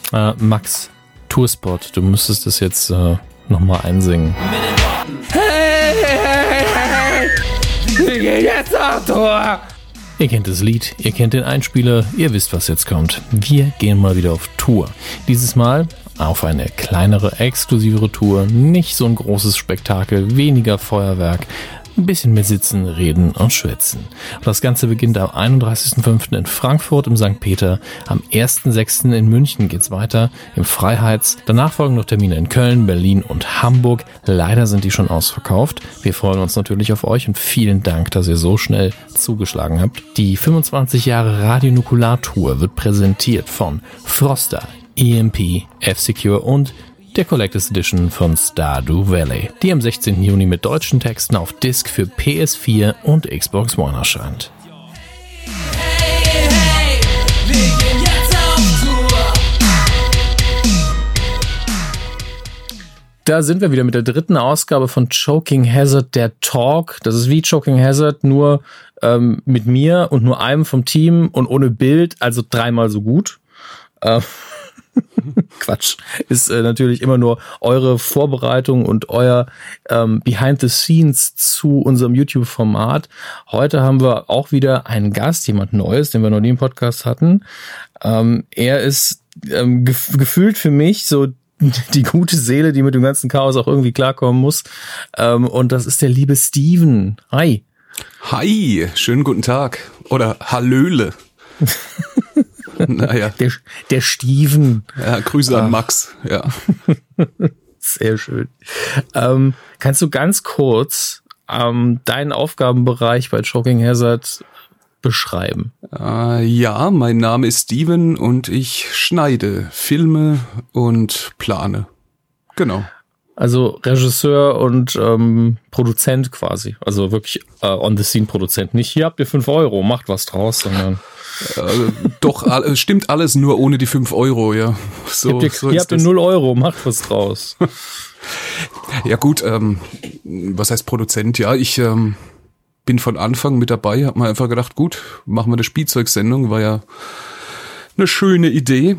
Max, Tourspot, du müsstest das jetzt nochmal einsingen. Hey, hey, hey, wir gehen jetzt auf Tour! Ihr kennt das Lied, ihr kennt den Einspieler, ihr wisst, was jetzt kommt. Wir gehen mal wieder auf Tour. Dieses Mal auf eine kleinere, exklusivere Tour, nicht so ein großes Spektakel, weniger Feuerwerk, ein bisschen mehr sitzen, reden und schwätzen. Das Ganze beginnt am 31.05. in Frankfurt im St. Peter, am 1.06. in München geht's weiter, im Freiheits. Danach folgen noch Termine in Köln, Berlin und Hamburg. Leider sind die schon ausverkauft. Wir freuen uns natürlich auf euch und vielen Dank, dass ihr so schnell zugeschlagen habt. Die 25 Jahre Radio-Nukular-Tour wird präsentiert von Froster, EMP, F-Secure und der Collectors Edition von Stardew Valley, die am 16. Juni mit deutschen Texten auf Disc für PS4 und Xbox One erscheint. Hey, hey, wir gehen jetzt auf Tour. Da sind wir wieder mit der dritten Ausgabe von Choking Hazard, der Talk. Das ist wie Choking Hazard, nur mit mir und nur einem vom Team und ohne Bild, also 3-mal so gut. Quatsch. Ist natürlich immer nur eure Vorbereitung und euer Behind the Scenes zu unserem YouTube-Format. Heute haben wir auch wieder einen Gast, jemand Neues, den wir noch nie im Podcast hatten. Er ist gefühlt für mich so die gute Seele, die mit dem ganzen Chaos auch irgendwie klarkommen muss. Und das ist der liebe Steven. Hi. Hi, schönen guten Tag. Oder Hallöle. Naja. Der Steven. Ja, Grüße an Max, ja. Sehr schön. Kannst du ganz kurz deinen Aufgabenbereich bei Choking Hazard beschreiben? Ja, mein Name ist Steven und ich schneide Filme und plane. Genau. Also Regisseur und Produzent quasi. Also wirklich On-the-Scene-Produzent. Nicht, hier habt ihr 5 Euro, macht was draus, sondern... Doch, stimmt alles, nur ohne die 5 Euro, ja. So, hier habt ihr 0 Euro, macht was draus. Ja gut, was heißt Produzent? Ja, ich bin von Anfang mit dabei, hab mir einfach gedacht, gut, machen wir eine Spielzeugsendung, war ja eine schöne Idee.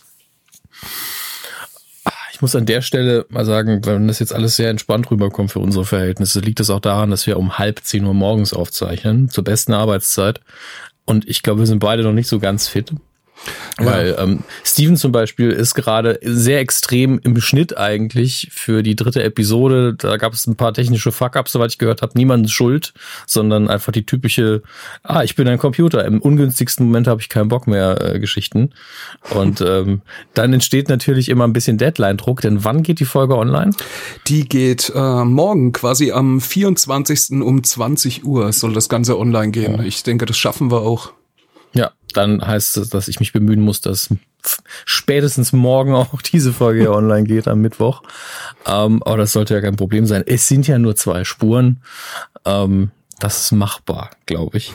Ich muss an der Stelle mal sagen, wenn das jetzt alles sehr entspannt rüberkommt für unsere Verhältnisse, liegt es auch daran, dass wir um 9:30 Uhr morgens aufzeichnen, zur besten Arbeitszeit. Und ich glaube, wir sind beide noch nicht so ganz fit. Ja. Weil Steven zum Beispiel ist gerade sehr extrem im Schnitt eigentlich für die 3. Episode. Da gab es ein paar technische Fuck-ups, soweit ich gehört habe. Niemand schuld, sondern einfach die typische, ich bin ein Computer. Im ungünstigsten Moment habe ich keinen Bock mehr Geschichten. Und dann entsteht natürlich immer ein bisschen Deadline-Druck. Denn wann geht die Folge online? Die geht morgen, quasi am 24. um 20 Uhr soll das Ganze online gehen. Ja. Ich denke, das schaffen wir auch. Ja, dann heißt es, dass ich mich bemühen muss, dass spätestens morgen auch diese Folge hier online geht, am Mittwoch. Aber das sollte ja kein Problem sein. Es sind ja nur 2 Spuren. Das ist machbar, glaube ich.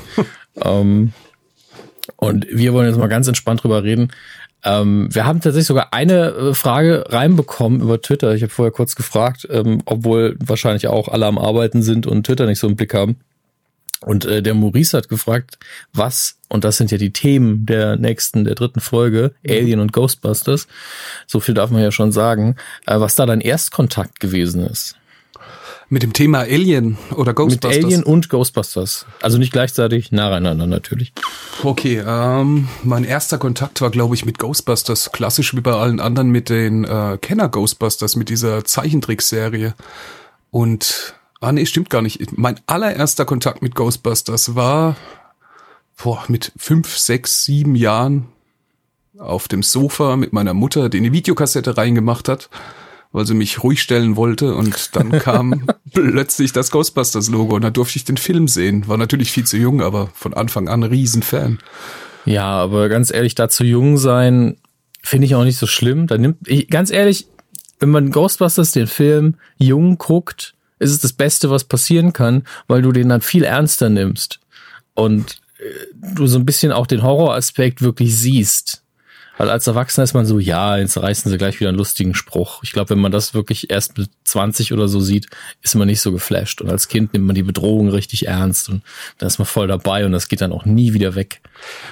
Und wir wollen jetzt mal ganz entspannt drüber reden. Wir haben tatsächlich sogar eine Frage reinbekommen über Twitter. Ich habe vorher kurz gefragt, obwohl wahrscheinlich auch alle am Arbeiten sind und Twitter nicht so im Blick haben. Und der Maurice hat gefragt, was, und das sind ja die Themen der 3. Folge, Alien und Ghostbusters, so viel darf man ja schon sagen, was da dein Erstkontakt gewesen ist. Mit dem Thema Alien oder Ghostbusters? Mit Alien und Ghostbusters. Also nicht gleichzeitig, nacheinander natürlich. Okay, mein erster Kontakt war, glaube ich, mit Ghostbusters, klassisch wie bei allen anderen mit den Kenner-Ghostbusters, mit dieser Zeichentrickserie. Und... nee, stimmt gar nicht. Mein allererster Kontakt mit Ghostbusters war mit 5, 6, 7 Jahren auf dem Sofa mit meiner Mutter, die eine Videokassette reingemacht hat, weil sie mich ruhig stellen wollte. Und dann kam plötzlich das Ghostbusters-Logo und da durfte ich den Film sehen. War natürlich viel zu jung, aber von Anfang an Riesenfan. Ja, aber ganz ehrlich, da zu jung sein, finde ich auch nicht so schlimm. Ganz ehrlich, wenn man Ghostbusters, den Film, jung guckt, ist es das Beste, was passieren kann, weil du den dann viel ernster nimmst und du so ein bisschen auch den Horroraspekt wirklich siehst. Weil als Erwachsener ist man so, ja, jetzt reißen sie gleich wieder einen lustigen Spruch. Ich glaube, wenn man das wirklich erst mit 20 oder so sieht, ist man nicht so geflasht. Und als Kind nimmt man die Bedrohung richtig ernst und dann ist man voll dabei und das geht dann auch nie wieder weg.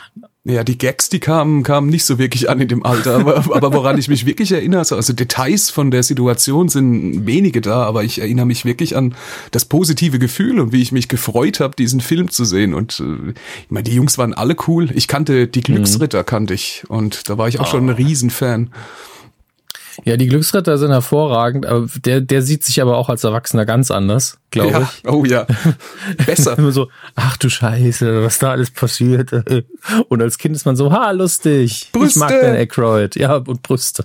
Ja, die Gags, die kamen nicht so wirklich an in dem Alter, aber woran ich mich wirklich erinnere, also Details von der Situation sind wenige da, aber ich erinnere mich wirklich an das positive Gefühl und wie ich mich gefreut habe, diesen Film zu sehen. Und ich meine, die Jungs waren alle cool. Ich kannte die Glücksritter, und da war ich auch schon ein Riesenfan. Ja, die Glücksritter sind hervorragend, aber der sieht sich aber auch als Erwachsener ganz anders, glaube ich. Oh ja, besser. Immer so, ach du Scheiße, was da alles passiert. Und als Kind ist man so, lustig. Brüste. Ich mag den Aykroyd. Ja, und Brüste.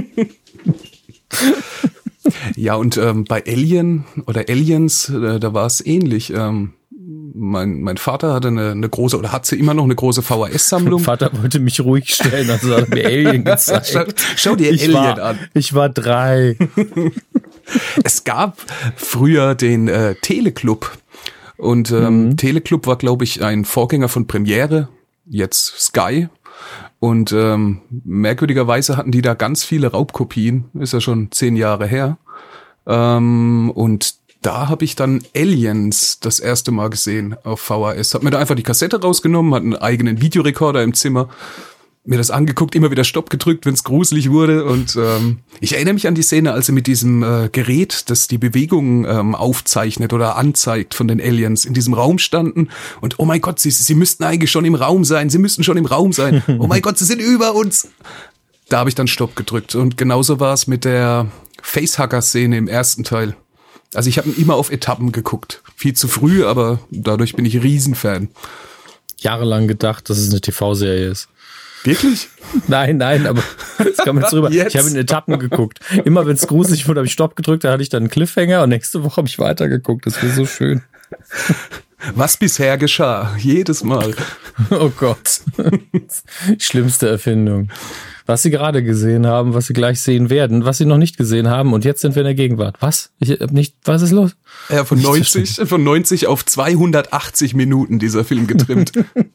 Ja, und bei Alien oder Aliens, da war es ähnlich. Mein Vater hatte eine große, oder hat sie immer noch eine große VHS-Sammlung. Mein Vater wollte mich ruhig stellen, also hat mir Alien gezeigt. Schau dir Alien an. Ich war 3. Es gab früher den Teleclub. Und Teleclub war, glaube ich, ein Vorgänger von Premiere, jetzt Sky. Und merkwürdigerweise hatten die da ganz viele Raubkopien. Ist ja schon 10 Jahre her. Und da habe ich dann Aliens das erste Mal gesehen auf VHS. Hab mir da einfach die Kassette rausgenommen, hatte einen eigenen Videorekorder im Zimmer, mir das angeguckt, immer wieder Stopp gedrückt, wenn es gruselig wurde. Und ich erinnere mich an die Szene, als sie mit diesem Gerät, das die Bewegungen aufzeichnet oder anzeigt von den Aliens, in diesem Raum standen. Und oh mein Gott, sie müssten eigentlich schon im Raum sein. Sie müssten schon im Raum sein. Oh mein Gott, sie sind über uns. Da habe ich dann Stopp gedrückt. Und genauso war es mit der Facehugger-Szene im ersten Teil. Also ich habe ihn immer auf Etappen geguckt. Viel zu früh, aber dadurch bin ich Riesenfan. Jahrelang gedacht, dass es eine TV-Serie ist. Wirklich? Nein, aber das kam jetzt rüber. Jetzt? Ich habe in Etappen geguckt. Immer wenn es gruselig wurde, habe ich Stopp gedrückt, da hatte ich dann einen Cliffhanger und nächste Woche habe ich weitergeguckt. Das wäre so schön. Was bisher geschah, jedes Mal. Oh Gott. Schlimmste Erfindung. Was Sie gerade gesehen haben, was Sie gleich sehen werden, was Sie noch nicht gesehen haben und jetzt sind wir in der Gegenwart. Was? Was ist los? Ja, von 90 auf 280 Minuten dieser Film getrimmt.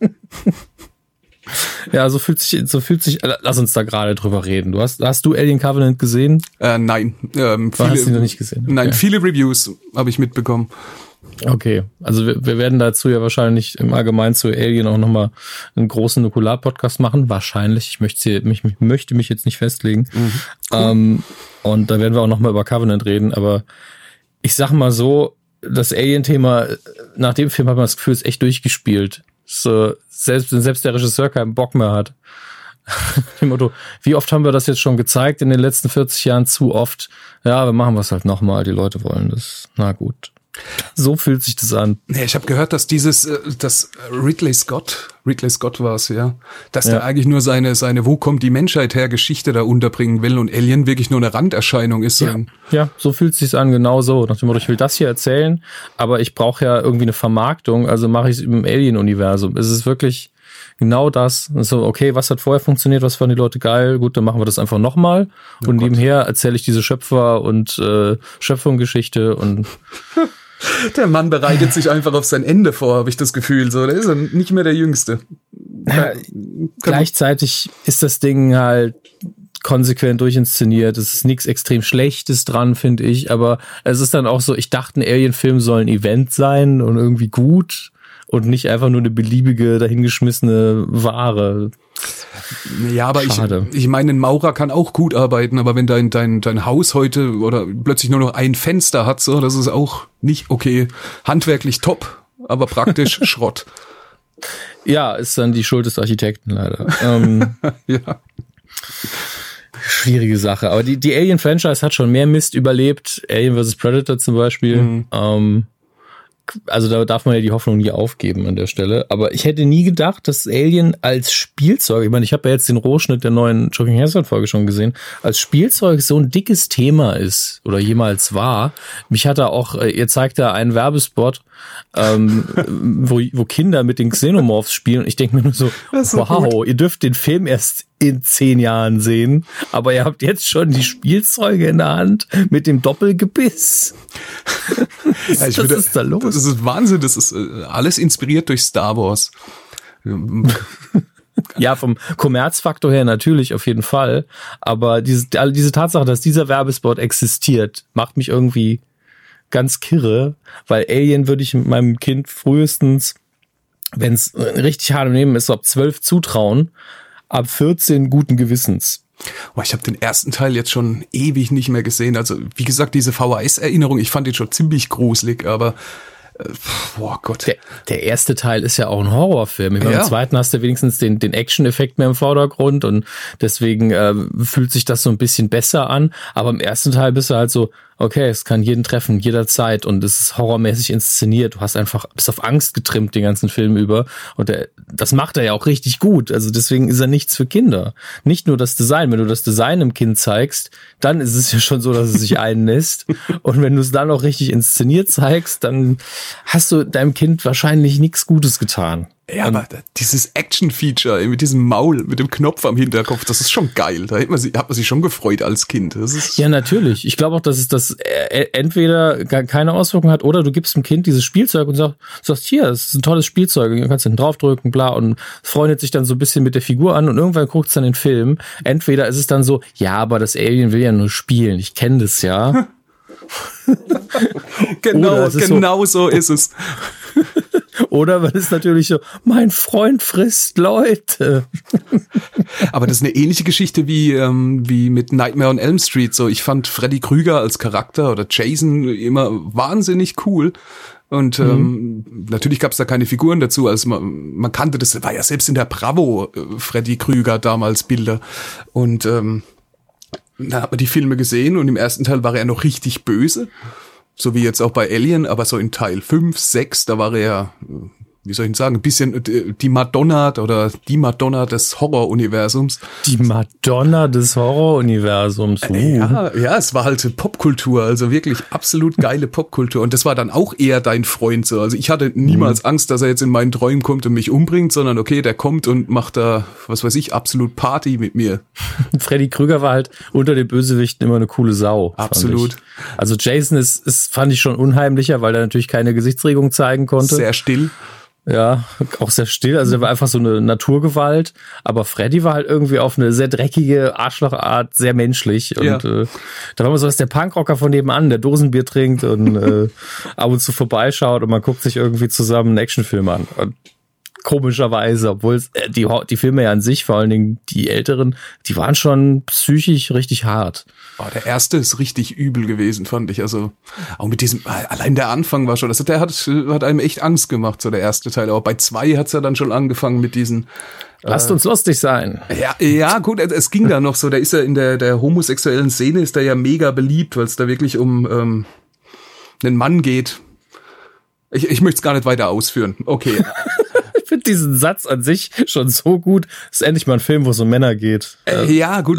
Ja, so fühlt sich, lass uns da gerade drüber reden. Hast du Alien Covenant gesehen? Nein. Hast du noch nicht gesehen? Okay. Nein, viele Reviews habe ich mitbekommen. Okay, also wir werden dazu ja wahrscheinlich im Allgemeinen zu Alien auch nochmal einen großen Nukular-Podcast machen. Wahrscheinlich. Ich möchte mich jetzt nicht festlegen. Cool. Und da werden wir auch nochmal über Covenant reden. Aber ich sag mal so, das Alien-Thema, nach dem Film hat man das Gefühl, ist echt durchgespielt. So, selbst der Regisseur keinen Bock mehr hat. Dem Motto, wie oft haben wir das jetzt schon gezeigt in den letzten 40 Jahren? Zu oft. Ja, wir machen es halt nochmal. Die Leute wollen das. Na gut. So fühlt sich das an. Ja, ich habe gehört, dass dass Ridley Scott war es, ja, dass der eigentlich nur seine Wo kommt die Menschheit her Geschichte da unterbringen will und Alien wirklich nur eine Randerscheinung ist. Ja, so fühlt es sich an, genau so. Nach dem Motto, ich will das hier erzählen, aber ich brauche ja irgendwie eine Vermarktung, also mache ich es im Alien-Universum. Es ist wirklich genau das. Also, okay, was hat vorher funktioniert, was fanden die Leute geil, gut, dann machen wir das einfach nochmal. Und nebenher erzähle ich diese Schöpfer- und Schöpfungsgeschichte und der Mann bereitet sich einfach auf sein Ende vor, habe ich das Gefühl. So, der ist ja nicht mehr der Jüngste. Gleichzeitig ist das Ding halt konsequent durchinszeniert. Es ist nichts extrem Schlechtes dran, finde ich. Aber es ist dann auch so, ich dachte, ein Alien-Film soll ein Event sein und irgendwie gut und nicht einfach nur eine beliebige, dahingeschmissene Ware. Ja, aber ich meine, ein Maurer kann auch gut arbeiten, aber wenn dein Haus heute oder plötzlich nur noch ein Fenster hat, so, das ist auch nicht okay. Handwerklich top, aber praktisch Schrott. Ja, ist dann die Schuld des Architekten leider. Ja. Schwierige Sache. Aber die Alien-Franchise hat schon mehr Mist überlebt. Alien vs. Predator zum Beispiel. Also da darf man ja die Hoffnung nie aufgeben an der Stelle. Aber ich hätte nie gedacht, dass Alien als Spielzeug, ich meine, ich habe ja jetzt den Rohschnitt der neuen Joaquin Hesselhoff-Folge schon gesehen, als Spielzeug so ein dickes Thema ist oder jemals war. Mich hat er auch, ihr zeigt da einen Werbespot, wo Kinder mit den Xenomorphs spielen und ich denke mir nur so, wow, gut. Ihr dürft den Film erst in 10 Jahren sehen, aber ihr habt jetzt schon die Spielzeuge in der Hand mit dem Doppelgebiss. Was ist da los? Das ist Wahnsinn, das ist alles inspiriert durch Star Wars. Ja, vom Kommerzfaktor her natürlich auf jeden Fall, aber diese Tatsache, dass dieser Werbespot existiert, macht mich irgendwie ganz kirre, weil Alien würde ich mit meinem Kind frühestens wenn es richtig hart im Leben ist, so ab 12 zutrauen, ab 14 guten Gewissens. Oh, ich habe den ersten Teil jetzt schon ewig nicht mehr gesehen. Also wie gesagt, diese VHS-Erinnerung, ich fand den schon ziemlich gruselig, aber boah Gott. Der erste Teil ist ja auch ein Horrorfilm. Im zweiten hast du wenigstens den Action-Effekt mehr im Vordergrund und deswegen fühlt sich das so ein bisschen besser an. Aber im ersten Teil bist du halt so, okay, es kann jeden treffen, jederzeit und es ist horrormäßig inszeniert. Du hast bist auf Angst getrimmt den ganzen Film über und das macht er ja auch richtig gut. Also deswegen ist er nichts für Kinder. Nicht nur das Design. Wenn du das Design im Kind zeigst, dann ist es ja schon so, dass es sich einnässt. Und wenn du es dann auch richtig inszeniert zeigst, dann hast du deinem Kind wahrscheinlich nichts Gutes getan. Ja, aber dieses Action-Feature mit diesem Maul, mit dem Knopf am Hinterkopf, das ist schon geil. Da hat man sich schon gefreut als Kind. Das ist ja, natürlich. Ich glaube auch, dass es das entweder keine Auswirkungen hat oder du gibst dem Kind dieses Spielzeug und sagst, hier, es ist ein tolles Spielzeug. Du kannst hinten draufdrücken, bla, und freundet sich dann so ein bisschen mit der Figur an und irgendwann guckt es dann den Film. Entweder ist es dann so, ja, aber das Alien will ja nur spielen. Ich kenne das ja. Genau so ist es. Oder man ist natürlich so, mein Freund frisst Leute. Aber das ist eine ähnliche Geschichte wie mit Nightmare on Elm Street. So, ich fand Freddy Krüger als Charakter oder Jason immer wahnsinnig cool. Und natürlich gab es da keine Figuren dazu. Also man kannte das, war ja selbst in der Bravo Freddy Krüger damals Bilder. Und da hat man die Filme gesehen und im ersten Teil war er noch richtig böse. So wie jetzt auch bei Alien, aber so in Teil 5, 6, da war er, wie soll ich sagen, ein bisschen die Madonna des Horror-Universums. Die Madonna des Horror-Universums. Ja, es war halt Popkultur, also wirklich absolut geile Popkultur. Und das war dann auch eher dein Freund so. Also ich hatte niemals Angst, dass er jetzt in meinen Träumen kommt und mich umbringt, sondern okay, der kommt und macht da, was weiß ich, absolut Party mit mir. Freddy Krüger war halt unter den Bösewichten immer eine coole Sau. Absolut. Also Jason fand ich schon unheimlicher, weil er natürlich keine Gesichtsregung zeigen konnte. Sehr still. Ja, auch sehr still. Also der war einfach so eine Naturgewalt. Aber Freddy war halt irgendwie auf eine sehr dreckige Arschlochart sehr menschlich. Und da war man so, dass der Punkrocker von nebenan, der Dosenbier trinkt und ab und zu vorbeischaut und man guckt sich irgendwie zusammen einen Actionfilm an. Und komischerweise, obwohl die Filme ja an sich, vor allen Dingen die älteren, die waren schon psychisch richtig hart. Oh, der erste ist richtig übel gewesen, fand ich. Also auch mit diesem, allein der Anfang war schon, der hat einem echt Angst gemacht, so der erste Teil. Aber bei 2 hat's ja dann schon angefangen mit diesen. Lasst uns lustig sein. Ja, gut, es ging da noch so. Da ist er in der homosexuellen Szene ist er ja mega beliebt, weil es da wirklich um einen Mann geht. Ich möchte es gar nicht weiter ausführen. Okay. Ich finde diesen Satz an sich schon so gut. Es ist endlich mal ein Film, wo es um Männer geht. Ja, gut.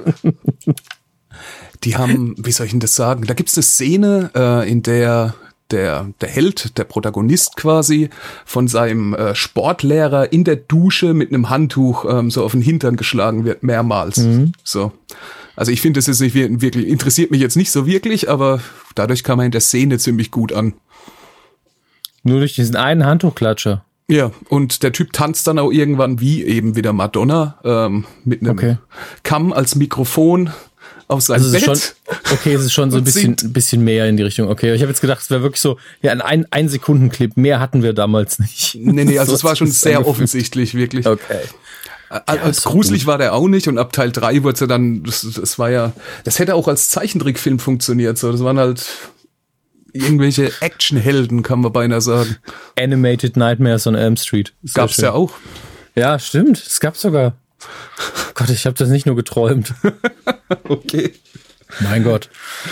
Die haben, wie soll ich denn das sagen? Da gibt's eine Szene, in der der Held, der Protagonist quasi, von seinem Sportlehrer in der Dusche mit einem Handtuch so auf den Hintern geschlagen wird, mehrmals. So. Also ich finde, das ist nicht wirklich, interessiert mich jetzt nicht so wirklich, aber dadurch kam er in der Szene ziemlich gut an. Nur durch diesen einen Handtuchklatscher. Ja, und der Typ tanzt dann auch irgendwann wie eben wieder Madonna mit einem Kamm als Mikrofon auf seinem Bett. Es ist schon so ein bisschen mehr in die Richtung. Okay, ich habe jetzt gedacht, es wäre wirklich so, ja, ein Sekunden-Clip, mehr hatten wir damals nicht. Nee, also es war schon sehr offensichtlich, wirklich. Okay. Als gruselig war der auch nicht und ab Teil 3 wurde es ja dann, das hätte auch als Zeichentrickfilm funktioniert, so, das waren halt irgendwelche Actionhelden, kann man beinahe sagen. Animated Nightmares on Elm Street. Gab's ja auch. Ja, stimmt. Es gab sogar. Gott, ich habe das nicht nur geträumt. Okay. Mein Gott.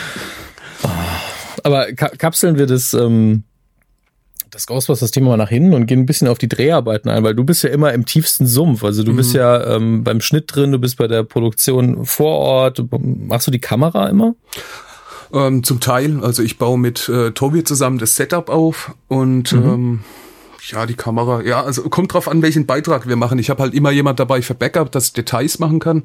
Aber kapseln wir das Ghostbusters-Thema mal nach hinten und gehen ein bisschen auf die Dreharbeiten ein, weil du bist ja immer im tiefsten Sumpf. Also du bist ja beim Schnitt drin, du bist bei der Produktion vor Ort. Machst du die Kamera immer? Zum Teil. Also ich baue mit Tobi zusammen das Setup auf und die Kamera. Ja, also kommt drauf an, welchen Beitrag wir machen. Ich habe halt immer jemand dabei für Backup, das Details machen kann.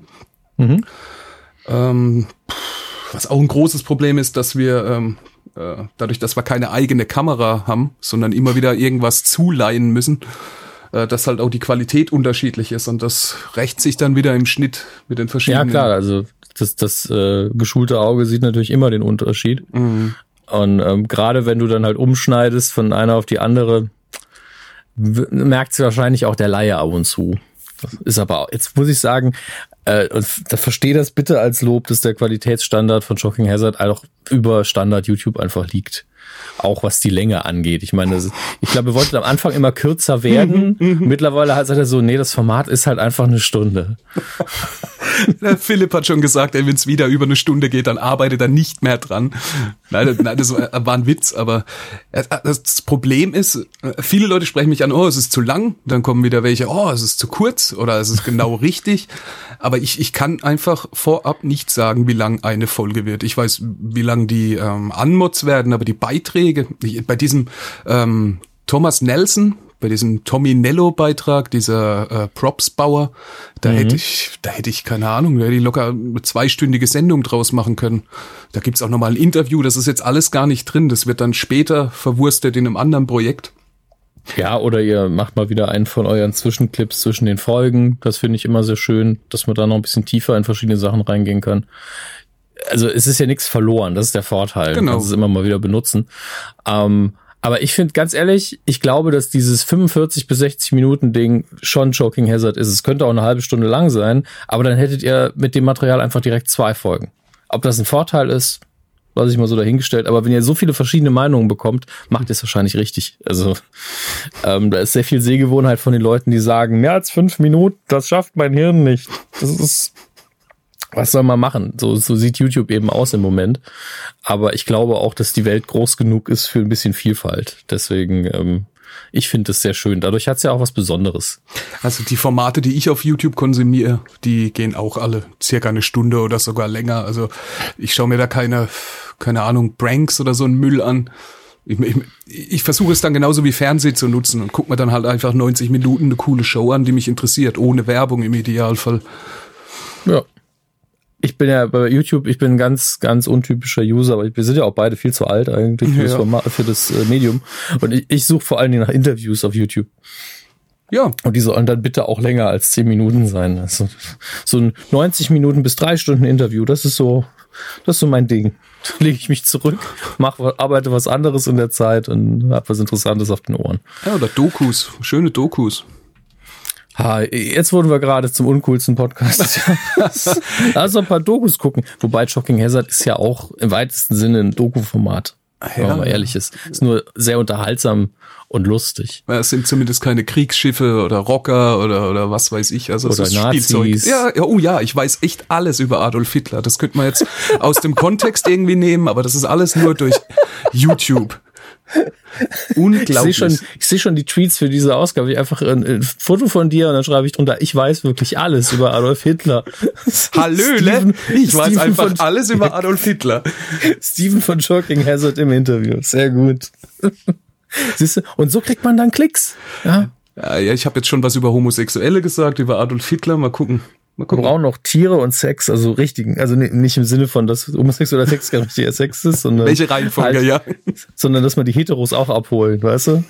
Was auch ein großes Problem ist, dass wir dadurch, dass wir keine eigene Kamera haben, sondern immer wieder irgendwas zuleihen müssen, dass halt auch die Qualität unterschiedlich ist und das rächt sich dann wieder im Schnitt mit den verschiedenen. Ja, klar, also das geschulte Auge sieht natürlich immer den Unterschied. Und gerade wenn du dann halt umschneidest von einer auf die andere, merkt sie wahrscheinlich auch der Laie ab und zu. Das ist aber, jetzt muss ich sagen, und da verstehe das bitte als Lob, dass der Qualitätsstandard von Shocking Hazard auch über Standard YouTube einfach liegt. Auch was die Länge angeht. Ich meine, ich glaube, wir wollten am Anfang immer kürzer werden. Mittlerweile sagt er so, nee, das Format ist halt einfach eine Stunde. Der Philipp hat schon gesagt, wenn es wieder über eine Stunde geht, dann arbeitet er nicht mehr dran. Nein, das war ein Witz, aber das Problem ist, viele Leute sprechen mich an, oh, es ist zu lang, dann kommen wieder welche, oh, es ist zu kurz oder es ist genau richtig. Aber ich kann einfach vorab nicht sagen, wie lang eine Folge wird. Ich weiß, wie lang die Anmods werden, aber die Beiträge, bei diesem Thomas Nelson, bei diesem Tommy Nello-Beitrag, dieser Props-Bauer, da hätte ich, keine Ahnung, da hätte ich locker eine 2-stündige Sendung draus machen können. Da gibt's auch nochmal ein Interview, das ist jetzt alles gar nicht drin, das wird dann später verwurstet in einem anderen Projekt. Ja, oder ihr macht mal wieder einen von euren Zwischenclips zwischen den Folgen. Das finde ich immer sehr schön, dass man da noch ein bisschen tiefer in verschiedene Sachen reingehen kann. Also es ist ja nichts verloren, das ist der Vorteil. Genau. Man kann es immer mal wieder benutzen. Aber ich finde, ganz ehrlich, ich glaube, dass dieses 45 bis 60 Minuten Ding schon Shocking Hazard ist. Es könnte auch eine halbe Stunde lang sein, aber dann hättet ihr mit dem Material einfach direkt 2 Folgen. Ob das ein Vorteil ist, lasse ich mal so dahingestellt. Aber wenn ihr so viele verschiedene Meinungen bekommt, macht ihr es wahrscheinlich richtig. Also da ist sehr viel Sehgewohnheit von den Leuten, die sagen, mehr als 5 Minuten, das schafft mein Hirn nicht. Das ist... Was soll man machen? So sieht YouTube eben aus im Moment. Aber ich glaube auch, dass die Welt groß genug ist für ein bisschen Vielfalt. Deswegen, ich finde es sehr schön. Dadurch hat es ja auch was Besonderes. Also die Formate, die ich auf YouTube konsumiere, die gehen auch alle circa eine Stunde oder sogar länger. Also ich schaue mir da keine Ahnung, Pranks oder so einen Müll an. Ich versuche es dann genauso wie Fernsehen zu nutzen und gucke mir dann halt einfach 90 Minuten eine coole Show an, die mich interessiert, ohne Werbung im Idealfall. Ja. Ich bin ja bei YouTube, ich bin ein ganz, ganz untypischer User, aber wir sind ja auch beide viel zu alt eigentlich für das Format, für das Medium. Und ich suche vor allen Dingen nach Interviews auf YouTube. Ja. Und die sollen dann bitte auch länger als 10 Minuten sein. Also so ein 90 Minuten bis 3 Stunden Interview, das ist so mein Ding. Da lege ich mich zurück, arbeite was anderes in der Zeit und habe was Interessantes auf den Ohren. Ja, oder Dokus, schöne Dokus. Jetzt wurden wir gerade zum uncoolsten Podcast. Lass noch ein paar Dokus gucken. Wobei Shocking Hazard ist ja auch im weitesten Sinne ein Doku-Format. Wenn man mal ehrlich ist. Ist nur sehr unterhaltsam und lustig. Es sind zumindest keine Kriegsschiffe oder Rocker oder was weiß ich. Also oder es ist Nazis. Spielzeug. Ja, oh ja, ich weiß echt alles über Adolf Hitler. Das könnte man jetzt aus dem Kontext irgendwie nehmen, aber das ist alles nur durch YouTube. Unglaublich. Ich sehe schon die Tweets für diese Ausgabe. Ich einfach ein Foto von dir und dann schreibe ich drunter, ich weiß wirklich alles über Adolf Hitler. Hallöle, ich weiß einfach alles über Adolf Hitler. Steven von Shocking Hazard im Interview. Sehr gut. Siehst du? Und so kriegt man dann Klicks. Ja, ich habe jetzt schon was über Homosexuelle gesagt, über Adolf Hitler. Mal gucken. Wir brauchen noch Tiere und Sex, also richtigen, also nicht im Sinne von, dass homosexueller Sex gar nicht der Sex ist, sondern welche Reihenfolge, halt, ja. Sondern dass man die Heteros auch abholen, weißt du?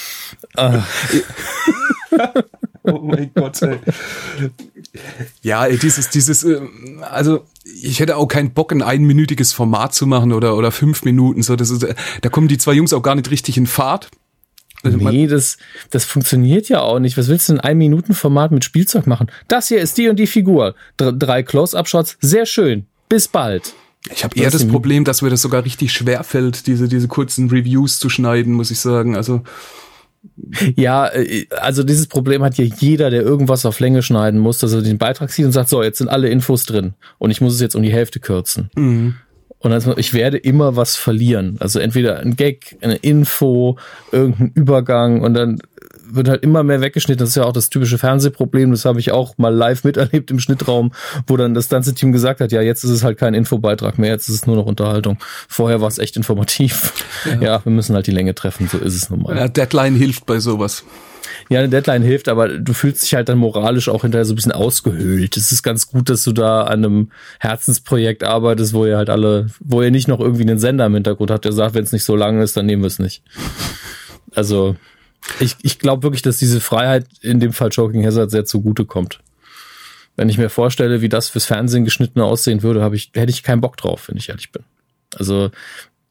Oh mein Gott, ey. Ja, ey, also ich hätte auch keinen Bock, ein einminütiges Format zu machen oder 5 Minuten, so, da kommen die 2 Jungs auch gar nicht richtig in Fahrt. Nee, das funktioniert ja auch nicht. Was willst du in einem Minuten-Format mit Spielzeug machen? Das hier ist die und die Figur. 3 Close-Up-Shots. Sehr schön. Bis bald. Ich habe eher das Problem, dass mir das sogar richtig schwer fällt, diese kurzen Reviews zu schneiden, muss ich sagen. Also ja, also dieses Problem hat ja jeder, der irgendwas auf Länge schneiden muss, dass er den Beitrag sieht und sagt, so, jetzt sind alle Infos drin und ich muss es jetzt um die Hälfte kürzen. Mhm. Und also ich werde immer was verlieren. Also entweder ein Gag, eine Info, irgendein Übergang und dann wird halt immer mehr weggeschnitten. Das ist ja auch das typische Fernsehproblem. Das habe ich auch mal live miterlebt im Schnittraum, wo dann das ganze Team gesagt hat, ja, jetzt ist es halt kein Infobeitrag mehr, jetzt ist es nur noch Unterhaltung. Vorher war es echt informativ. Ja, wir müssen halt die Länge treffen, so ist es nun mal. Ja, Deadline hilft bei sowas. Ja, eine Deadline hilft, aber du fühlst dich halt dann moralisch auch hinterher so ein bisschen ausgehöhlt. Es ist ganz gut, dass du da an einem Herzensprojekt arbeitest, wo ihr nicht noch irgendwie einen Sender im Hintergrund habt, der sagt, wenn es nicht so lang ist, dann nehmen wir es nicht. Also ich glaube wirklich, dass diese Freiheit in dem Fall Shocking Hazard sehr zugute kommt. Wenn ich mir vorstelle, wie das fürs Fernsehen geschnitten aussehen würde, hätte ich keinen Bock drauf, wenn ich ehrlich bin. Also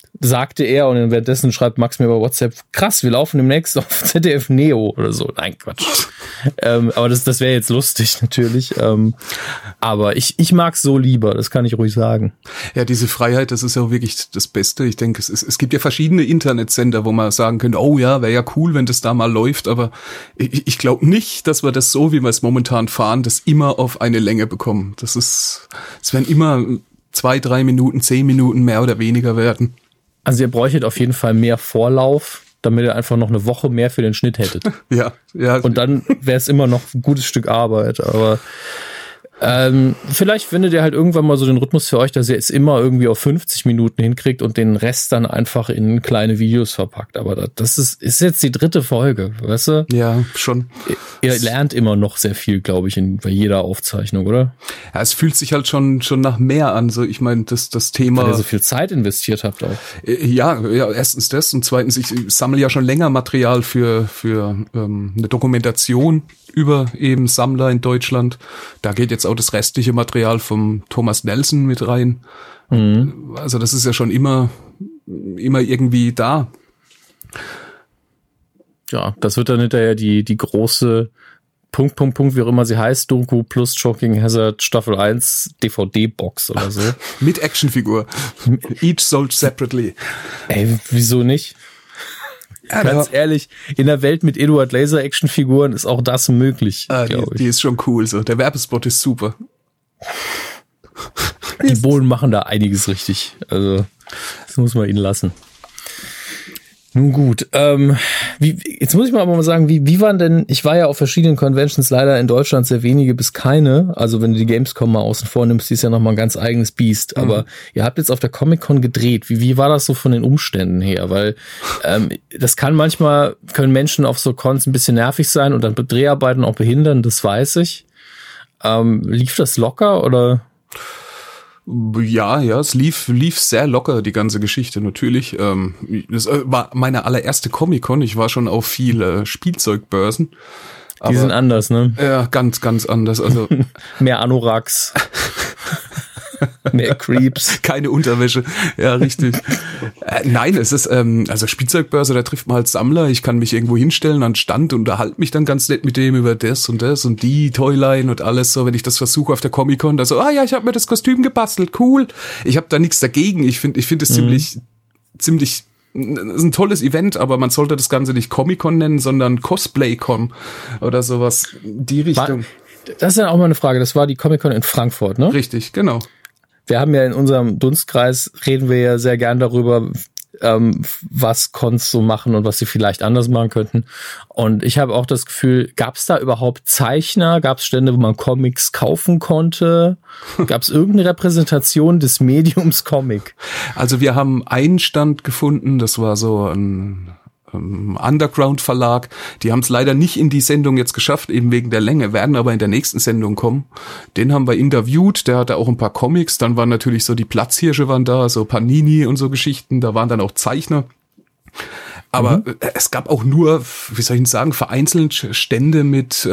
sagte er, und währenddessen schreibt Max mir bei WhatsApp, krass, wir laufen demnächst auf ZDF Neo oder so. Nein, Quatsch. Aber das wäre jetzt lustig natürlich. Aber ich mag's so lieber, das kann ich ruhig sagen. Ja, diese Freiheit, das ist ja auch wirklich das Beste. Ich denke, es gibt ja verschiedene Internetsender, wo man sagen könnte, oh ja, wäre ja cool, wenn das da mal läuft, aber ich glaube nicht, dass wir das so, wie wir es momentan fahren, das immer auf eine Länge bekommen. Es werden immer 2, 3 Minuten, 10 Minuten mehr oder weniger werden. Also ihr bräuchtet auf jeden Fall mehr Vorlauf, damit ihr einfach noch eine Woche mehr für den Schnitt hättet. Ja. Und dann wäre es immer noch ein gutes Stück Arbeit, aber vielleicht findet ihr halt irgendwann mal so den Rhythmus für euch, dass ihr es immer irgendwie auf 50 Minuten hinkriegt und den Rest dann einfach in kleine Videos verpackt. Aber das ist jetzt die 3. Folge, weißt du? Ja, schon. Ihr lernt immer noch sehr viel, glaube ich, bei jeder Aufzeichnung, oder? Ja, es fühlt sich halt schon nach mehr an. So, ich meine, das Thema. Weil ihr so viel Zeit investiert habt auch. Ja, erstens das und zweitens, ich sammle ja schon länger Material für eine Dokumentation über eben Sammler in Deutschland. Da geht jetzt auch das restliche Material vom Thomas Nelson mit rein. Mhm. Also das ist ja schon immer irgendwie da. Ja, das wird dann hinterher die große Punkt, wie auch immer sie heißt, Doku plus Shocking Hazard Staffel 1 DVD-Box oder so. Mit Actionfigur. Each sold separately. Ey, wieso nicht? Ja, ganz ehrlich, in der Welt mit Eduard Laser Actionfiguren ist auch das möglich, die ist schon cool, so. Der Werbespot ist super. Die Bohlen machen da einiges richtig. Also, das muss man ihnen lassen. Nun gut, jetzt muss ich mal aber mal sagen, wie waren denn, ich war ja auf verschiedenen Conventions, leider in Deutschland sehr wenige bis keine, also wenn du die Gamescom mal außen vor nimmst, die ist ja nochmal ein ganz eigenes Biest, aber ihr habt jetzt auf der Comic-Con gedreht, wie war das so von den Umständen her, weil das können Menschen auf so Cons ein bisschen nervig sein und dann Dreharbeiten auch behindern, das weiß ich. Lief das locker oder? Ja, es lief sehr locker, die ganze Geschichte, natürlich. Das war meine allererste Comic-Con. Ich war schon auf viele Spielzeugbörsen. Die sind anders, ne? Ja, ganz, ganz anders. Also mehr Anoraks. Mehr Creeps. Keine Unterwäsche. Ja, richtig. Nein, es ist, also Spielzeugbörse, da trifft man halt Sammler. Ich kann mich irgendwo hinstellen an Stand und unterhalte mich dann ganz nett mit dem über das und die Toyline und alles so. Wenn ich das versuche auf der Comic-Con, da so, ich habe mir das Kostüm gebastelt, cool. Ich habe da nichts dagegen. Ich finde es ziemlich, ist ein tolles Event, aber man sollte das Ganze nicht Comic-Con nennen, sondern Cosplay-Con oder sowas. Die Richtung. Das ist ja auch mal eine Frage. Das war die Comic-Con in Frankfurt, ne? Richtig, genau. Wir haben ja in unserem Dunstkreis, reden wir ja sehr gern darüber, was Cons so machen und was sie vielleicht anders machen könnten. Und ich habe auch das Gefühl, gab es da überhaupt Zeichner? Gab es Stände, wo man Comics kaufen konnte? Gab es irgendeine Repräsentation des Mediums Comic? Also wir haben einen Stand gefunden, das war so ein Underground-Verlag. Die haben es leider nicht in die Sendung jetzt geschafft, eben wegen der Länge, werden aber in der nächsten Sendung kommen. Den haben wir interviewt, der hatte auch ein paar Comics, dann waren natürlich so die Platzhirsche waren da, so Panini und so Geschichten, da waren dann auch Zeichner. Aber es gab auch nur, wie soll ich sagen, vereinzelt Stände mit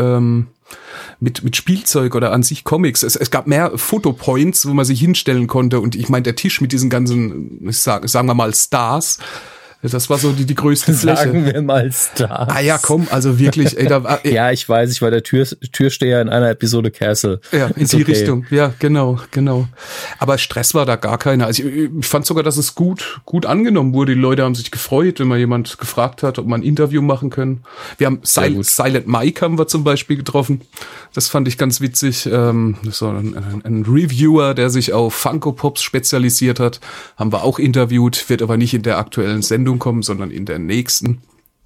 Spielzeug oder an sich Comics. Es gab mehr Fotopoints, wo man sich hinstellen konnte und ich meine, der Tisch mit diesen ganzen, sagen wir mal Stars, das war so die größte Fläche. Sagen wir mal Stars. Ah ja, komm, also wirklich. Ja, ich weiß, ich war der Türsteher in einer Episode Castle. Ja, in die Richtung. Ja, genau. Aber Stress war da gar keiner. Also ich fand sogar, dass es gut angenommen wurde. Die Leute haben sich gefreut, wenn mal jemand gefragt hat, ob man ein Interview machen können. Wir haben Silent Mike haben wir zum Beispiel getroffen. Das fand ich ganz witzig. So ein Reviewer, der sich auf Funko Pops spezialisiert hat, haben wir auch interviewt, wird aber nicht in der aktuellen Sendung kommen, sondern in der nächsten.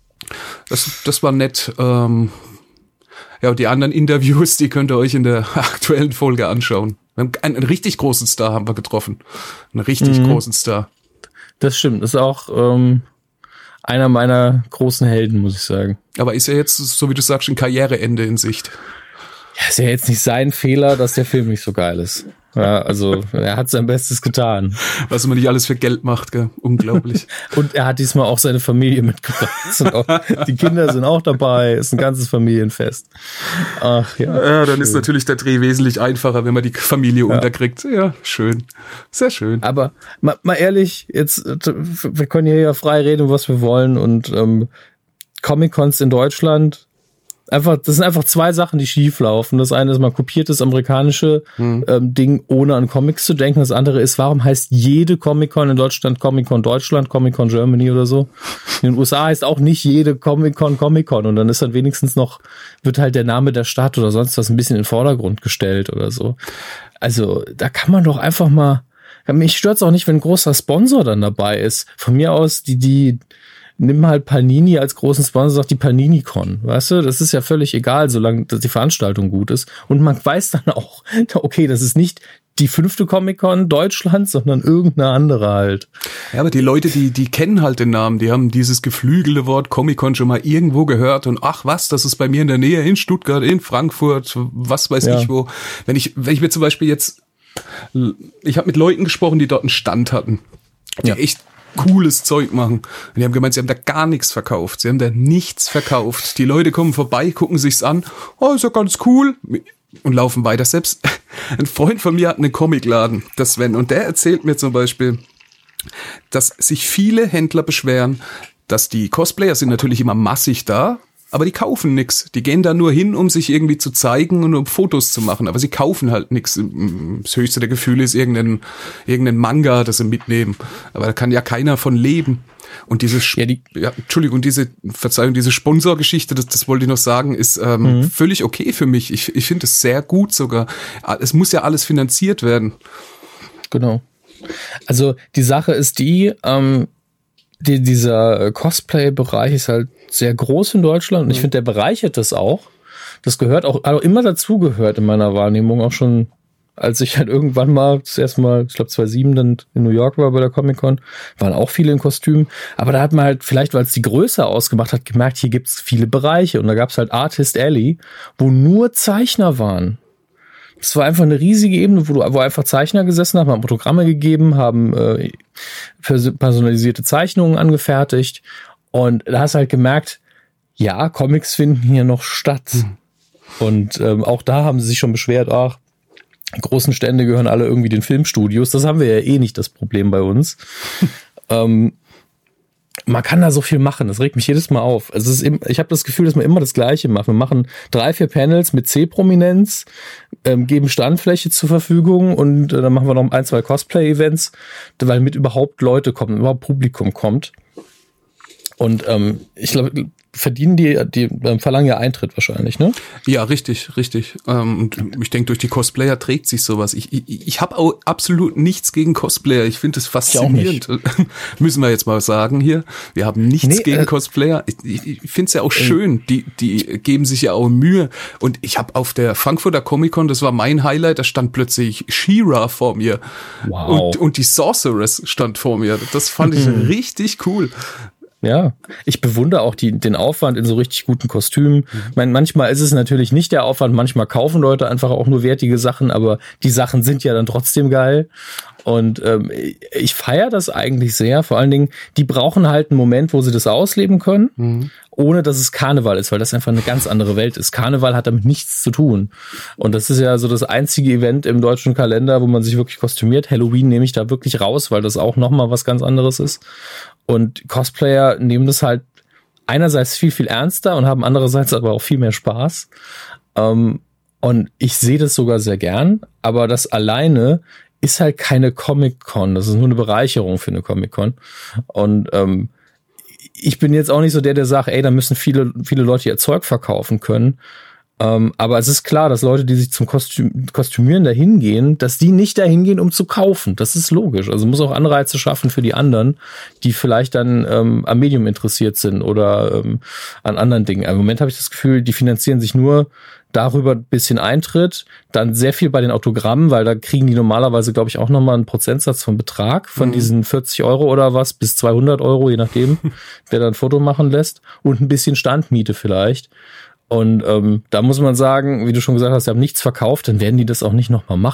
Das war nett. Ja, und die anderen Interviews, die könnt ihr euch in der aktuellen Folge anschauen. Einen richtig großen Star haben wir getroffen. Einen richtig großen Star. Das stimmt. Das ist auch einer meiner großen Helden, muss ich sagen. Aber ist ja jetzt, so wie du sagst, ein Karriereende in Sicht. Ja, ist ja jetzt nicht sein Fehler, dass der Film nicht so geil ist. Ja, also er hat sein Bestes getan. Was man nicht alles für Geld macht, gell? Unglaublich. Und er hat diesmal auch seine Familie mitgebracht. Die Kinder sind auch dabei, ist ein ganzes Familienfest. Ach ja. Ja, dann schön. Ist natürlich der Dreh wesentlich einfacher, wenn man die Familie unterkriegt. Ja, schön. Sehr schön. Aber mal ehrlich, jetzt, wir können hier ja frei reden, was wir wollen, und Comic-Cons in Deutschland, das sind einfach zwei Sachen, die schief laufen. Das eine ist, man kopiert das amerikanische Ding, ohne an Comics zu denken. Das andere ist, warum heißt jede Comic-Con in Deutschland Comic-Con Deutschland, Comic-Con Germany oder so? In den USA heißt auch nicht jede Comic-Con Comic-Con, und dann ist dann wenigstens noch, wird halt der Name der Stadt oder sonst was ein bisschen in den Vordergrund gestellt oder so. Also da kann man doch einfach mal, mich stört's auch nicht, wenn ein großer Sponsor dann dabei ist. Von mir aus, nimm halt Panini als großen Sponsor, sagt die Panini-Con, weißt du? Das ist ja völlig egal, solange die Veranstaltung gut ist. Und man weiß dann auch, okay, das ist nicht die 5. Comic-Con Deutschlands, sondern irgendeine andere halt. Ja, aber die Leute, die kennen halt den Namen, die haben dieses geflügelte Wort Comic-Con schon mal irgendwo gehört, und ach was, das ist bei mir in der Nähe, in Stuttgart, in Frankfurt, was weiß ich wo. Wenn ich mir zum Beispiel jetzt, ich habe mit Leuten gesprochen, die dort einen Stand hatten, die echt cooles Zeug machen. Und die haben gemeint, sie haben da gar nichts verkauft. Sie haben da nichts verkauft. Die Leute kommen vorbei, gucken sich's an. Oh, ist ja ganz cool. Und laufen weiter. Selbst ein Freund von mir hat einen Comicladen, der Sven. Und der erzählt mir zum Beispiel, dass sich viele Händler beschweren, dass die Cosplayer sind natürlich immer massig da, aber die kaufen nix. Die gehen da nur hin, um sich irgendwie zu zeigen und um Fotos zu machen. Aber sie kaufen halt nix. Das höchste der Gefühle ist irgendein Manga, das sie mitnehmen. Aber da kann ja keiner von leben. Und diese Sponsorgeschichte, das wollte ich noch sagen, ist völlig okay für mich. Ich finde es sehr gut sogar. Es muss ja alles finanziert werden. Genau. Also die Sache ist dieser Cosplay-Bereich ist halt sehr groß in Deutschland, und ich finde, der bereichert das auch. Das gehört auch, also immer dazugehört in meiner Wahrnehmung, auch schon, als ich halt irgendwann mal, das erste Mal, ich glaube 2007 dann in New York war bei der Comic-Con, waren auch viele in Kostümen, aber da hat man halt, vielleicht weil es die Größe ausgemacht hat, gemerkt, hier gibt's viele Bereiche, und da gab's halt Artist Alley, wo nur Zeichner waren. Es war einfach eine riesige Ebene, wo einfach Zeichner gesessen haben Autogramme gegeben, haben personalisierte Zeichnungen angefertigt, und da hast du halt gemerkt, ja, Comics finden hier noch statt. Und auch da haben sie sich schon beschwert, die großen Stände gehören alle irgendwie den Filmstudios. Das haben wir ja eh nicht, das Problem bei uns. Man kann da so viel machen, das regt mich jedes Mal auf. Also ich habe das Gefühl, dass man immer das Gleiche macht. Wir machen 3-4 Panels mit C-Prominenz, geben Standfläche zur Verfügung, und dann machen wir noch 1-2 Cosplay-Events, weil mit überhaupt Leute kommen, überhaupt Publikum kommt. Und ich glaube, verdienen die verlangen ja Eintritt wahrscheinlich, ne? Ja, richtig. Und ich denke, durch die Cosplayer trägt sich sowas. Ich habe auch absolut nichts gegen Cosplayer. Ich finde es faszinierend. Müssen wir jetzt mal sagen hier. Wir haben nichts gegen Cosplayer. Ich finde es ja auch schön. Die geben sich ja auch Mühe. Und ich habe auf der Frankfurter Comic-Con, das war mein Highlight, da stand plötzlich She-Ra vor mir. Wow. Und die Sorceress stand vor mir. Das fand ich richtig cool. Ja, ich bewundere auch den Aufwand in so richtig guten Kostümen. Ich meine, manchmal ist es natürlich nicht der Aufwand, manchmal kaufen Leute einfach auch nur wertige Sachen, aber die Sachen sind ja dann trotzdem geil. Und ich feiere das eigentlich sehr. Vor allen Dingen, die brauchen halt einen Moment, wo sie das ausleben können, ohne dass es Karneval ist, weil das einfach eine ganz andere Welt ist. Karneval hat damit nichts zu tun. Und das ist ja so das einzige Event im deutschen Kalender, wo man sich wirklich kostümiert. Halloween nehme ich da wirklich raus, weil das auch nochmal was ganz anderes ist. Und Cosplayer nehmen das halt einerseits viel, viel ernster und haben andererseits aber auch viel mehr Spaß. Und ich sehe das sogar sehr gern, aber das alleine ist halt keine Comic-Con. Das ist nur eine Bereicherung für eine Comic-Con. Und ich bin jetzt auch nicht so der sagt, da müssen viele Leute ihr Zeug verkaufen können. Aber es ist klar, dass Leute, die sich zum Kostümieren dahin gehen, dass die nicht dahin gehen, um zu kaufen. Das ist logisch. Also muss auch Anreize schaffen für die anderen, die vielleicht dann am Medium interessiert sind oder an anderen Dingen. Im Moment habe ich das Gefühl, die finanzieren sich nur darüber ein bisschen Eintritt, dann sehr viel bei den Autogrammen, weil da kriegen die normalerweise, glaube ich, auch nochmal einen Prozentsatz vom Betrag von diesen 40 € oder was bis 200 €, je nachdem, wer da ein Foto machen lässt, und ein bisschen Standmiete vielleicht. Und da muss man sagen, wie du schon gesagt hast, sie haben nichts verkauft, dann werden die das auch nicht nochmal machen.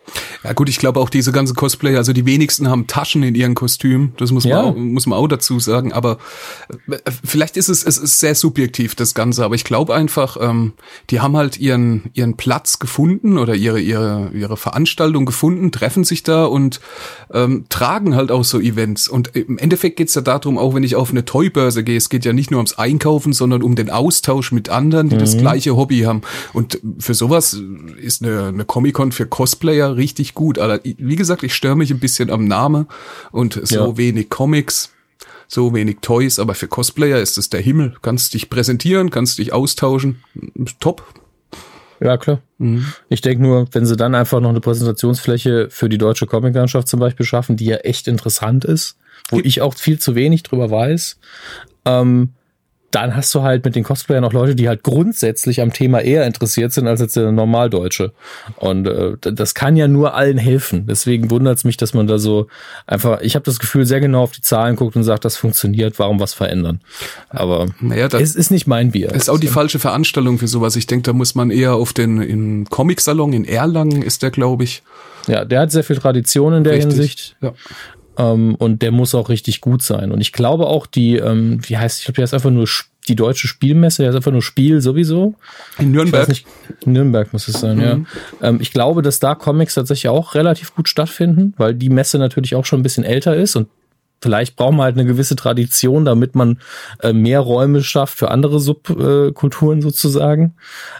Ja gut, ich glaube auch diese ganzen Cosplayer, also die wenigsten haben Taschen in ihren Kostümen, das muss man auch dazu sagen, aber vielleicht ist es ist sehr subjektiv, das Ganze, aber ich glaube einfach, die haben halt ihren Platz gefunden oder ihre Veranstaltung gefunden, treffen sich da und tragen halt auch so Events und im Endeffekt geht's ja darum, auch wenn ich auf eine Toybörse gehe, es geht ja nicht nur ums Einkaufen, sondern um den Austausch mit anderen, die das gleiche Hobby haben und für sowas ist eine Comic-Con für Cosplayer richtig gut. Aber wie gesagt, ich störe mich ein bisschen am Namen und so wenig Comics, so wenig Toys, aber für Cosplayer ist es der Himmel. Kannst dich präsentieren, kannst dich austauschen. Top. Ja, klar. Ich denke nur, wenn sie dann einfach noch eine Präsentationsfläche für die deutsche Comic-Landschaft zum Beispiel schaffen, die ja echt interessant ist, wo ich auch viel zu wenig drüber weiß, dann hast du halt mit den Cosplayern auch Leute, die halt grundsätzlich am Thema eher interessiert sind als jetzt der Normaldeutsche. Und das kann ja nur allen helfen. Deswegen wundert es mich, dass man da so einfach, ich habe das Gefühl, sehr genau auf die Zahlen guckt und sagt, das funktioniert, warum was verändern? Aber es ist nicht mein Bier. Es ist auch die falsche Veranstaltung für sowas. Ich denke, da muss man eher auf im Comic-Salon in Erlangen ist der, glaube ich. Ja, der hat sehr viel Tradition in der Hinsicht. Ja. Und der muss auch richtig gut sein. Und ich glaube auch ich glaube, die heißt einfach nur die Deutsche Spielmesse, der heißt einfach nur Spiel sowieso. In Nürnberg? In Nürnberg muss es sein, ja. Ich glaube, dass da Comics tatsächlich auch relativ gut stattfinden, weil die Messe natürlich auch schon ein bisschen älter ist und vielleicht braucht man halt eine gewisse Tradition, damit man mehr Räume schafft für andere Subkulturen sozusagen.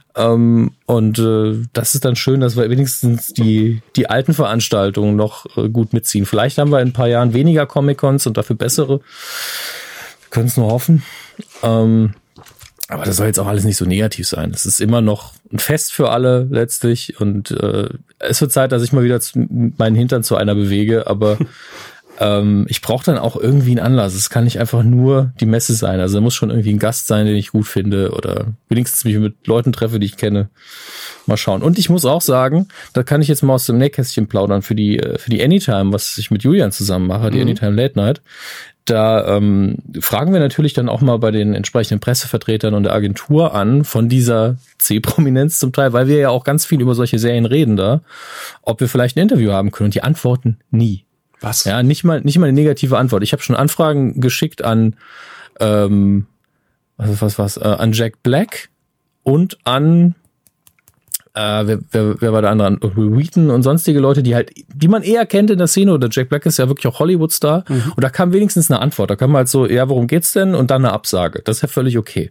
Das ist dann schön, dass wir wenigstens die alten Veranstaltungen noch gut mitziehen. Vielleicht haben wir in ein paar Jahren weniger Comic-Cons und dafür bessere. Wir können es nur hoffen. Aber das soll jetzt auch alles nicht so negativ sein. Es ist immer noch ein Fest für alle letztlich und es wird Zeit, dass ich mal wieder meinen Hintern zu einer bewege, aber ich brauche dann auch irgendwie einen Anlass. Es kann nicht einfach nur die Messe sein. Also da muss schon irgendwie ein Gast sein, den ich gut finde oder wenigstens mich mit Leuten treffe, die ich kenne. Mal schauen. Und ich muss auch sagen, da kann ich jetzt mal aus dem Nähkästchen plaudern für die Anytime, was ich mit Julian zusammen mache, die Anytime Late Night. Da fragen wir natürlich dann auch mal bei den entsprechenden Pressevertretern und der Agentur an, von dieser C-Prominenz zum Teil, weil wir ja auch ganz viel über solche Serien reden da, ob wir vielleicht ein Interview haben können. Und die antworten nie. Was? Ja, nicht mal eine negative Antwort. Ich habe schon Anfragen geschickt an an Jack Black und an wer war der andere? Wheaton und sonstige Leute, die man eher kennt in der Szene, oder Jack Black ist ja wirklich auch Hollywood-Star. Und da kam wenigstens eine Antwort. Da kam halt so, ja, worum geht's denn? Und dann eine Absage. Das ist ja völlig okay.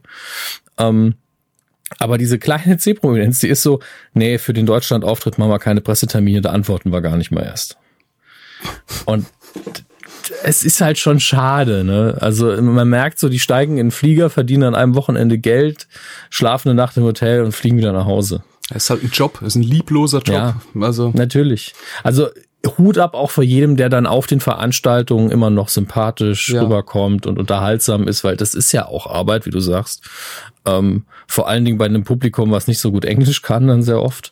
Aber diese kleine C-Prominenz, die ist so, nee, für den Deutschland-Auftritt machen wir keine Pressetermine, da antworten wir gar nicht mal erst. Und es ist halt schon schade, ne? Also man merkt so, die steigen in den Flieger, verdienen an einem Wochenende Geld, schlafen eine Nacht im Hotel und fliegen wieder nach Hause. Es ist halt ein Job, es ist ein liebloser Job. Ja, also natürlich. Also Hut ab auch vor jedem, der dann auf den Veranstaltungen immer noch sympathisch rüberkommt und unterhaltsam ist, weil das ist ja auch Arbeit, wie du sagst. Vor allen Dingen bei einem Publikum, was nicht so gut Englisch kann, dann sehr oft.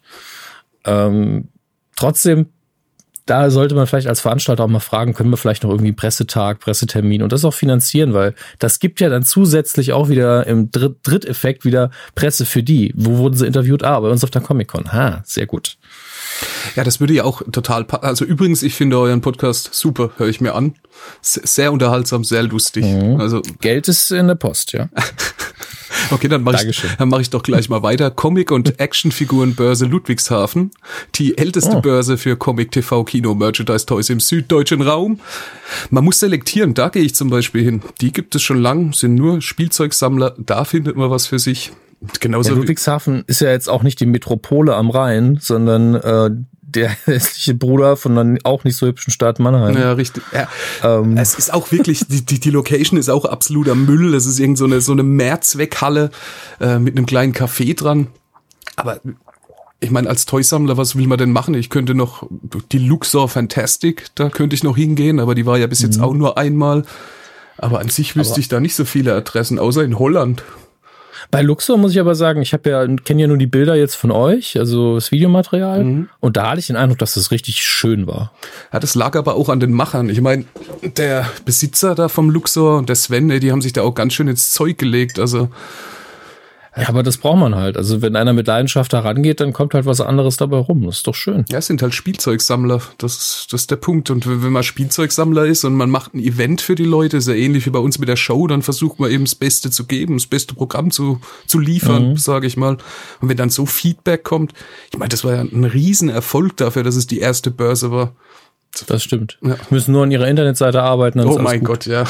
Trotzdem, da sollte man vielleicht als Veranstalter auch mal fragen, können wir vielleicht noch irgendwie Pressetag, Pressetermin und das auch finanzieren, weil das gibt ja dann zusätzlich auch wieder im Dritteffekt wieder Presse für die. Wo wurden sie interviewt? Bei uns auf der Comic-Con. Sehr gut. Ja, das würde ja auch total also übrigens, ich finde euren Podcast super, höre ich mir an. Sehr unterhaltsam, sehr lustig. Also Geld ist in der Post, ja. Okay, dann mache ich doch gleich mal weiter. Comic- und Actionfigurenbörse Ludwigshafen. Die älteste Börse für Comic, TV, Kino, Merchandise, Toys im süddeutschen Raum. Man muss selektieren, da gehe ich zum Beispiel hin. Die gibt es schon lang, sind nur Spielzeugsammler, da findet man was für sich. Genauso Ludwigshafen ist ja jetzt auch nicht die Metropole am Rhein, sondern der hässliche Bruder von einer auch nicht so hübschen Stadt Mannheim. Ja, richtig. Ja. Es ist auch wirklich, die Location ist auch absoluter Müll. Das ist irgend so eine Mehrzweckhalle mit einem kleinen Café dran. Aber ich meine, als Toysammler, was will man denn machen? Ich könnte noch die Luxor Fantastic, da könnte ich noch hingehen, aber die war ja bis jetzt auch nur einmal. Aber an sich wüsste ich da nicht so viele Adressen, außer in Holland. Bei Luxor muss ich aber sagen, ich kenne ja nur die Bilder jetzt von euch, also das Videomaterial, und da hatte ich den Eindruck, dass das richtig schön war. Ja, das lag aber auch an den Machern. Ich meine, der Besitzer da vom Luxor und der Sven, die haben sich da auch ganz schön ins Zeug gelegt. Also Ja, aber das braucht man halt. Also wenn einer mit Leidenschaft da rangeht, dann kommt halt was anderes dabei rum. Das ist doch schön. Ja, es sind halt Spielzeugsammler. Das ist der Punkt. Und wenn man Spielzeugsammler ist und man macht ein Event für die Leute, ist ja ähnlich wie bei uns mit der Show, dann versucht man eben das Beste zu geben, das beste Programm zu liefern, sage ich mal. Und wenn dann so Feedback kommt, ich meine, das war ja ein Riesenerfolg dafür, dass es die erste Börse war. Das stimmt. Ja. Müssen nur an ihrer Internetseite arbeiten. Oh mein Gott, ja.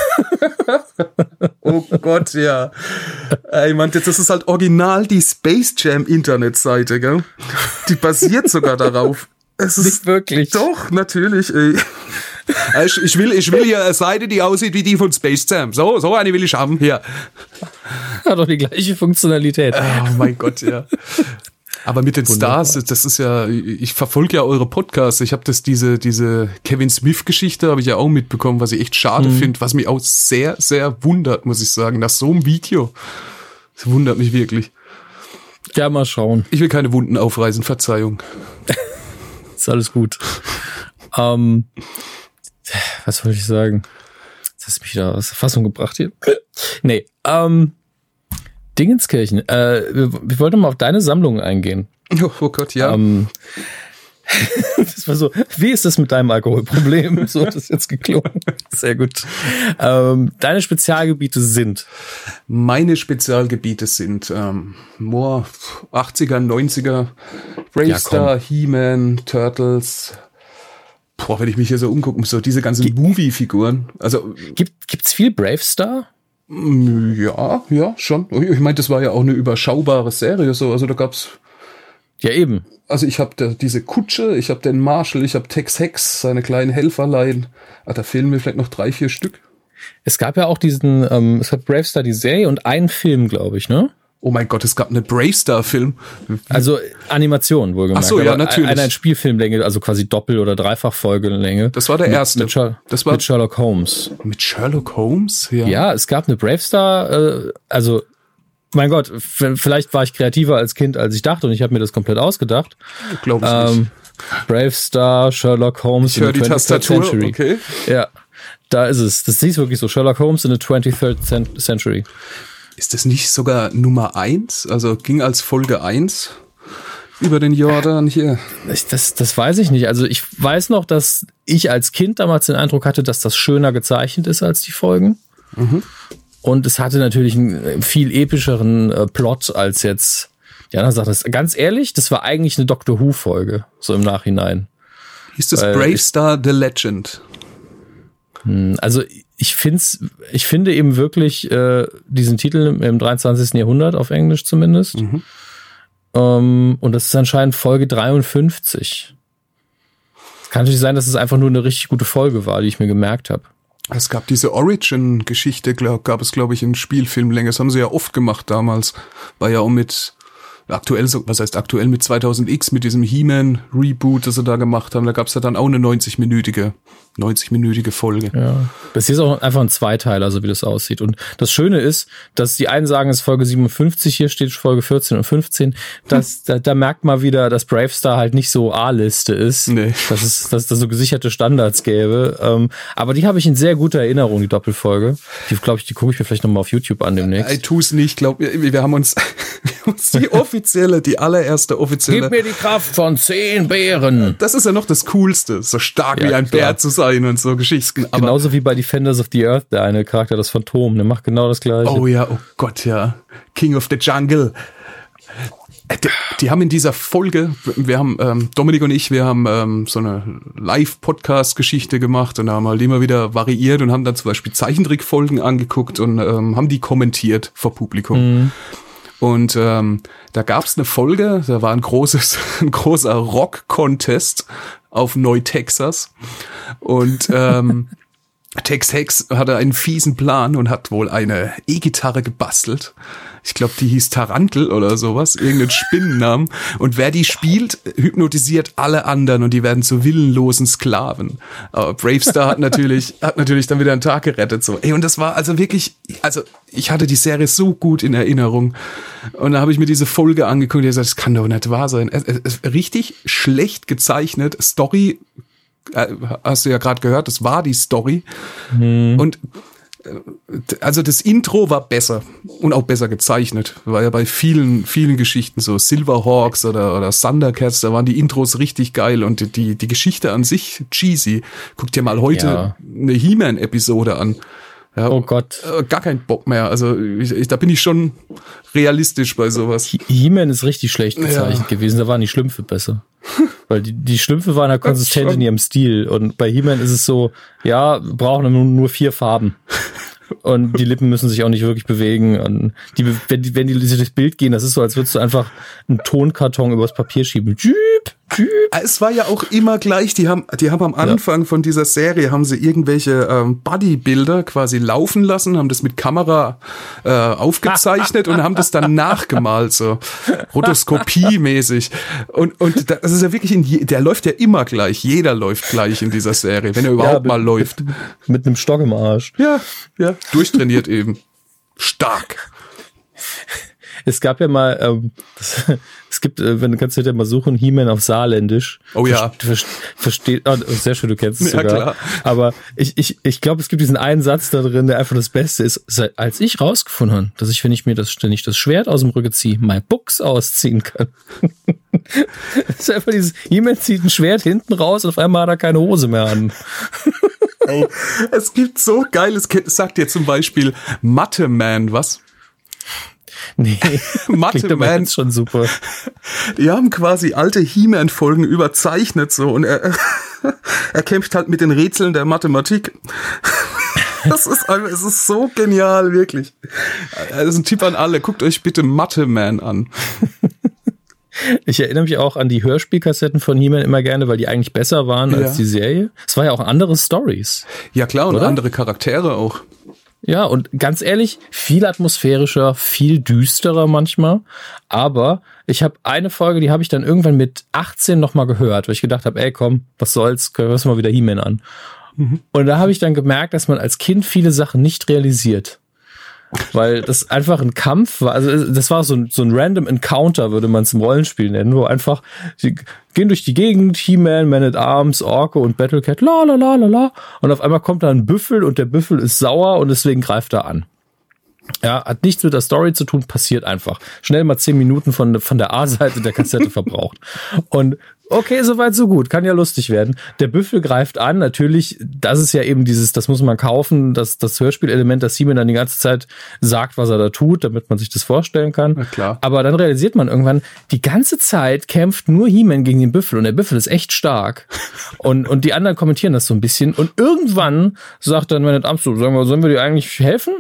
Oh Gott, ja. Ey, Mann, das ist halt original die Space Jam Internetseite, gell? Die basiert sogar darauf. Es ist nicht wirklich. Doch, natürlich. Ey. Ich will hier eine Seite, die aussieht wie die von Space Jam. So eine will ich haben, hier. Hat doch die gleiche Funktionalität. Oh mein Gott, ja. Aber mit den Stars, das ist ja, ich verfolge ja eure Podcasts. Ich habe diese Kevin Smith-Geschichte habe ich ja auch mitbekommen, was ich echt schade finde, was mich auch sehr, sehr wundert, muss ich sagen, nach so einem Video. Das wundert mich wirklich. Ja, mal schauen. Ich will keine Wunden aufreißen, Verzeihung. Ist alles gut. Was wollte ich sagen? Jetzt hast du mich da aus der Fassung gebracht hier. Nee, Dingenskirchen. Wir wollten mal auf deine Sammlung eingehen. Oh Gott, ja. Das war so, wie ist das mit deinem Alkoholproblem? So hat das jetzt geklungen. Sehr gut. Deine Spezialgebiete sind? Meine Spezialgebiete sind 80er, 90er, Bravestar, He-Man, Turtles. Boah, wenn ich mich hier so umgucke, so diese ganzen Movie-Figuren. Also gibt's viel Bravestar? Ja, schon. Ich meine, das war ja auch eine überschaubare Serie, so. Also da gab's. Ja, eben. Also ich habe diese Kutsche, ich habe den Marshall, ich habe Tex Hex, seine kleinen Helferlein. Da fehlen mir vielleicht noch 3-4 Stück. Es gab ja auch es hat Bravestar die Serie und einen Film, glaube ich, ne? Oh mein Gott, es gab eine Bravestar-Film. Also Animation, wohlgemerkt. Ach so, ja, natürlich. Einer in Spielfilmlänge, also quasi Doppel- oder Dreifachfolgelänge. Das war der erste. Mit Sherlock Holmes. Mit Sherlock Holmes? Ja. Ja, es gab eine Bravestar, also mein Gott, vielleicht war ich kreativer als Kind, als ich dachte und ich habe mir das komplett ausgedacht. Glaube ich nicht. Bravestar, Sherlock Holmes in the 23rd Century. Okay. Ja, da ist es. Das ist wirklich so. Sherlock Holmes in the 23rd Century. Ist das nicht sogar Nummer 1? Also ging als Folge 1 über den Jordan hier? Das weiß ich nicht. Also ich weiß noch, dass ich als Kind damals den Eindruck hatte, dass das schöner gezeichnet ist als die Folgen. Mhm. Und es hatte natürlich einen viel epischeren Plot als jetzt die anderen Sachen. Ganz ehrlich, das war eigentlich eine Doctor Who-Folge, so im Nachhinein. Hieß das Bravestar The Legend? Also ich finde eben wirklich diesen Titel im 23. Jahrhundert, auf Englisch zumindest. Mhm. Und das ist anscheinend Folge 53. Es kann natürlich sein, dass es einfach nur eine richtig gute Folge war, die ich mir gemerkt habe. Es gab diese Origin-Geschichte, gab es, glaube ich, in Spielfilmlänge. Das haben sie ja oft gemacht damals. War ja auch mit aktuell mit 2000X, mit diesem He-Man-Reboot, das sie da gemacht haben. Da gab es ja dann auch eine 90-minütige Folge. Ja. Das hier ist auch einfach ein Zweiteiler, so wie das aussieht. Und das Schöne ist, dass die einen sagen, es ist Folge 57, hier steht Folge 14 und 15. Da merkt man wieder, dass Bravestar halt nicht so A-Liste ist. Nee. Dass es da so gesicherte Standards gäbe. Aber die habe ich in sehr guter Erinnerung, die Doppelfolge. Die gucke ich mir vielleicht nochmal auf YouTube an demnächst. Ich tue es nicht, wir haben uns die allererste offizielle. Gib mir die Kraft von 10 Bären. Das ist ja noch das Coolste, so stark wie ein Bär zu sein und so Geschichten. Aber genauso wie bei Defenders of the Earth, der eine Charakter, das Phantom, der macht genau das Gleiche. Oh ja, oh Gott, ja. King of the Jungle. Die haben in dieser Folge, Dominik und ich, wir haben so eine Live-Podcast-Geschichte gemacht und haben halt immer wieder variiert und haben dann zum Beispiel Zeichentrickfolgen angeguckt und haben die kommentiert vor Publikum. Mhm. Und da gab's eine Folge, da war ein großer Rock-Contest auf Neu-Texas und Tex Hex hatte einen fiesen Plan und hat wohl eine E-Gitarre gebastelt. Ich glaube, die hieß Tarantel oder sowas, irgendeinen Spinnennamen. Und wer die spielt, hypnotisiert alle anderen und die werden zu willenlosen Sklaven. Aber Bravestar hat natürlich dann wieder einen Tag gerettet. So. Und das war also wirklich, ich hatte die Serie so gut in Erinnerung. Und da habe ich mir diese Folge angeguckt und ich gesagt, das kann doch nicht wahr sein. Richtig schlecht gezeichnet, Story, hast du ja gerade gehört, das war die Story. Mhm. Und also das Intro war besser und auch besser gezeichnet. War ja bei vielen Geschichten so. Silverhawks oder Thundercats, da waren die Intros richtig geil und die Geschichte an sich cheesy. Guck dir mal heute eine He-Man-Episode an. Ja, oh Gott. Gar kein Bock mehr. Also da bin ich schon realistisch bei sowas. He-Man ist richtig schlecht gezeichnet gewesen. Da waren die Schlümpfe besser. Weil die Schlümpfe waren ja konsistent in ihrem Stil. Und bei He-Man ist es so, ja, brauchen nur 4 Farben. Und die Lippen müssen sich auch nicht wirklich bewegen. Und wenn die durchs Bild gehen, das ist so, als würdest du einfach einen Tonkarton übers Papier schieben. Es war ja auch immer gleich, die haben am Anfang von dieser Serie haben sie irgendwelche Bodybuilder quasi laufen lassen, haben das mit Kamera aufgezeichnet und haben das dann nachgemalt, so Rotoskopie-mäßig. Und das ist ja wirklich, der läuft ja immer gleich, jeder läuft gleich in dieser Serie, wenn er überhaupt mal läuft. Mit einem Stock im Arsch. Ja, durchtrainiert eben. Stark. Es gab ja mal, es gibt, kannst du ja mal suchen, He-Man auf Saarländisch. Oh ja. Versteht, sehr schön, du kennst es ja, sogar. Klar. Aber ich glaube, es gibt diesen einen Satz da drin, der einfach das Beste ist. Als ich rausgefunden habe, dass ich, wenn ich mir das Schwert aus dem Rücken ziehe, mein Buchs ausziehen kann. Das ist einfach dieses, He-Man zieht ein Schwert hinten raus und auf einmal hat er keine Hose mehr an. Ey, es gibt so geiles, sagt dir zum Beispiel Mathe-Man, was? Nee, Mathe-Man ist schon super. Die haben quasi alte He-Man-Folgen überzeichnet so und er kämpft halt mit den Rätseln der Mathematik. Es ist so genial, wirklich. Das ist ein Tipp an alle. Guckt euch bitte Mathe-Man an. Ich erinnere mich auch an die Hörspielkassetten von He-Man immer gerne, weil die eigentlich besser waren als die Serie. Es war ja auch andere Storys. Ja klar, und andere Charaktere auch. Ja, und ganz ehrlich, viel atmosphärischer, viel düsterer manchmal. Aber ich habe eine Folge, die habe ich dann irgendwann mit 18 nochmal gehört, weil ich gedacht habe, ey komm, was soll's, hören wir mal wieder He-Man an. Mhm. Und da habe ich dann gemerkt, dass man als Kind viele Sachen nicht realisiert. Weil das einfach ein Kampf war, also das war so ein random Encounter, würde man es im Rollenspiel nennen, wo einfach, sie gehen durch die Gegend, He-Man, Man-at-Arms, Orko und Battlecat, la la la la la, und auf einmal kommt da ein Büffel und der Büffel ist sauer und deswegen greift er an. Ja, hat nichts mit der Story zu tun, passiert einfach. Schnell mal 10 Minuten von der A-Seite der Kassette verbraucht. Und okay, soweit so gut, kann ja lustig werden. Der Büffel greift an, natürlich, das ist ja eben das muss man kaufen, das Hörspielelement, dass He-Man dann die ganze Zeit sagt, was er da tut, damit man sich das vorstellen kann. Na klar. Aber dann realisiert man irgendwann, die ganze Zeit kämpft nur He-Man gegen den Büffel und der Büffel ist echt stark. Und die anderen kommentieren das so ein bisschen und irgendwann sagt dann Man-at-Arms so, sollen wir dir eigentlich helfen?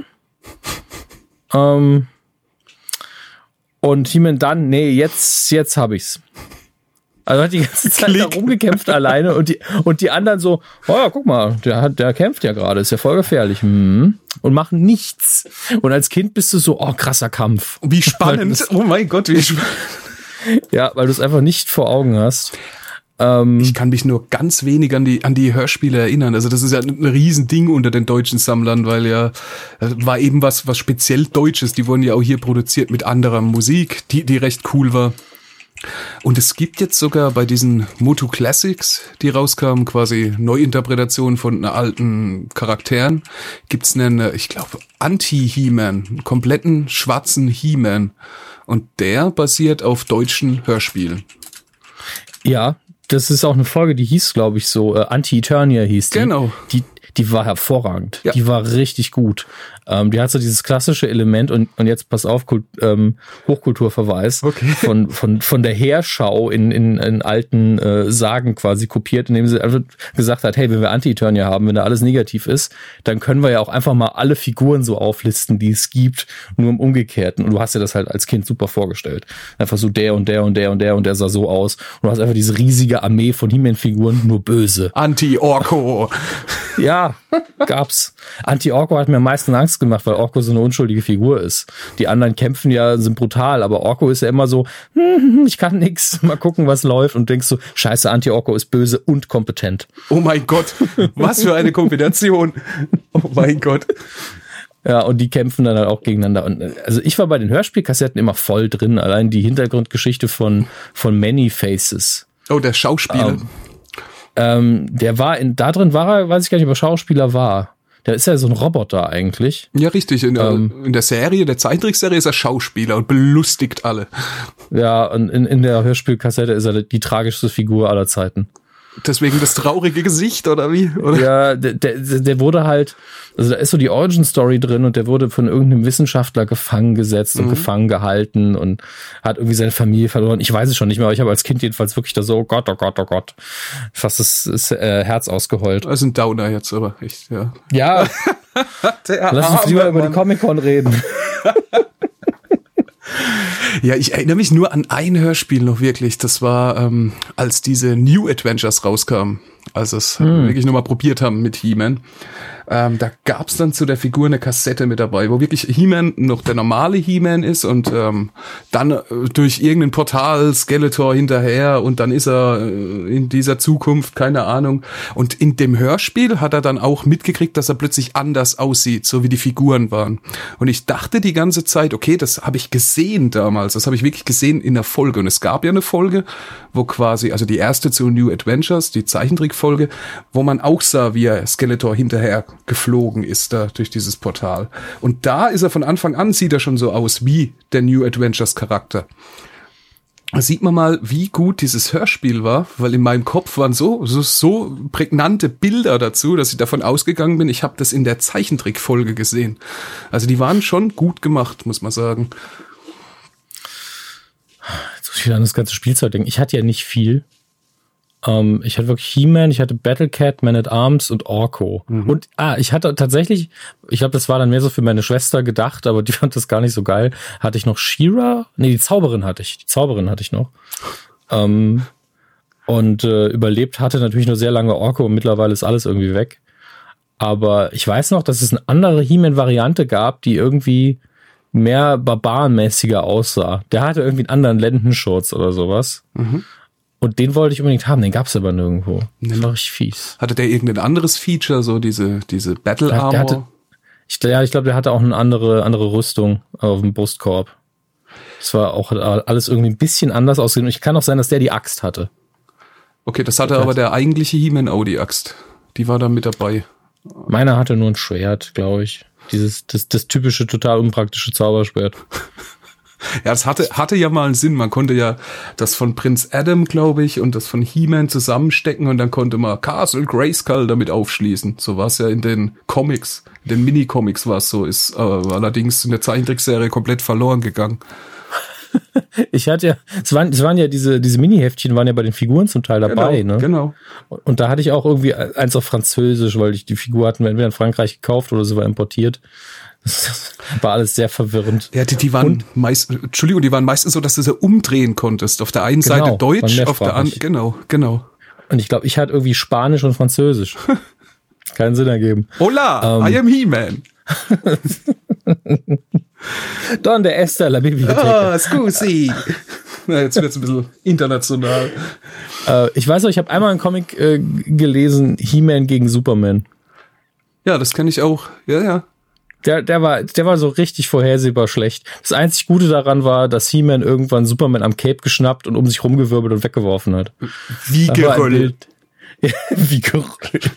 Und He-Man dann, nee, jetzt hab ich's. Also hat die ganze Zeit da rumgekämpft alleine und die anderen so, oh ja, guck mal, der kämpft ja gerade, ist ja voll gefährlich. Und machen nichts. Und als Kind bist du so, oh, krasser Kampf. Wie spannend. Oh mein Gott, wie spannend. Ja, weil du es einfach nicht vor Augen hast. Ich kann mich nur ganz wenig an die Hörspiele erinnern. Also das ist ja ein Riesending unter den deutschen Sammlern, weil ja war eben was speziell Deutsches. Die wurden ja auch hier produziert mit anderer Musik, die recht cool war. Und es gibt jetzt sogar bei diesen Motu Classics, die rauskamen, quasi Neuinterpretationen von alten Charakteren, gibt's einen, ich glaube, Anti-He-Man, einen kompletten schwarzen He-Man. Und der basiert auf deutschen Hörspielen. Ja, das ist auch eine Folge, die hieß, glaube ich, so, Anti-Eternia hieß die. Genau. Die war hervorragend. Ja. Die war richtig gut. Die hat so dieses klassische Element und jetzt pass auf, Hochkulturverweis von der Heerschau in alten Sagen quasi kopiert, indem sie einfach gesagt hat, hey, wenn wir Anti-Eternia haben, wenn da alles negativ ist, dann können wir ja auch einfach mal alle Figuren so auflisten, die es gibt, nur im Umgekehrten. Und du hast dir das halt als Kind super vorgestellt. Einfach so der und der und der und der und der sah so aus. Und du hast einfach diese riesige Armee von He-Man-Figuren, nur böse. Anti-Orko. Ja, gab's. Anti-Orko hat mir am meisten Angst gemacht, weil Orko so eine unschuldige Figur ist. Die anderen kämpfen ja, sind brutal, aber Orko ist ja immer so, ich kann nix, mal gucken, was läuft, und denkst so, scheiße, Anti-Orko ist böse und kompetent. Oh mein Gott, was für eine Kombination. Oh mein Gott. Ja, und die kämpfen dann halt auch gegeneinander. Und also ich war bei den Hörspielkassetten immer voll drin, allein die Hintergrundgeschichte von Many Faces. Oh, der Schauspieler. Da drin war er, weiß ich gar nicht, ob er Schauspieler war. Der ist ja so ein Roboter eigentlich. Ja, richtig. In der Serie, der Zeichentrickserie, ist er Schauspieler und belustigt alle. Ja, und in der Hörspielkassette ist er die tragischste Figur aller Zeiten. Deswegen das traurige Gesicht, oder wie? Oder? Ja, der wurde halt, also da ist so die Origin-Story drin und der wurde von irgendeinem Wissenschaftler gefangen gesetzt und gefangen gehalten und hat irgendwie seine Familie verloren. Ich weiß es schon nicht mehr, aber ich habe als Kind jedenfalls wirklich da so, oh Gott, fast das Herz ausgeheult. Das ist ein Downer jetzt, aber echt, ja. Ja, lass uns lieber über die Comic-Con reden. Ja, ich erinnere mich nur an ein Hörspiel noch wirklich. Das war, als diese New Adventures rauskamen, als es wirklich nochmal probiert haben mit He-Man. Da gab's dann zu der Figur eine Kassette mit dabei, wo wirklich He-Man noch der normale He-Man ist und dann durch irgendein Portal Skeletor hinterher und dann ist er in dieser Zukunft, keine Ahnung. Und in dem Hörspiel hat er dann auch mitgekriegt, dass er plötzlich anders aussieht, so wie die Figuren waren. Und ich dachte die ganze Zeit, okay, das habe ich gesehen damals, das habe ich wirklich gesehen in der Folge. Und es gab ja eine Folge, wo quasi, also die erste zu New Adventures, die Zeichentrickfolge, wo man auch sah, wie er Skeletor hinterher geflogen ist da durch dieses Portal. Und da ist er von Anfang an, sieht er schon so aus wie der New Adventures Charakter. Da sieht man mal, wie gut dieses Hörspiel war, weil in meinem Kopf waren so prägnante Bilder dazu, dass ich davon ausgegangen bin, ich habe das in der Zeichentrickfolge gesehen. Also die waren schon gut gemacht, muss man sagen. Jetzt muss ich wieder an das ganze Spielzeug denken. Ich hatte ja nicht viel. Ich hatte wirklich He-Man, ich hatte Battlecat, Man-at-Arms und Orko. Und ich hatte tatsächlich, ich glaube, das war dann mehr so für meine Schwester gedacht, aber die fand das gar nicht so geil. Hatte ich noch She-Ra? Nee, die Zauberin hatte ich noch. Und überlebt hatte natürlich nur sehr lange Orko und mittlerweile ist alles irgendwie weg. Aber ich weiß noch, dass es eine andere He-Man-Variante gab, die irgendwie mehr barbarenmäßiger aussah. Der hatte irgendwie einen anderen Lendenschurz oder sowas. Und den wollte ich unbedingt haben, den gab's aber nirgendwo. Das war richtig fies. Hatte der irgendein anderes Feature, so diese Battle Armor? Ich glaube, der hatte auch eine andere Rüstung auf dem Brustkorb. Das war auch alles irgendwie ein bisschen anders ausgesehen. Ich kann auch sein, dass der die Axt hatte. Okay, das hatte aber der eigentliche He-Man auch, die Axt. Die war da mit dabei. Meiner hatte nur ein Schwert, glaube ich. Das typische, total unpraktische Zauberschwert. Ja, das hatte ja mal einen Sinn. Man konnte ja das von Prinz Adam, glaube ich, und das von He-Man zusammenstecken und dann konnte man Castle Grayskull damit aufschließen. So war es ja in den Comics, in den Mini-Comics war es so, ist allerdings in der Zeichentrickserie komplett verloren gegangen. Ich hatte ja, es waren ja diese Mini-Heftchen waren ja bei den Figuren zum Teil dabei, genau, ne? Genau. Und da hatte ich auch irgendwie eins auf Französisch, weil die Figur hatten wir entweder in Frankreich gekauft oder sie war importiert. Das war alles sehr verwirrend. Ja, die waren die waren meistens so, dass du sie umdrehen konntest. Auf der einen Seite Deutsch, auf der anderen, genau. Und ich glaube, ich hatte irgendwie Spanisch und Französisch. Keinen Sinn ergeben. Hola, I am He-Man. Donde está la biblioteca? Scusi. Na, jetzt wird's ein bisschen international. Ich weiß noch, ich habe einmal einen Comic gelesen, He-Man gegen Superman. Ja, das kenne ich auch. Ja. Der war so richtig vorhersehbar schlecht. Das einzig Gute daran war, dass He-Man irgendwann Superman am Cape geschnappt und um sich rumgewirbelt und weggeworfen hat. Wie gerollt. Wie gerollt.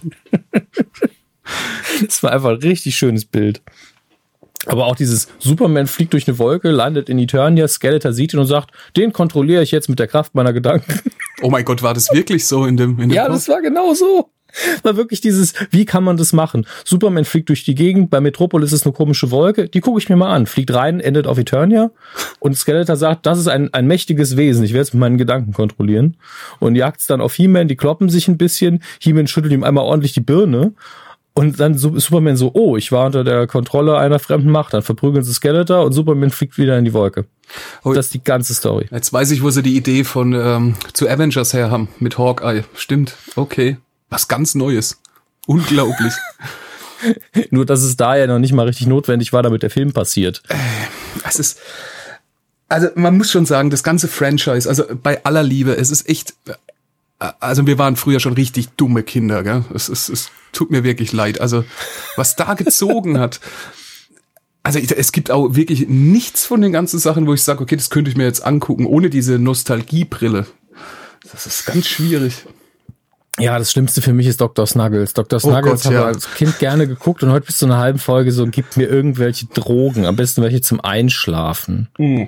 Das war einfach ein richtig schönes Bild. Aber auch dieses Superman fliegt durch eine Wolke, landet in Eternia, Skeletor sieht ihn und sagt, den kontrolliere ich jetzt mit der Kraft meiner Gedanken. Oh mein Gott, war das wirklich so in dem Ja, das war genau so. War wirklich dieses, wie kann man das machen? Superman fliegt durch die Gegend, bei Metropolis ist eine komische Wolke, die gucke ich mir mal an. Fliegt rein, endet auf Eternia und Skeletor sagt, das ist ein mächtiges Wesen, ich werde es mit meinen Gedanken kontrollieren. Und jagt's dann auf He-Man, die kloppen sich ein bisschen, He-Man schüttelt ihm einmal ordentlich die Birne. Und dann Superman so, oh, ich war unter der Kontrolle einer fremden Macht. Dann verprügeln sie Skeletor und Superman fliegt wieder in die Wolke. Das ist die ganze Story. Jetzt weiß ich, wo sie die Idee von zu Avengers her haben mit Hawkeye. Stimmt, okay. Was ganz Neues. Unglaublich. Nur, dass es da ja noch nicht mal richtig notwendig war, damit der Film passiert. Also man muss schon sagen, das ganze Franchise, also bei aller Liebe, es ist echt... Also wir waren früher schon richtig dumme Kinder, gell? Es tut mir wirklich leid. Also was da gezogen hat. Also es gibt auch wirklich nichts von den ganzen Sachen, wo ich sage, okay, das könnte ich mir jetzt angucken, ohne diese Nostalgiebrille. Das ist ganz schwierig. Ja, das Schlimmste für mich ist Dr. Snuggles. Dr. Snuggles habe ich als Kind gerne geguckt und heute bis zu einer halben Folge so, gibt mir irgendwelche Drogen, am besten welche zum Einschlafen.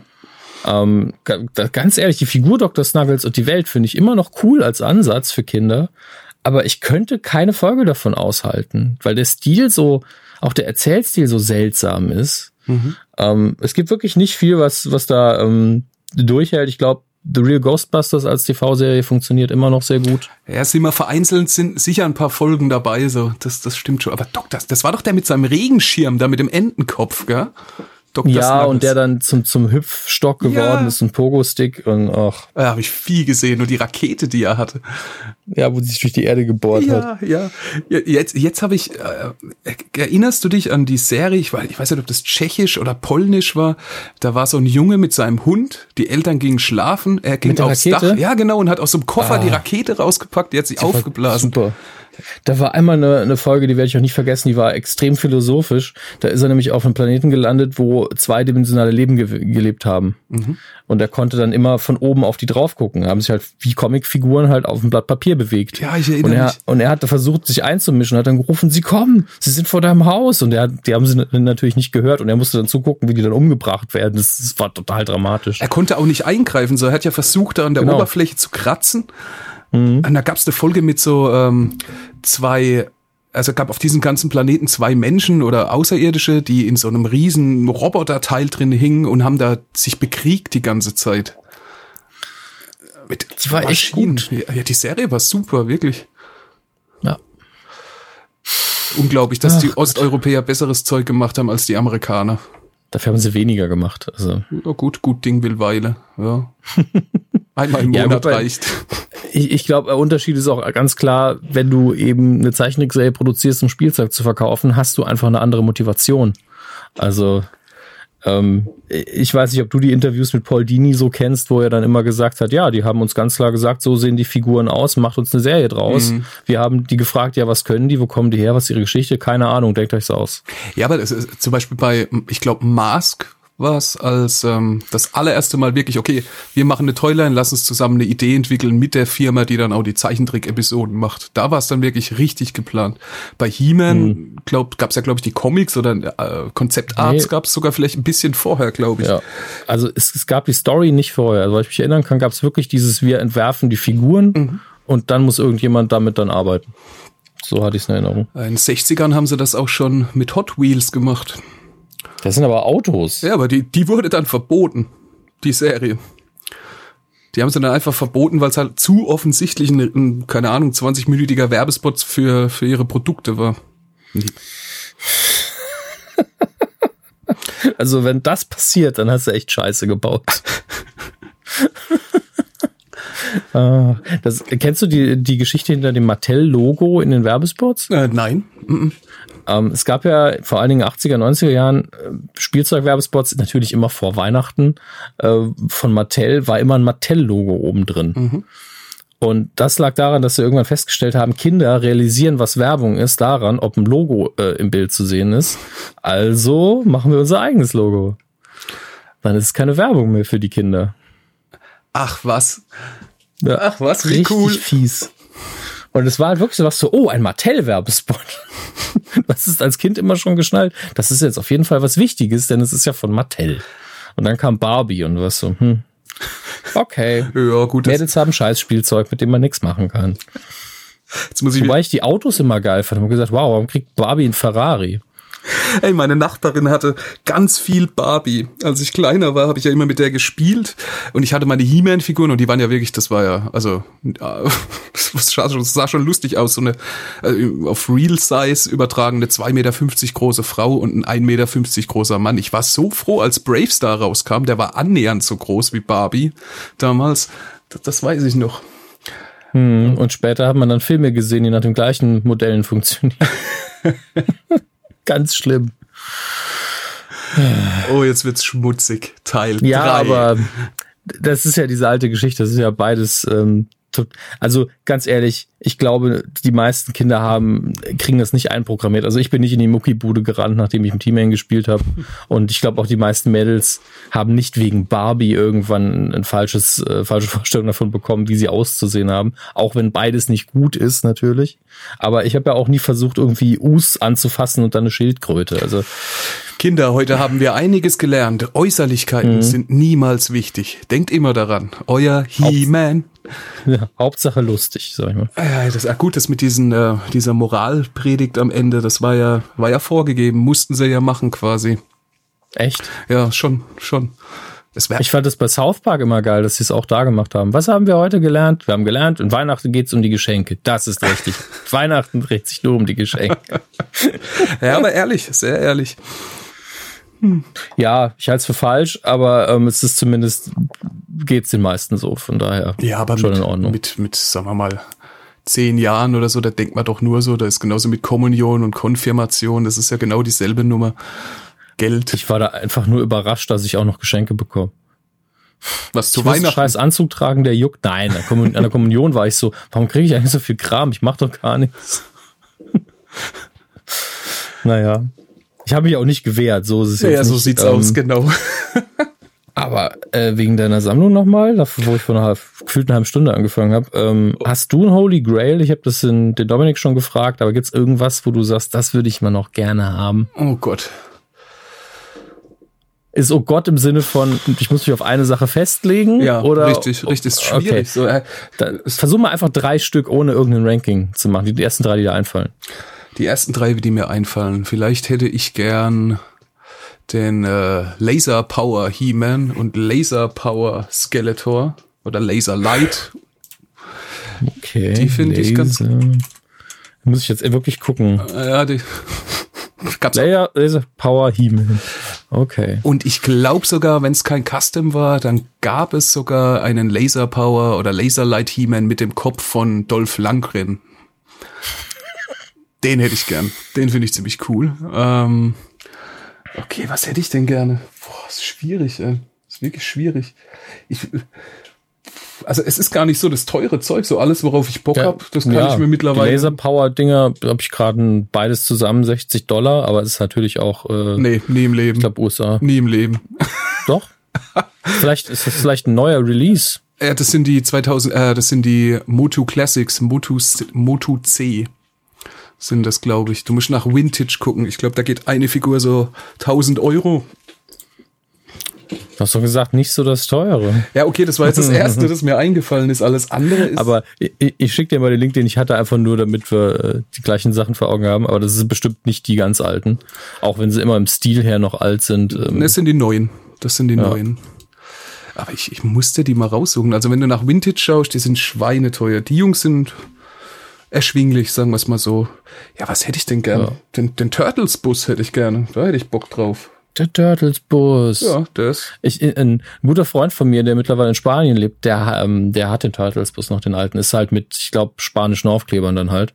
Ganz ehrlich, die Figur Dr. Snuggles und die Welt finde ich immer noch cool als Ansatz für Kinder, aber ich könnte keine Folge davon aushalten, weil der Stil so, auch der Erzählstil so seltsam ist. Es gibt wirklich nicht viel, was da durchhält. Ich glaube, The Real Ghostbusters als TV-Serie funktioniert immer noch sehr gut. Ja, sind immer vereinzelt, sind sicher ein paar Folgen dabei, so. Das stimmt schon. Aber das war doch der mit seinem Regenschirm, da mit dem Entenkopf, gell? Dr. Snuggles. Und der dann zum Hüpfstock geworden ist, ein Pogo-Stick und ach. Da habe ich viel gesehen, nur die Rakete, die er hatte. Ja, wo sie sich durch die Erde gebohrt hat. Ja. Jetzt habe ich, erinnerst du dich an die Serie, ich weiß nicht, ob das tschechisch oder polnisch war, da war so ein Junge mit seinem Hund, die Eltern gingen schlafen, er ging aufs Dach. Ja, genau, und hat aus so einem Koffer die Rakete rausgepackt, die hat sich aufgeblasen. Super. Da war einmal eine Folge, die werde ich auch nicht vergessen, die war extrem philosophisch. Da ist er nämlich auf einem Planeten gelandet, wo zweidimensionale Leben gelebt haben. Und er konnte dann immer von oben auf die drauf gucken. Haben sich halt wie Comicfiguren halt auf dem Blatt Papier bewegt. Ja, ich erinnere mich. Und er hatte versucht, sich einzumischen, hat dann gerufen, sie kommen, sie sind vor deinem Haus. Und die haben sie natürlich nicht gehört. Und er musste dann zugucken, wie die dann umgebracht werden. Das war total dramatisch. Er konnte auch nicht eingreifen, so er hat ja versucht, da an der Oberfläche zu kratzen. Und da gab es eine Folge mit so gab auf diesem ganzen Planeten 2 Menschen oder Außerirdische, die in so einem riesen Roboterteil drin hingen und haben da sich bekriegt die ganze Zeit. Die war echt gut. Ja, die Serie war super, wirklich. Ja. Unglaublich, dass die Osteuropäer besseres Zeug gemacht haben als die Amerikaner. Dafür haben sie weniger gemacht. Also. Ja, gut Ding will Weile. Ja. Einmal im Monat reicht. Ich glaube, der Unterschied ist auch ganz klar, wenn du eben eine Zeichentrickserie produzierst, um Spielzeug zu verkaufen, hast du einfach eine andere Motivation. Also ich weiß nicht, ob du die Interviews mit Paul Dini so kennst, wo er dann immer gesagt hat, ja, die haben uns ganz klar gesagt, so sehen die Figuren aus, macht uns eine Serie draus. Wir haben die gefragt, ja, was können die, wo kommen die her, was ist ihre Geschichte? Keine Ahnung, denkt euch's aus. Ja, aber das ist zum Beispiel bei, ich glaube, Mask war es als das allererste Mal wirklich, okay, wir machen eine Toyline, lass uns zusammen eine Idee entwickeln mit der Firma, die dann auch die Zeichentrick-Episoden macht. Da war es dann wirklich richtig geplant. Bei He-Man gab es ja, glaube ich, die Comics oder Konzeptarts gab es sogar vielleicht ein bisschen vorher, glaube ich. Ja. Also es gab die Story nicht vorher. Also, weil ich mich erinnern kann, gab es wirklich dieses, wir entwerfen die Figuren und dann muss irgendjemand damit dann arbeiten. So hatte ich es in Erinnerung. In den 60ern haben sie das auch schon mit Hot Wheels gemacht. Das sind aber Autos. Ja, aber die wurde dann verboten, die Serie. Die haben sie dann einfach verboten, weil es halt zu offensichtlich ein keine Ahnung, 20-minütiger Werbespot für ihre Produkte war. Also wenn das passiert, dann hast du echt Scheiße gebaut. Kennst du die Geschichte hinter dem Mattel-Logo in den Werbespots? Nein. Es gab ja vor allen Dingen 80er, 90er Jahren Spielzeugwerbespots, natürlich immer vor Weihnachten. Von Mattel war immer ein Mattel-Logo oben drin. Und das lag daran, dass sie irgendwann festgestellt haben, Kinder realisieren, was Werbung ist, daran, ob ein Logo im Bild zu sehen ist. Also machen wir unser eigenes Logo. Dann ist es keine Werbung mehr für die Kinder. Ach was. Ja, ach was, wie richtig cool. Fies. Und es war halt wirklich so was so, ein Mattel-Werbespot. Das ist als Kind immer schon geschnallt. Das ist jetzt auf jeden Fall was Wichtiges, denn es ist ja von Mattel. Und dann kam Barbie und was so, okay. Ja, gut. Mädels haben Scheißspielzeug, mit dem man nichts machen kann. Wobei ich die Autos immer geil fand. Ich habe gesagt, wow, warum kriegt Barbie einen Ferrari? Ey, meine Nachbarin hatte ganz viel Barbie. Als ich kleiner war, habe ich ja immer mit der gespielt. Und ich hatte meine He-Man-Figuren und die waren ja wirklich, das sah schon lustig aus. So eine auf Real Size übertragene 2,50 Meter große Frau und ein 1,50 Meter großer Mann. Ich war so froh, als Bravestar rauskam. Der war annähernd so groß wie Barbie damals. Das weiß ich noch. Und später hat man dann Filme gesehen, die nach den gleichen Modellen funktionieren. Ganz schlimm. Oh, jetzt wird's schmutzig. Teil 3. Ja, aber das ist ja diese alte Geschichte. Das ist ja beides Also ganz ehrlich, ich glaube, die meisten Kinder kriegen das nicht einprogrammiert. Also ich bin nicht in die Muckibude gerannt, nachdem ich im Teamman gespielt habe. Und ich glaube auch die meisten Mädels haben nicht wegen Barbie irgendwann eine falsche Vorstellung davon bekommen, wie sie auszusehen haben. Auch wenn beides nicht gut ist, natürlich. Aber ich habe ja auch nie versucht, irgendwie Us anzufassen und dann eine Schildkröte. Also Kinder, heute haben wir einiges gelernt. Äußerlichkeiten sind niemals wichtig. Denkt immer daran. Euer He-Man. Ja, Hauptsache lustig, sag ich mal. Ja, das ist gut, das mit dieser Moralpredigt am Ende, das war ja vorgegeben, mussten sie ja machen quasi. Echt? Ja, schon. Ich fand es bei South Park immer geil, dass sie es auch da gemacht haben. Was haben wir heute gelernt? Wir haben gelernt, in Weihnachten geht's um die Geschenke. Das ist richtig. Weihnachten dreht sich nur um die Geschenke. Ja, aber ehrlich, sehr ehrlich. Ja, ich halte es für falsch, aber es ist zumindest, geht's den meisten so, von daher ja, aber schon in Ordnung. Mit, sagen wir mal, 10 Jahren oder so, da denkt man doch nur so, da ist genauso mit Kommunion und Konfirmation, das ist ja genau dieselbe Nummer. Geld. Ich war da einfach nur überrascht, dass ich auch noch Geschenke bekomme. Was zu ich muss Weihnachten? Scheiß Anzug tragen, der juckt. Nein, an der Kommunion war ich so, warum kriege ich eigentlich so viel Kram? Ich mach doch gar nichts. Naja. Ich habe mich auch nicht gewehrt, so ist es jetzt. Ja, so nicht, sieht's aus, genau. Aber wegen deiner Sammlung nochmal, wo ich vor einer gefühlten halben Stunde angefangen habe, hast du ein Holy Grail? Ich habe das den Dominik schon gefragt, aber gibt's irgendwas, wo du sagst, das würde ich mal noch gerne haben? Oh Gott. Ist oh Gott im Sinne von, ich muss mich auf eine Sache festlegen? Ja, oder? richtig, ist schwierig. Okay. So, versuch mal einfach 3 Stück ohne irgendein Ranking zu machen, die ersten 3, die dir einfallen. Die ersten 3, die mir einfallen. Vielleicht hätte ich gern den Laser Power He-Man und Laser Power Skeletor oder Laser Light. Okay. Die finde ich ganz. Muss ich jetzt wirklich gucken. Ja, die gab's Laser Power He-Man. Okay. Und ich glaube sogar, wenn es kein Custom war, dann gab es sogar einen Laser Power oder Laser Light He-Man mit dem Kopf von Dolph Lundgren. Den hätte ich gern. Den finde ich ziemlich cool. Okay, was hätte ich denn gerne? Boah, ist schwierig, ey. Ist wirklich schwierig. Also es ist gar nicht so das teure Zeug, so alles, worauf ich Bock habe, das kann ich mir mittlerweile... Die Laser-Power-Dinger habe ich gerade beides zusammen $60, aber es ist natürlich auch... nee, nie im Leben. Ich glaube USA. Nie im Leben. Doch? Vielleicht ist das ein neuer Release. Ja, das sind die das sind die Motu Classics, Motu C. Sind das, glaube ich. Du musst nach Vintage gucken. Ich glaube, da geht eine Figur so 1.000 €. Du hast doch gesagt, nicht so das Teure. Ja, okay, das war jetzt das Erste, das mir eingefallen ist. Alles andere ist... Aber ich schicke dir mal den Link, den ich hatte, einfach nur, damit wir die gleichen Sachen vor Augen haben. Aber das sind bestimmt nicht die ganz alten. Auch wenn sie immer im Stil her noch alt sind. Das sind die neuen. Neuen. Aber ich musste die mal raussuchen. Also wenn du nach Vintage schaust, die sind schweineteuer. Die Jungs sind... erschwinglich, sagen wir es mal so. Ja, was hätte ich denn gern? Ja. Den Turtles-Bus hätte ich gerne. Da hätte ich Bock drauf. Der Turtles-Bus. Ja, das. Ein guter Freund von mir, der mittlerweile in Spanien lebt, der hat den Turtles-Bus noch, den alten. Ist halt mit, ich glaube, spanischen Aufklebern dann halt.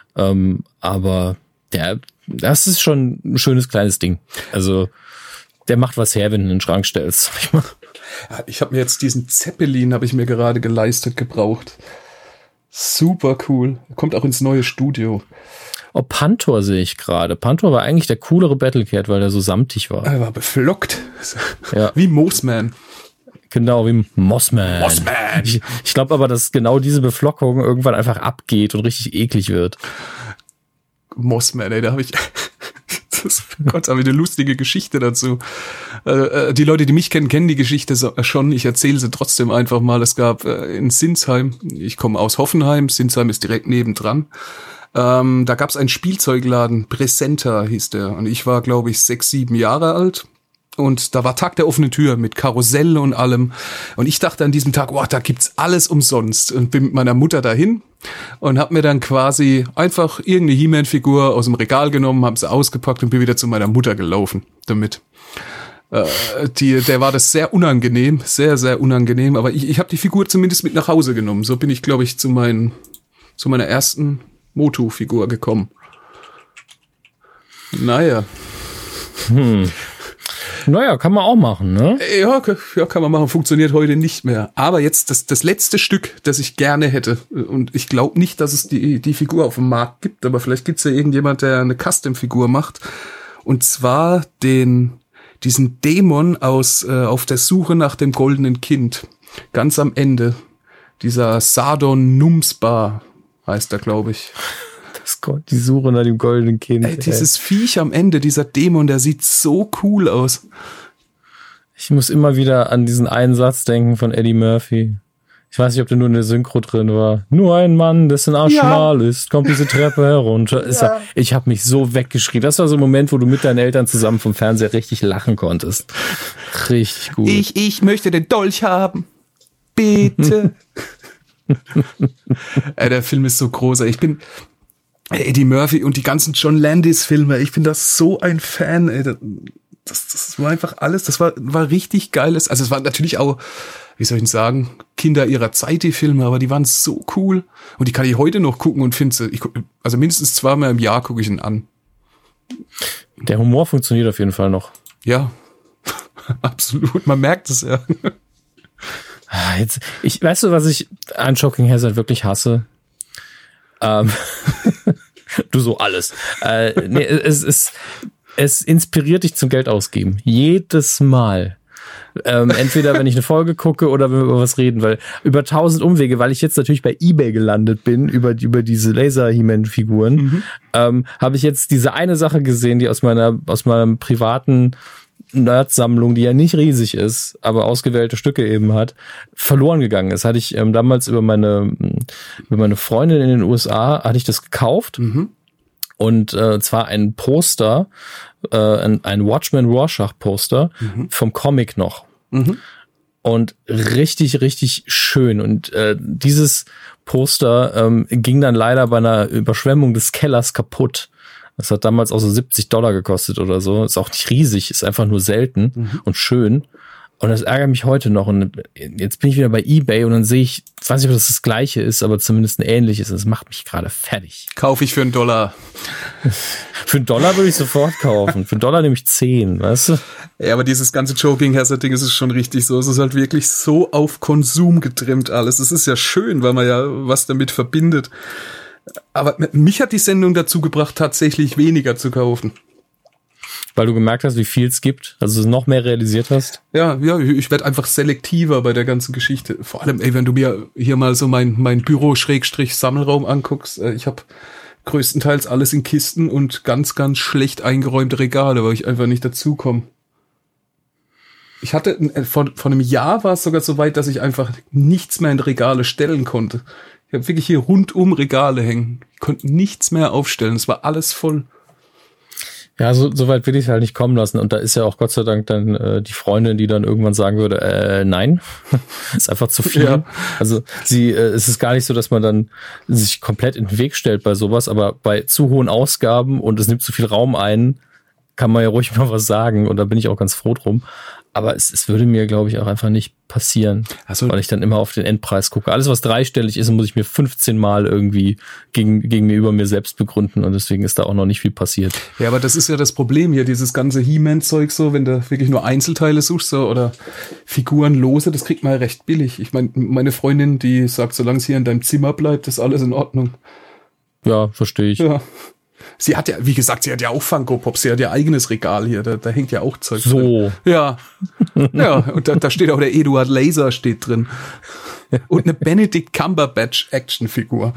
Aber das ist schon ein schönes kleines Ding. Also, der macht was her, wenn du in den Schrank stellst, sag ich mal. Ja, ich habe mir jetzt diesen Zeppelin, habe ich mir gerade geleistet, gebraucht. Super cool. Kommt auch ins neue Studio. Oh, Pantor sehe ich gerade. Pantor war eigentlich der coolere Battlecat, weil der so samtig war. Er war beflockt. Ja. Wie Mossman. Genau, wie Mossman. Ich glaube aber, dass genau diese Beflockung irgendwann einfach abgeht und richtig eklig wird. Mossman, ey, da habe ich... Gott, habe ich eine lustige Geschichte dazu. Die Leute, die mich kennen, kennen die Geschichte schon. Ich erzähle sie trotzdem einfach mal. Es gab in Sinsheim, ich komme aus Hoffenheim, Sinsheim ist direkt nebendran. Da gab es einen Spielzeugladen, Presenter hieß der. Und ich war, glaube ich, 6, 7 Jahre alt. Und da war Tag der offenen Tür mit Karussell und allem. Und ich dachte an diesem Tag, boah, da gibt's alles umsonst. Und bin mit meiner Mutter dahin und hab mir dann quasi einfach irgendeine He-Man-Figur aus dem Regal genommen, hab sie ausgepackt und bin wieder zu meiner Mutter gelaufen damit. Der war das sehr unangenehm, sehr, sehr unangenehm. Aber ich habe die Figur zumindest mit nach Hause genommen. So bin ich, glaube ich, zu meiner ersten Motu-Figur gekommen. Naja. Naja, kann man auch machen, ne? Ja, kann man machen. Funktioniert heute nicht mehr. Aber jetzt das letzte Stück, das ich gerne hätte. Und ich glaube nicht, dass es die Figur auf dem Markt gibt. Aber vielleicht gibt's ja irgendjemand, der eine Custom-Figur macht. Und zwar diesen Dämon aus Auf der Suche nach dem goldenen Kind. Ganz am Ende. Dieser Sardon Numsbar heißt er, glaube ich. Die Suche nach dem goldenen Kind. Dieses Viech am Ende, dieser Dämon, der sieht so cool aus. Ich muss immer wieder an diesen einen Satz denken von Eddie Murphy. Ich weiß nicht, ob da nur eine Synchro drin war. Nur ein Mann, dessen Arsch schmal ist, kommt diese Treppe herunter. Ja. Ich habe mich so weggeschrien. Das war so ein Moment, wo du mit deinen Eltern zusammen vom Fernseher richtig lachen konntest. Richtig gut. Ich möchte den Dolch haben. Bitte. Der Film ist so groß. Ich bin Eddie Murphy und die ganzen John Landis-Filme. Ich bin da so ein Fan. Das war einfach alles. Das war richtig geiles. Also es war natürlich auch, wie soll ich denn sagen, Kinder ihrer Zeit, die Filme, aber die waren so cool. Und die kann ich heute noch gucken und finde sie, also mindestens 2-mal im Jahr gucke ich ihn an. Der Humor funktioniert auf jeden Fall noch. Ja, absolut. Man merkt es ja. Weißt du, was ich an Shocking Hazard wirklich hasse? Du so alles. Nee, es inspiriert dich zum Geld ausgeben. Jedes Mal. Entweder wenn ich eine Folge gucke oder wenn wir über was reden, weil über 1000 Umwege, weil ich jetzt natürlich bei eBay gelandet bin, über diese Laser-He-Man-Figuren, habe ich jetzt diese eine Sache gesehen, die aus meiner privaten Nerd-Sammlung, die ja nicht riesig ist, aber ausgewählte Stücke eben hat, verloren gegangen ist. Hatte ich damals über meine Freundin in den USA, hatte ich das gekauft. Und zwar ein Poster, ein Watchmen Rorschach-Poster vom Comic noch. Und richtig, richtig schön. Und dieses Poster ging dann leider bei einer Überschwemmung des Kellers kaputt. Das hat damals auch so $70 gekostet oder so. Ist auch nicht riesig, ist einfach nur selten und schön. Und das ärgert mich heute noch. Und jetzt bin ich wieder bei eBay und dann sehe ich weiß nicht, ob das Gleiche ist, aber zumindest ein ähnliches. Das macht mich gerade fertig. Kaufe ich für $1. Für $1 würde ich sofort kaufen. Für $1 nehme ich 10, weißt du? Ja, aber dieses ganze Joking Hazard-Ding ist schon richtig so. Es ist halt wirklich so auf Konsum getrimmt alles. Es ist ja schön, weil man ja was damit verbindet. Aber mich hat die Sendung dazu gebracht, tatsächlich weniger zu kaufen. Weil du gemerkt hast, wie viel es gibt, also noch mehr realisiert hast? Ja, ich werde einfach selektiver bei der ganzen Geschichte. Vor allem, wenn du mir hier mal so mein Büro-Sammelraum anguckst, ich habe größtenteils alles in Kisten und ganz, ganz schlecht eingeräumte Regale, weil ich einfach nicht dazukomme. Ich hatte, vor einem Jahr war es sogar so weit, dass ich einfach nichts mehr in Regale stellen konnte. Ich habe wirklich hier rundum Regale hängen. Ich konnte nichts mehr aufstellen, es war alles voll. Ja, so weit will ich es halt nicht kommen lassen. Und da ist ja auch Gott sei Dank dann die Freundin, die dann irgendwann sagen würde, nein, ist einfach zu viel. Ja. Also es ist gar nicht so, dass man dann sich komplett in den Weg stellt bei sowas, aber bei zu hohen Ausgaben und es nimmt zu viel Raum ein, kann man ja ruhig mal was sagen. Und da bin ich auch ganz froh drum. Aber es würde mir, glaube ich, auch einfach nicht passieren, weil ich dann immer auf den Endpreis gucke. Alles, was dreistellig ist, muss ich mir 15 Mal irgendwie gegenüber mir selbst begründen und deswegen ist da auch noch nicht viel passiert. Ja, aber das ist ja das Problem hier, dieses ganze He-Man-Zeug so, wenn du wirklich nur Einzelteile suchst so, oder Figuren lose, das kriegt man ja recht billig. Ich meine Freundin, die sagt, solange es hier in deinem Zimmer bleibt, ist alles in Ordnung. Ja, verstehe ich. Ja. Sie hat ja, wie gesagt, sie hat ja auch Funko Pops, sie hat ja eigenes Regal hier, da hängt ja auch Zeug so drin. Ja, und da steht auch der Eduard Laser steht drin. Und eine Benedict Cumberbatch Actionfigur.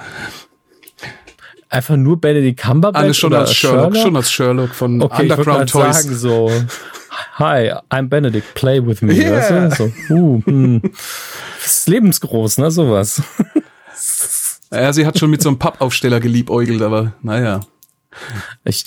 Einfach nur Benedict Cumberbatch schon als Sherlock? Schon als Sherlock von Underground Toys. Ich sagen so, hi, I'm Benedict, play with me. Yeah. Weißt du? So, das ist lebensgroß, ne, sowas. Ja, sie hat schon mit so einem Pappaufsteller geliebäugelt, aber naja. Ich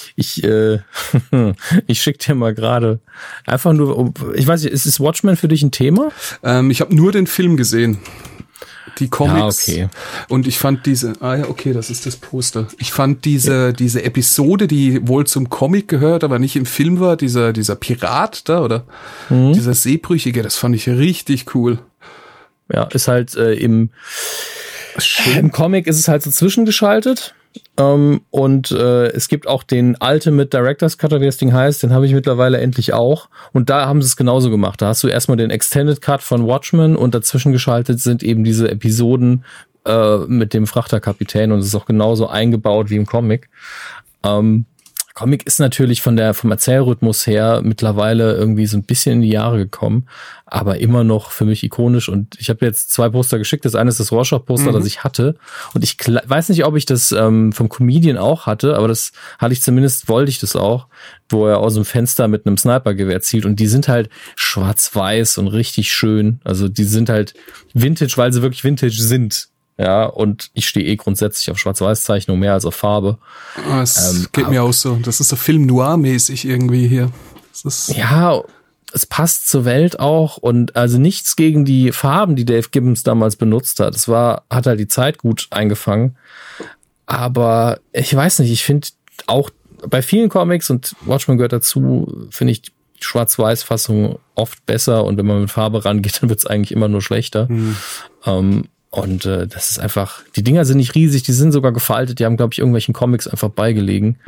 schick dir mal gerade einfach nur, ich weiß nicht, ist Watchmen für dich ein Thema? Ich habe nur den Film gesehen. Die Comics. Ja, okay. Und ich fand das ist das Poster. Ich fand diese Episode, die wohl zum Comic gehört, aber nicht im Film war, dieser Pirat da, oder? Dieser Seebrüchige, das fand ich richtig cool. Ja, ist halt im Comic ist es halt so zwischengeschaltet. Und es gibt auch den Ultimate Director's Cut, wie das Ding heißt, den habe ich mittlerweile endlich auch. Und da haben sie es genauso gemacht. Da hast du erstmal den Extended Cut von Watchmen und dazwischen geschaltet sind eben diese Episoden mit dem Frachterkapitän und es ist auch genauso eingebaut wie im Comic. Comic ist natürlich vom Erzählrhythmus her mittlerweile irgendwie so ein bisschen in die Jahre gekommen, aber immer noch für mich ikonisch. Und ich habe jetzt 2 Poster geschickt. Das eine ist das Rorschach-Poster, das ich hatte. Und ich weiß nicht, ob ich das vom Comedian auch hatte, aber das hatte ich zumindest, wollte ich das auch, wo er aus dem Fenster mit einem Snipergewehr zielt. Und die sind halt schwarz-weiß und richtig schön. Also die sind halt Vintage, weil sie wirklich Vintage sind. Ja, und ich stehe grundsätzlich auf Schwarz-Weiß-Zeichnung mehr als auf Farbe. Es geht mir auch so. Das ist so Film-Noir-mäßig irgendwie hier. Ja, es passt zur Welt auch und also nichts gegen die Farben, die Dave Gibbons damals benutzt hat. Hat halt die Zeit gut eingefangen. Aber ich weiß nicht, ich finde auch bei vielen Comics und Watchmen gehört dazu, finde ich die Schwarz-Weiß-Fassung oft besser und wenn man mit Farbe rangeht, dann wird es eigentlich immer nur schlechter. Und das ist einfach, die Dinger sind nicht riesig, die sind sogar gefaltet, die haben, glaube ich, irgendwelchen Comics einfach beigelegen.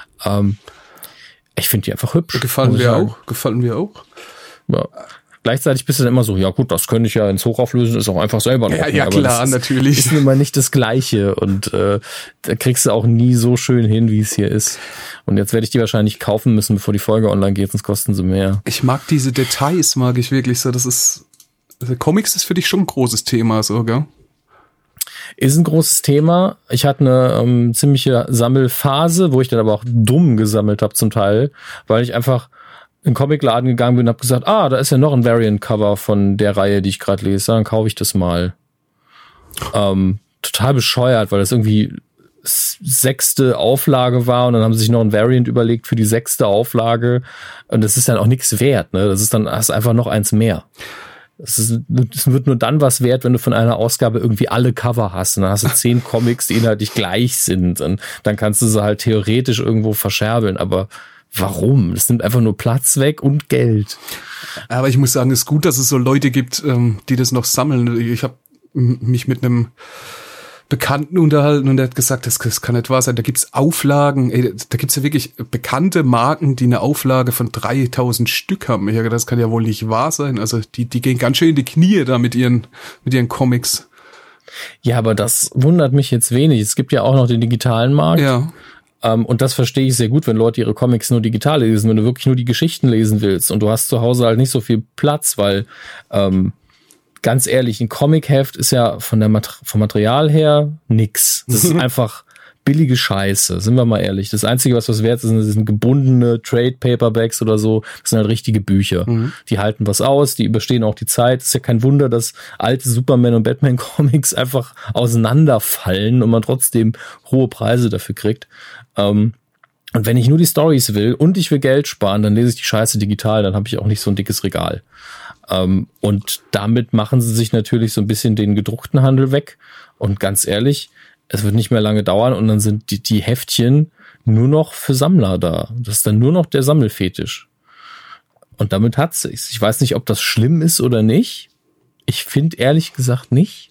Ich finde die einfach hübsch. Gefallen mir auch. Ja. Gleichzeitig bist du dann immer so, ja gut, das könnte ich ja ins Hochauflösen, ist auch einfach selber noch. Ja, klar, natürlich. Ist nun mal nicht das Gleiche und da kriegst du auch nie so schön hin, wie es hier ist. Und jetzt werde ich die wahrscheinlich kaufen müssen, bevor die Folge online geht, sonst kosten sie mehr. Ich mag diese Details, mag ich wirklich so, Comics ist für dich schon ein großes Thema, so, gell? Ist ein großes Thema. Ich hatte eine ziemliche Sammelphase, wo ich dann aber auch dumm gesammelt habe zum Teil, weil ich einfach in den Comicladen gegangen bin und habe gesagt, da ist ja noch ein Variant-Cover von der Reihe, die ich gerade lese, dann kaufe ich das mal. Total bescheuert, weil das irgendwie 6. Auflage war und dann haben sie sich noch ein Variant überlegt für die 6. Auflage und das ist dann auch nichts wert, ne? Das ist dann hast einfach noch eins mehr. Es wird nur dann was wert, wenn du von einer Ausgabe irgendwie alle Cover hast und dann hast du 10 Comics, die inhaltlich gleich sind und dann kannst du sie halt theoretisch irgendwo verscherbeln, aber warum? Das nimmt einfach nur Platz weg und Geld. Aber ich muss sagen, es ist gut, dass es so Leute gibt, die das noch sammeln. Ich habe mich mit einem Bekannten unterhalten und der hat gesagt, das kann nicht wahr sein. Da gibt's Auflagen, da gibt's ja wirklich bekannte Marken, die eine Auflage von 3000 Stück haben. Ich habe gedacht, das kann ja wohl nicht wahr sein. Also die gehen ganz schön in die Knie da mit ihren Comics. Ja, aber das wundert mich jetzt wenig. Es gibt ja auch noch den digitalen Markt. Ja. Und das verstehe ich sehr gut, wenn Leute ihre Comics nur digital lesen, wenn du wirklich nur die Geschichten lesen willst und du hast zu Hause halt nicht so viel Platz, weil ganz ehrlich, ein Comic-Heft ist ja vom Material her nix. Das ist einfach billige Scheiße, sind wir mal ehrlich. Das Einzige, was wert ist, sind gebundene Trade-Paperbacks oder so. Das sind halt richtige Bücher. Die halten was aus, die überstehen auch die Zeit. Es ist ja kein Wunder, dass alte Superman- und Batman-Comics einfach auseinanderfallen und man trotzdem hohe Preise dafür kriegt. Und wenn ich nur die Storys will und ich will Geld sparen, dann lese ich die Scheiße digital, dann habe ich auch nicht so ein dickes Regal. Und damit machen sie sich natürlich so ein bisschen den gedruckten Handel weg. Und ganz ehrlich, es wird nicht mehr lange dauern und dann sind die Heftchen nur noch für Sammler da. Das ist dann nur noch der Sammelfetisch. Und damit hat sich's. Ich weiß nicht, ob das schlimm ist oder nicht. Ich finde ehrlich gesagt nicht.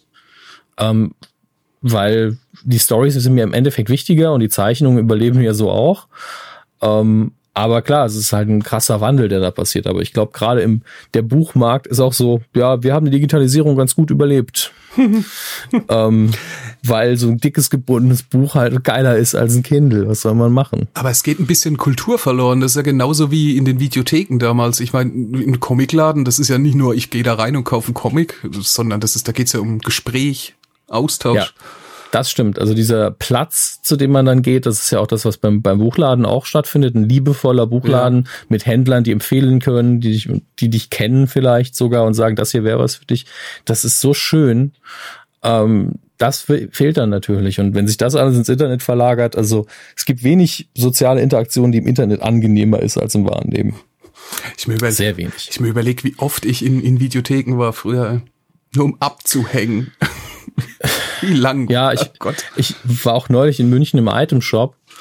Weil die Storys sind mir im Endeffekt wichtiger und die Zeichnungen überleben ja so auch. Aber klar, es ist halt ein krasser Wandel, der da passiert. Aber ich glaube, gerade der Buchmarkt ist auch so, ja, wir haben die Digitalisierung ganz gut überlebt. Weil so ein dickes, gebundenes Buch halt geiler ist als ein Kindle. Was soll man machen? Aber es geht ein bisschen Kultur verloren. Das ist ja genauso wie in den Videotheken damals. Ich meine, im Comicladen, das ist ja nicht nur, ich gehe da rein und kaufe einen Comic, sondern da geht's ja um Gespräch, Austausch. Ja. Das stimmt. Also dieser Platz, zu dem man dann geht, das ist ja auch das, was beim Buchladen auch stattfindet. Ein liebevoller Buchladen mit Händlern, die empfehlen können, die dich kennen vielleicht sogar und sagen, das hier wäre was für dich. Das ist so schön. Das fehlt dann natürlich. Und wenn sich das alles ins Internet verlagert, also es gibt wenig soziale Interaktion, die im Internet angenehmer ist als im wahren Leben. Sehr wenig. Ich mir überlege, wie oft ich in Videotheken war früher, nur um abzuhängen. Wie lang? Ja, ich war auch neulich in München im Item-Shop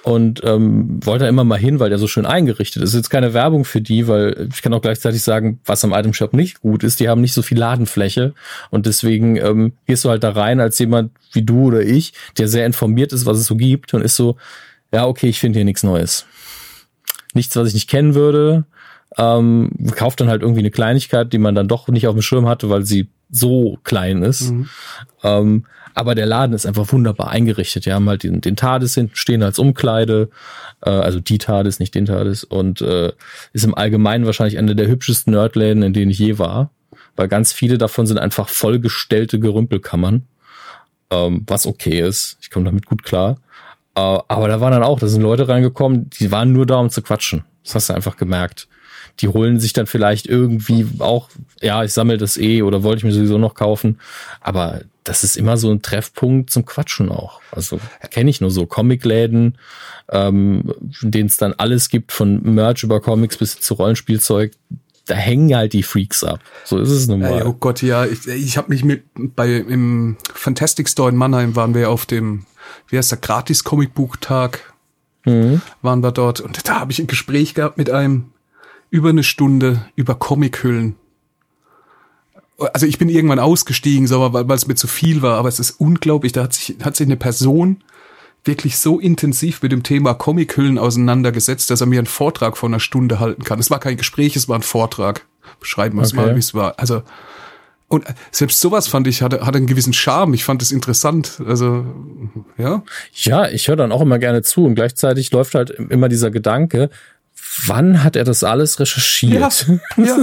und wollte da immer mal hin, weil der so schön eingerichtet ist. Das ist jetzt keine Werbung für die, weil ich kann auch gleichzeitig sagen, was am Item Shop nicht gut ist, die haben nicht so viel Ladenfläche und deswegen gehst du halt da rein als jemand wie du oder ich, der sehr informiert ist, was es so gibt und ist so, ja okay, ich finde hier nichts Neues. Nichts, was ich nicht kennen würde. Kauft dann halt irgendwie eine Kleinigkeit, die man dann doch nicht auf dem Schirm hatte, weil sie so klein ist. Aber der Laden ist einfach wunderbar eingerichtet. Die haben halt den TARDIS hinten stehen als Umkleide, also die TARDIS, nicht den TARDIS, und ist im Allgemeinen wahrscheinlich einer der hübschesten Nerdläden, in denen ich je war, weil ganz viele davon sind einfach vollgestellte Gerümpelkammern, was okay ist. Ich komme damit gut klar. Aber da sind Leute reingekommen, die waren nur da, um zu quatschen. Das hast du einfach gemerkt. Die holen sich dann vielleicht irgendwie auch, ja, ich sammle das oder wollte ich mir sowieso noch kaufen. Aber das ist immer so ein Treffpunkt zum Quatschen auch. Also kenne ich nur so Comicläden, in denen es dann alles gibt, von Merch über Comics bis zu Rollenspielzeug. Da hängen halt die Freaks ab. So ist es nun mal. Oh Gott, ja. Ich habe mich im Fantastic Store in Mannheim waren wir auf dem, wie heißt der, Gratis-Comicbuchtag, waren wir dort. Und da habe ich ein Gespräch gehabt mit einem über eine Stunde über Comichüllen. Also ich bin irgendwann ausgestiegen, so, weil es mir zu viel war, aber es ist unglaublich, da hat sich eine Person wirklich so intensiv mit dem Thema Comichüllen auseinandergesetzt, dass er mir einen Vortrag von einer Stunde halten kann. Es war kein Gespräch, es war ein Vortrag. Beschreiben wir es mal, wie es war. Also, und selbst sowas fand ich, hatte einen gewissen Charme. Ich fand es interessant. Also, ja. Ja, ich höre dann auch immer gerne zu und gleichzeitig läuft halt immer dieser Gedanke, wann hat er das alles recherchiert? Ja.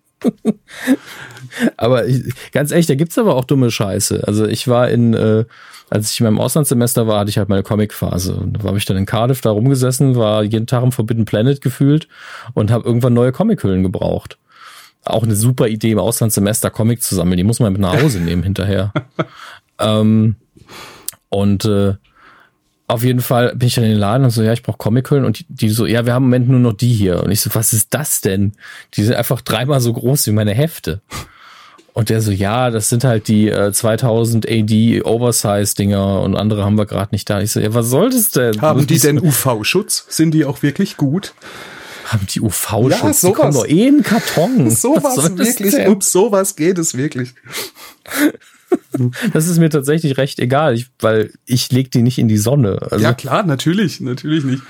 Aber ganz ehrlich, da gibt's aber auch dumme Scheiße. Also ich war als ich in meinem Auslandssemester war, hatte ich halt meine Comic-Phase. Und da habe ich dann in Cardiff da rumgesessen, war jeden Tag im Forbidden Planet gefühlt und habe irgendwann neue Comichüllen gebraucht. Auch eine super Idee, im Auslandssemester Comic zu sammeln. Die muss man mit nach Hause nehmen hinterher. Auf jeden Fall bin ich dann in den Laden und so, ja, ich brauche Comichüllen und die so, ja, wir haben im Moment nur noch die hier. Und ich so, was ist das denn? Die sind einfach 3-mal so groß wie meine Hefte. Und der so, ja, das sind halt die 2000 AD Oversize-Dinger und andere haben wir gerade nicht da. Ich so, ja, was soll das denn? Haben die denn UV-Schutz? Sind die auch wirklich gut? Haben die UV-Schutz? Ja, sowas. Die kommen doch in den Karton. Sowas wirklich, um sowas geht es wirklich. Das ist mir tatsächlich recht egal, weil ich leg die nicht in die Sonne. Also ja klar, natürlich nicht.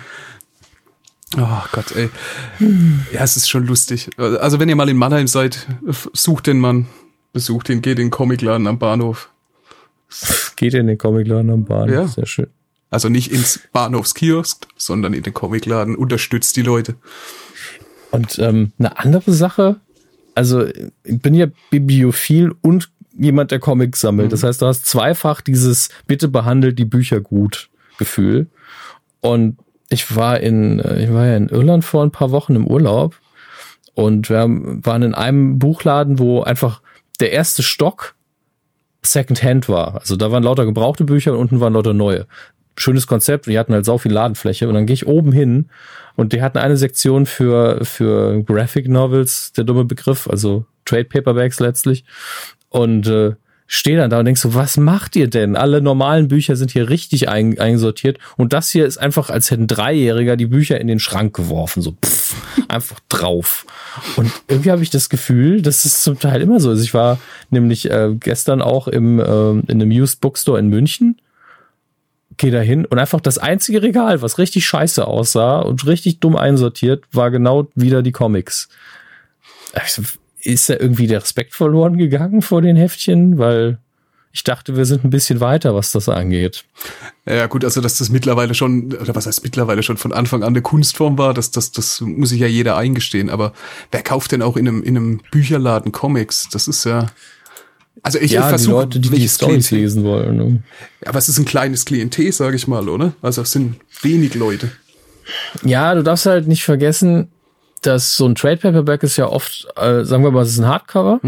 Oh Gott, ey. Ja, es ist schon lustig. Also wenn ihr mal in Mannheim seid, sucht den Mann, besucht ihn, geht in den Comicladen am Bahnhof. Geht in den Comicladen am Bahnhof, ja. Sehr schön. Also nicht ins Bahnhofskiosk, sondern in den Comicladen, unterstützt die Leute. Und eine andere Sache, also ich bin ja bibliophil und jemand, der Comics sammelt. Das heißt, du hast zweifach dieses bitte behandelt die Bücher gut Gefühl. Und ich war ja in Irland vor ein paar Wochen im Urlaub und wir waren in einem Buchladen, wo einfach der erste Stock Secondhand war. Also da waren lauter gebrauchte Bücher und unten waren lauter neue. Schönes Konzept und die hatten halt sau viel Ladenfläche und dann gehe ich oben hin und die hatten eine Sektion für Graphic Novels, der dumme Begriff, also Trade Paperbacks letztlich. Und stehe dann da und denk so, was macht ihr denn? Alle normalen Bücher sind hier richtig einsortiert und das hier ist einfach, als hätte ein Dreijähriger die Bücher in den Schrank geworfen, so einfach drauf. Und irgendwie habe ich das Gefühl, dass es zum Teil immer so ist. Ich war nämlich gestern auch in einem Used Bookstore in München, gehe da hin und einfach das einzige Regal, was richtig scheiße aussah und richtig dumm einsortiert, war genau wieder die Comics. Also, ist da irgendwie der Respekt verloren gegangen vor den Heftchen? Weil ich dachte, wir sind ein bisschen weiter, was das angeht. Ja gut, also dass das mittlerweile schon, oder was heißt mittlerweile schon von Anfang an eine Kunstform war, das muss sich ja jeder eingestehen. Aber wer kauft denn auch in einem Bücherladen Comics? Das ist ja... Also ich versuche, die Leute, die Storys lesen wollen. Ne? Ja, aber es ist ein kleines Klientel, sage ich mal, oder? Also es sind wenig Leute. Ja, du darfst halt nicht vergessen, dass so ein Trade Paperback ist ja oft, sagen wir mal, es ist ein Hardcover.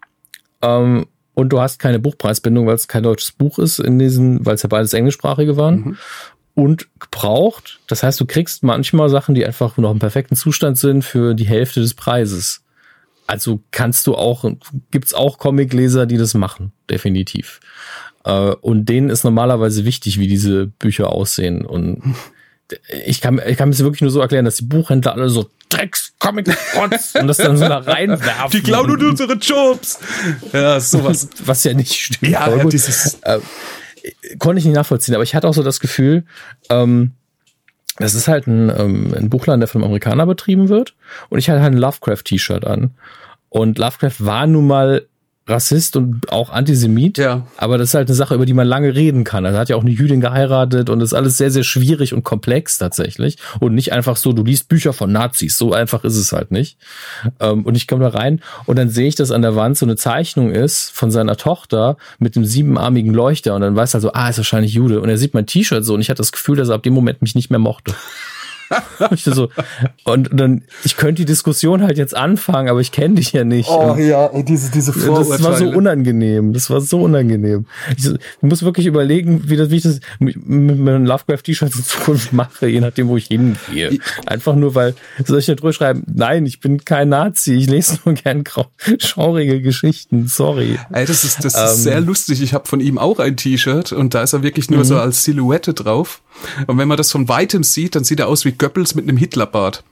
Und du hast keine Buchpreisbindung, weil es kein deutsches Buch ist, weil es ja beides englischsprachige waren. Und gebraucht. Das heißt, du kriegst manchmal Sachen, die einfach noch im perfekten Zustand sind für die Hälfte des Preises. Also gibt's auch Comicleser, die das machen, definitiv. Und denen ist normalerweise wichtig, wie diese Bücher aussehen. Und ich kann es wirklich nur so erklären, dass die Buchhändler alle so Drecks-Comic-Rotz und das dann so da reinwerfen. Die klauen unsere Jobs. Ja, sowas. Was ja nicht stimmt. Ja, dieses... konnte ich nicht nachvollziehen, aber ich hatte auch so das Gefühl, das ist halt ein Buchladen, der von einem Amerikaner betrieben wird und ich hatte halt ein Lovecraft-T-Shirt an und Lovecraft war nun mal Rassist und auch Antisemit, ja. Aber das ist halt eine Sache, über die man lange reden kann. Also er hat ja auch eine Jüdin geheiratet und das ist alles sehr, sehr schwierig und komplex tatsächlich und nicht einfach so, du liest Bücher von Nazis, so einfach ist es halt nicht. Und ich komme da rein und dann sehe ich, dass an der Wand so eine Zeichnung ist von seiner Tochter mit dem 7-armigen Leuchter und dann weiß er so, ist wahrscheinlich Jude und er sieht mein T-Shirt so und ich hatte das Gefühl, dass er ab dem Moment mich nicht mehr mochte. Und dann, ich könnte die Diskussion halt jetzt anfangen, aber ich kenne dich ja nicht. Oh ja, diese Vorurteile. Das war so unangenehm. Ich muss wirklich überlegen, wie ich das mit meinem Lovecraft-T-Shirt in Zukunft mache, je nachdem, wo ich hingehe. Einfach nur, weil, soll ich da drüber schreiben, nein, ich bin kein Nazi, ich lese nur gern schaurige Geschichten, sorry. Ey, das ist sehr lustig. Ich habe von ihm auch ein T-Shirt und da ist er wirklich nur so als Silhouette drauf. Und wenn man das von Weitem sieht, dann sieht er aus wie Goebbels mit einem Hitlerbart.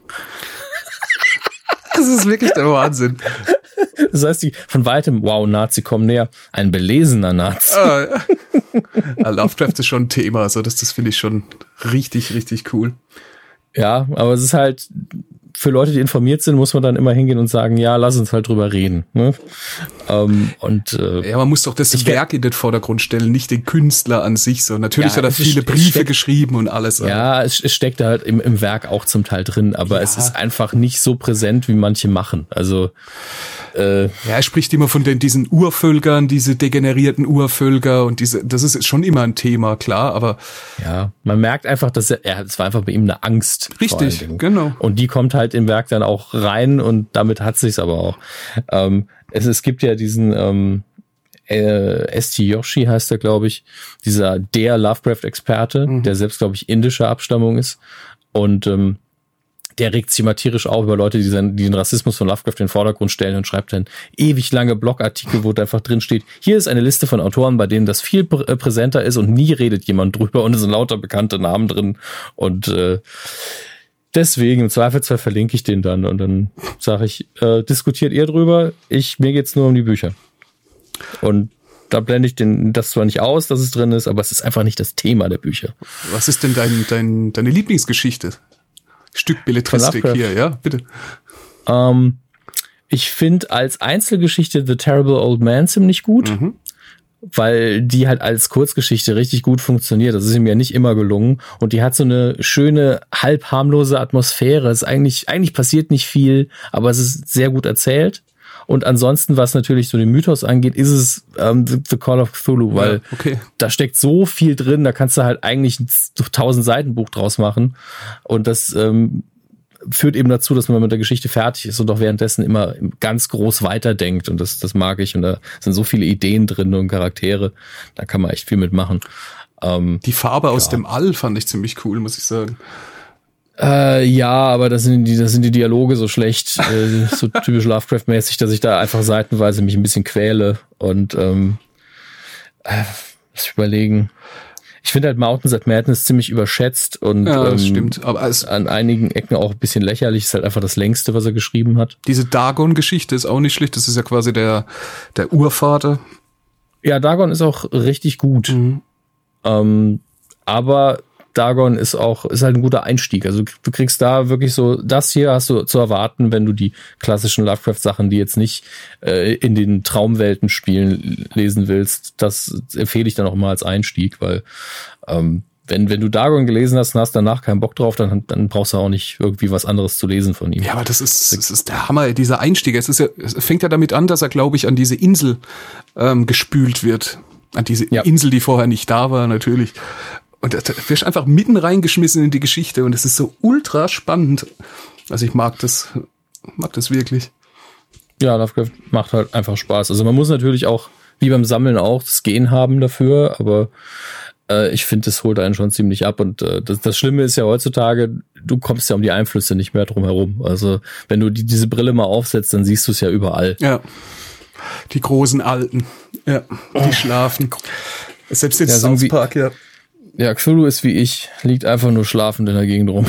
Das ist wirklich der Wahnsinn. Das heißt, von Weitem, wow, Nazi, komm näher. Ein belesener Nazi. Ja, Lovecraft ist schon ein Thema, also das finde ich schon richtig, richtig cool. Ja, aber es ist halt, für Leute, die informiert sind, muss man dann immer hingehen und sagen, ja, lass uns halt drüber reden. Ne? Ja, man muss doch das Werk in den Vordergrund stellen, nicht den Künstler an sich. So, natürlich hat er viele Briefe geschrieben und alles. Ja, es steckt da halt im Werk auch zum Teil drin, aber es ist einfach nicht so präsent, wie manche machen. Also er spricht immer von diesen Urvölkern, diese degenerierten Urvölker und das ist schon immer ein Thema, klar, aber ja, man merkt einfach, dass es war einfach bei ihm eine Angst. Richtig, genau. Und die kommt halt im Werk dann auch rein und damit hat sich's aber auch. Es gibt ja diesen S.T. Joshi heißt er, glaube ich, der Lovecraft-Experte, der selbst, glaube ich, indischer Abstammung ist und der regt sich immer tierisch auf über Leute, die den Rassismus von Lovecraft in den Vordergrund stellen und schreibt dann ewig lange Blogartikel, wo da einfach drin steht, hier ist eine Liste von Autoren, bei denen das viel präsenter ist und nie redet jemand drüber und es sind lauter bekannte Namen drin und deswegen, im Zweifelsfall verlinke ich den dann und dann sage ich, diskutiert ihr drüber, mir geht's nur um die Bücher. Und da blende ich das zwar nicht aus, dass es drin ist, aber es ist einfach nicht das Thema der Bücher. Was ist denn deine Lieblingsgeschichte? Stück Belletristik hier, ja, bitte. Ich finde als Einzelgeschichte The Terrible Old Man ziemlich gut, weil die halt als Kurzgeschichte richtig gut funktioniert. Das ist ihm ja nicht immer gelungen und die hat so eine schöne, halb harmlose Atmosphäre. Es ist eigentlich passiert nicht viel, aber es ist sehr gut erzählt. Und ansonsten, was natürlich so den Mythos angeht, ist es The Call of Cthulhu, weil da steckt so viel drin, da kannst du halt eigentlich ein 1000-Seiten-Buch draus machen. Und das führt eben dazu, dass man mit der Geschichte fertig ist und auch währenddessen immer ganz groß weiterdenkt. Und das mag ich. Und da sind so viele Ideen drin und Charaktere, da kann man echt viel mitmachen. Die Farbe aus dem All fand ich ziemlich cool, muss ich sagen. Ja, aber da sind die Dialoge so schlecht, so typisch Lovecraft-mäßig, dass ich da einfach seitenweise mich ein bisschen quäle und lass ich überlegen. Ich finde halt Mountains at Madness ziemlich überschätzt und das stimmt. Aber an einigen Ecken auch ein bisschen lächerlich. Ist halt einfach das längste, was er geschrieben hat. Diese Dagon-Geschichte ist auch nicht schlecht. Das ist ja quasi der Urvater. Ja, Dagon ist auch richtig gut. Aber Dagon ist halt ein guter Einstieg. Also du kriegst da wirklich so, das hier hast du zu erwarten, wenn du die klassischen Lovecraft-Sachen, die jetzt nicht in den Traumwelten spielen, lesen willst. Das empfehle ich dann auch mal als Einstieg, weil wenn du Dagon gelesen hast und hast danach keinen Bock drauf, dann brauchst du auch nicht irgendwie was anderes zu lesen von ihm. Ja, aber das ist der Hammer, dieser Einstieg. Es fängt ja damit an, dass er, glaube ich, an diese Insel gespült wird. An diese Insel, die vorher nicht da war, natürlich. Und da wirst einfach mitten reingeschmissen in die Geschichte und es ist so ultra spannend. Also ich mag das wirklich. Ja, Lovecraft macht halt einfach Spaß. Also man muss natürlich auch, wie beim Sammeln auch, das Gen haben dafür, aber ich finde, das holt einen schon ziemlich ab. Und das Schlimme ist ja heutzutage, du kommst ja um die Einflüsse nicht mehr drum herum. Also wenn du diese Brille mal aufsetzt, dann siehst du es ja überall. Ja, die großen Alten, ja, die schlafen. Selbst in South Park, ja. Ja, Cthulhu ist wie ich, liegt einfach nur schlafend in der Gegend rum.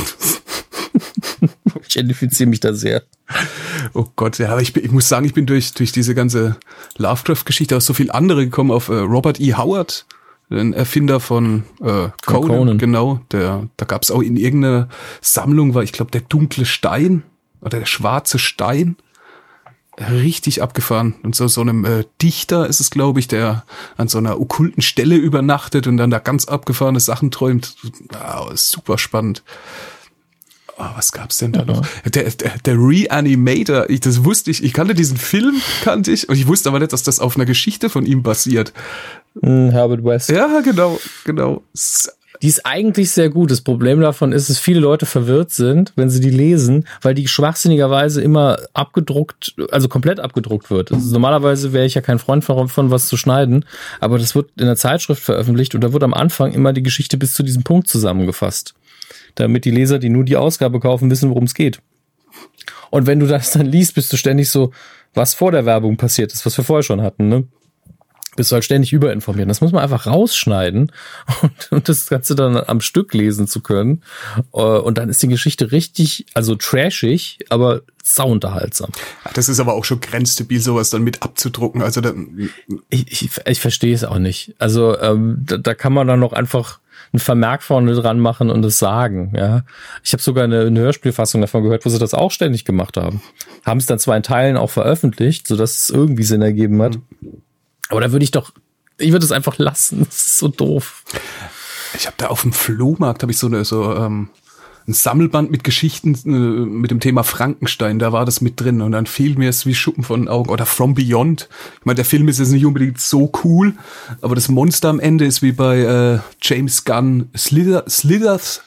Ich identifiziere mich da sehr. Oh Gott, ja, aber ich muss sagen, ich bin durch diese ganze Lovecraft-Geschichte auf so viel andere gekommen, auf Robert E. Howard, den Erfinder von Conan. Genau, da gab es auch in irgendeiner Sammlung, war ich glaube der dunkle Stein oder der schwarze Stein, richtig abgefahren. Und so einem Dichter ist es, glaube ich, der an so einer okkulten Stelle übernachtet und dann da ganz abgefahrene Sachen träumt. Wow, super spannend. Oh, was gab's denn da noch? Der Reanimator, das wusste ich. Ich kannte diesen Film, und ich wusste aber nicht, dass das auf einer Geschichte von ihm basiert. Herbert West. Ja, genau. Die ist eigentlich sehr gut. Das Problem davon ist, dass viele Leute verwirrt sind, wenn sie die lesen, weil die schwachsinnigerweise immer abgedruckt, also komplett abgedruckt wird. Also normalerweise wäre ich ja kein Freund von was zu schneiden, aber das wird in der Zeitschrift veröffentlicht und da wird am Anfang immer die Geschichte bis zu diesem Punkt zusammengefasst, damit die Leser, die nur die Ausgabe kaufen, wissen, worum es geht. Und wenn du das dann liest, bist du ständig so, was vor der Werbung passiert ist, was wir vorher schon hatten, ne? Bist du halt ständig überinformiert. Das muss man einfach rausschneiden und das Ganze dann am Stück lesen zu können. Und dann ist die Geschichte richtig, also trashig, aber sauunterhaltsam. Das ist aber auch schon grenzstabil, sowas dann mit abzudrucken. Also ich verstehe es auch nicht. Also da kann man dann noch einfach ein Vermerk vorne dran machen und es sagen. Ja, ich habe sogar eine Hörspielfassung davon gehört, wo sie das auch ständig gemacht haben. Haben es dann zwar in Teilen auch veröffentlicht, sodass es irgendwie Sinn ergeben hat. Aber da würde ich würde es einfach lassen. Das ist so doof. Ich habe da auf dem Flohmarkt habe ich so ein Sammelband mit Geschichten mit dem Thema Frankenstein. Da war das mit drin und dann fiel mir es wie Schuppen von den Augen. Oder From Beyond. Ich meine, der Film ist jetzt nicht unbedingt so cool, aber das Monster am Ende ist wie bei James Gunn Slithers.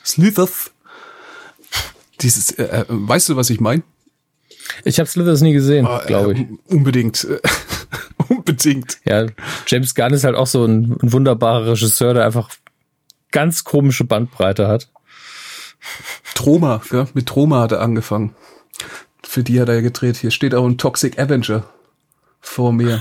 Dieses, weißt du, was ich meine? Ich habe Slithers nie gesehen, glaube ich. Unbedingt. Unbedingt. Ja, James Gunn ist halt auch so ein wunderbarer Regisseur, der einfach ganz komische Bandbreite hat. Troma, gell? Mit Troma hat er angefangen. Für die hat er gedreht. Hier steht auch ein Toxic Avenger vor mir.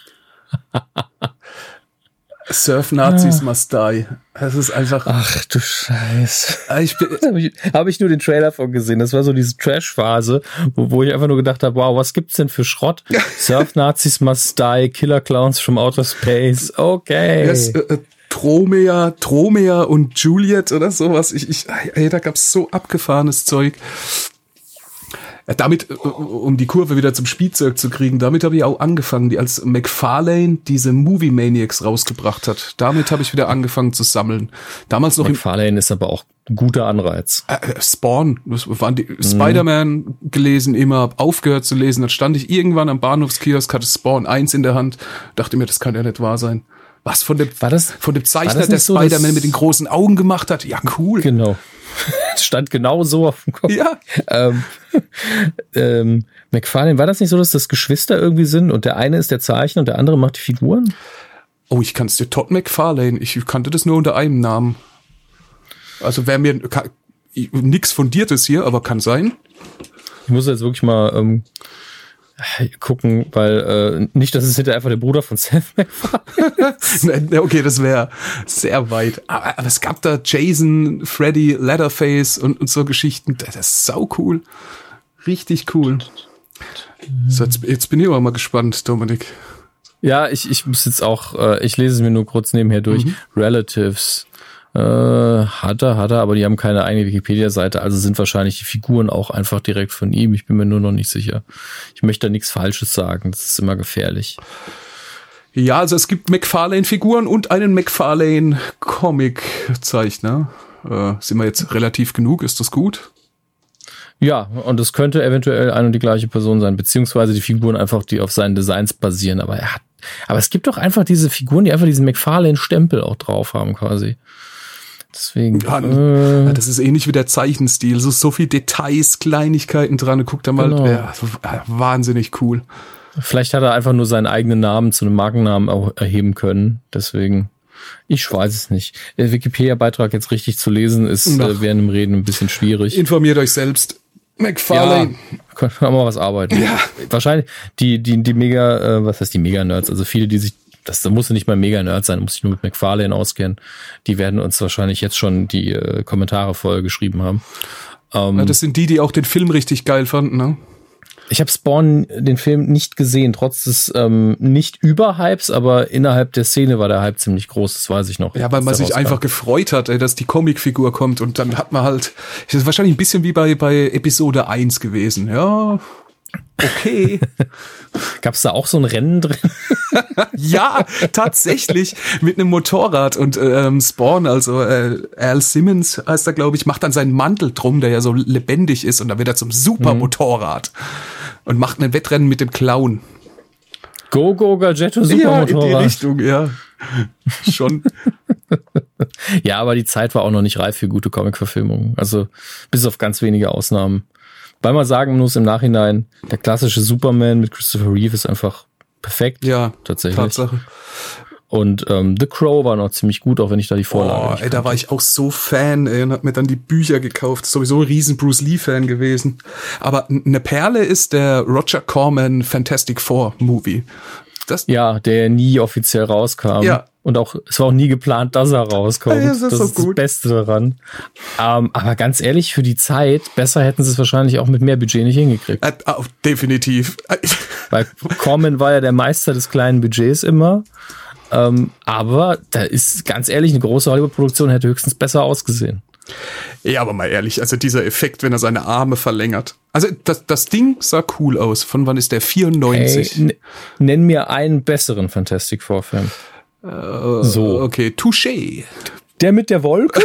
Surf Nazis Must Die. Das ist einfach... Ach du Scheiße. Hab ich nur den Trailer von gesehen. Das war so diese Trash-Phase, wo ich einfach nur gedacht habe, wow, was gibt's denn für Schrott? Surf Nazis Must Die, Killer Clowns from Outer Space. Okay. Yes, Tromea und Juliet oder sowas. Da gab's so abgefahrenes Zeug. Damit, um die Kurve wieder zum Spielzeug zu kriegen, damit habe ich auch angefangen, die als McFarlane diese Movie Maniacs rausgebracht hat. Damit habe ich wieder angefangen zu sammeln. Damals noch McFarlane ist aber auch ein guter Anreiz. Spawn, das waren die Spider-Man gelesen, immer aufgehört zu lesen. Dann stand ich irgendwann am Bahnhofskiosk, hatte Spawn 1 in der Hand, dachte mir, das kann ja nicht wahr sein. Was von dem Zeichner, der so Spider-Man mit den großen Augen gemacht hat? Ja, cool. Genau. Stand genau so auf dem Kopf. Ja. McFarlane, war das nicht so, dass das Geschwister irgendwie sind und der eine ist der Zeichner und der andere macht die Figuren? Oh, ich kann's dir, Todd McFarlane. Ich kannte das nur unter einem Namen. Also wäre mir nix Fundiertes hier, aber kann sein. Ich muss jetzt wirklich mal gucken, weil nicht, dass es hinterher einfach der Bruder von Seth MacFarlane ist. Okay, das wäre sehr weit. Aber es gab da Jason, Freddy, Leatherface und so Geschichten. Das ist sau cool. Richtig cool. So, jetzt bin ich aber mal gespannt, Dominik. Ja, ich muss jetzt auch, ich lese es mir nur kurz nebenher durch. Relatives. Hat er, aber die haben keine eigene Wikipedia-Seite, also sind wahrscheinlich die Figuren auch einfach direkt von ihm. Ich bin mir nur noch nicht sicher. Ich möchte da nichts Falsches sagen, das ist immer gefährlich. Ja, also es gibt McFarlane-Figuren und einen McFarlane-Comic-Zeichner. Sind wir jetzt relativ genug? Ist das gut? Ja, und es könnte eventuell eine und die gleiche Person sein, beziehungsweise die Figuren einfach, die auf seinen Designs basieren. Aber es gibt doch einfach diese Figuren, die einfach diesen McFarlane-Stempel auch drauf haben quasi. Deswegen. Ja, das ist ähnlich wie der Zeichenstil. So viel Details, Kleinigkeiten dran. Guck da mal. Genau. Ja, wahnsinnig cool. Vielleicht hat er einfach nur seinen eigenen Namen zu einem Markennamen auch erheben können. Deswegen, ich weiß es nicht. Der Wikipedia-Beitrag jetzt richtig zu lesen ist während dem Reden ein bisschen schwierig. Informiert euch selbst. McFarlane. Ja, können wir mal was arbeiten. Ja. Wahrscheinlich die Mega, was heißt die Mega-Nerds? Also viele, die sich Da musst du nicht mal mega Nerd sein, musst dich nur mit McFarlane auskennen. Die werden uns wahrscheinlich jetzt schon die Kommentare voll geschrieben haben. Ja, das sind die auch den Film richtig geil fanden, ne? Ich habe Spawn, den Film, nicht gesehen, trotz des nicht Überhypes, aber innerhalb der Szene war der Hype ziemlich groß, das weiß ich noch. Ja, weil man sich einfach gefreut hat, dass die Comicfigur kommt und dann hat man halt, das ist wahrscheinlich ein bisschen wie bei Episode 1 gewesen, ja, okay. Gab's da auch so ein Rennen drin? Ja, tatsächlich, mit einem Motorrad und Spawn, also Al Simmons heißt er, glaube ich, macht dann seinen Mantel drum, der ja so lebendig ist und dann wird er zum Supermotorrad und macht ein Wettrennen mit dem Clown. Go Gadgetto Supermotorrad. Ja, in die Richtung, ja. Schon. Ja, aber die Zeit war auch noch nicht reif für gute Comic-Verfilmungen. Also bis auf ganz wenige Ausnahmen. Weil man sagen muss im Nachhinein, der klassische Superman mit Christopher Reeve ist einfach perfekt. Ja, tatsächlich. Tatsache. Und The Crow war noch ziemlich gut, auch wenn ich da die Vorlage nicht kannte. Da war ich auch so Fan, und hab mir dann die Bücher gekauft. Sowieso ein riesen Bruce Lee-Fan gewesen. Aber eine Perle ist der Roger Corman Fantastic Four Movie. Ja, der nie offiziell rauskam. Ja. Und auch, es war auch nie geplant, dass er rauskommt. Ja, das ist das Beste daran. Aber ganz ehrlich, für die Zeit, besser hätten sie es wahrscheinlich auch mit mehr Budget nicht hingekriegt. Definitiv. Weil Corman war ja der Meister des kleinen Budgets immer. Aber da ist, ganz ehrlich, eine große Hollywood-Produktion hätte höchstens besser ausgesehen. Ja, aber mal ehrlich, also dieser Effekt, wenn er seine Arme verlängert. Also das Ding sah cool aus. Von wann ist der? 94? Hey, nenn mir einen besseren Fantastic Four-Film. So. Okay, touché. Der mit der Wolke?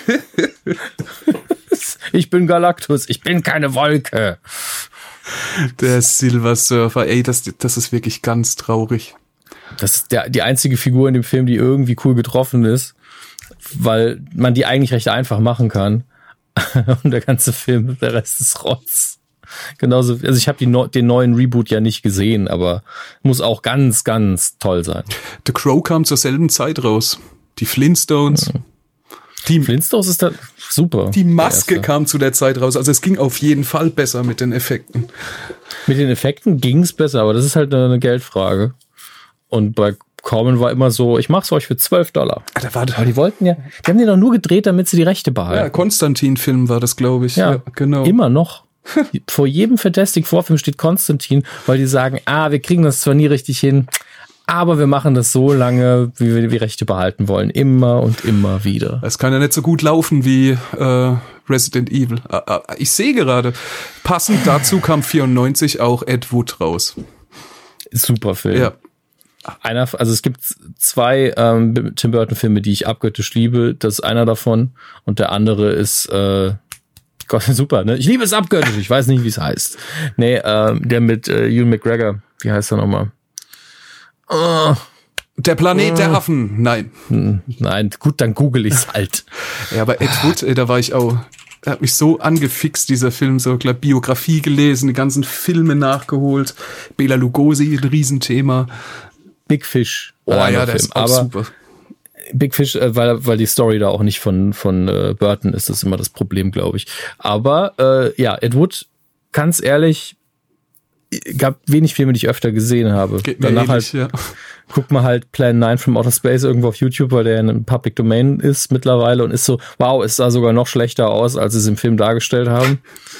Ich bin Galactus, ich bin keine Wolke. Der Silver Surfer, ey, das ist wirklich ganz traurig. Das ist die einzige Figur in dem Film, die irgendwie cool getroffen ist, weil man die eigentlich recht einfach machen kann. Und der ganze Film, der Rest ist Rotz. Genauso, also ich habe den neuen Reboot ja nicht gesehen, aber muss auch ganz, ganz toll sein. The Crow kam zur selben Zeit raus. Die Flintstones. Ja. Die Flintstones ist da super. Die Maske kam zu der Zeit raus. Also es ging auf jeden Fall besser mit den Effekten. Mit den Effekten ging's besser, aber das ist halt eine Geldfrage. Und bei Corman war immer so, ich mach's euch für $12. Aber die wollten ja, die haben den doch nur gedreht, damit sie die Rechte behalten. Ja, Konstantin-Film war das, glaube ich. Ja, genau. Immer noch. Vor jedem Fantastic Four-Film steht Konstantin, weil die sagen, wir kriegen das zwar nie richtig hin, aber wir machen das so lange, wie wir die Rechte behalten wollen. Immer und immer wieder. Es kann ja nicht so gut laufen wie Resident Evil. Ich sehe gerade, passend dazu kam 94 auch Ed Wood raus. Super Film. Ja. Also es gibt 2 Tim Burton Filme, die ich abgöttisch liebe. Das ist einer davon und der andere ist Gott, super, ne? Ich liebe es abgöttisch, ich weiß nicht, wie es heißt. Nee, der mit Ewan McGregor, wie heißt er nochmal? Der Planet der Affen, nein. Nein, gut, dann google ich's halt. Ja, aber Ed Wood, da war ich auch, er hat mich so angefixt, dieser Film, so klar, Biografie gelesen, die ganzen Filme nachgeholt, Bela Lugosi, ein Riesenthema. Big Fish. Oh ja, der ist auch super. Big Fish, weil die Story da auch nicht von Burton ist, das ist immer das Problem, glaube ich. Aber ja, Ed Wood, ganz ehrlich, gab wenig Filme, die ich öfter gesehen habe. Geht mir danach ähnlich, halt, guckt man halt Plan 9 from Outer Space irgendwo auf YouTube, weil der in einem Public Domain ist mittlerweile und ist so, wow, es sah sogar noch schlechter aus, als sie es im Film dargestellt haben.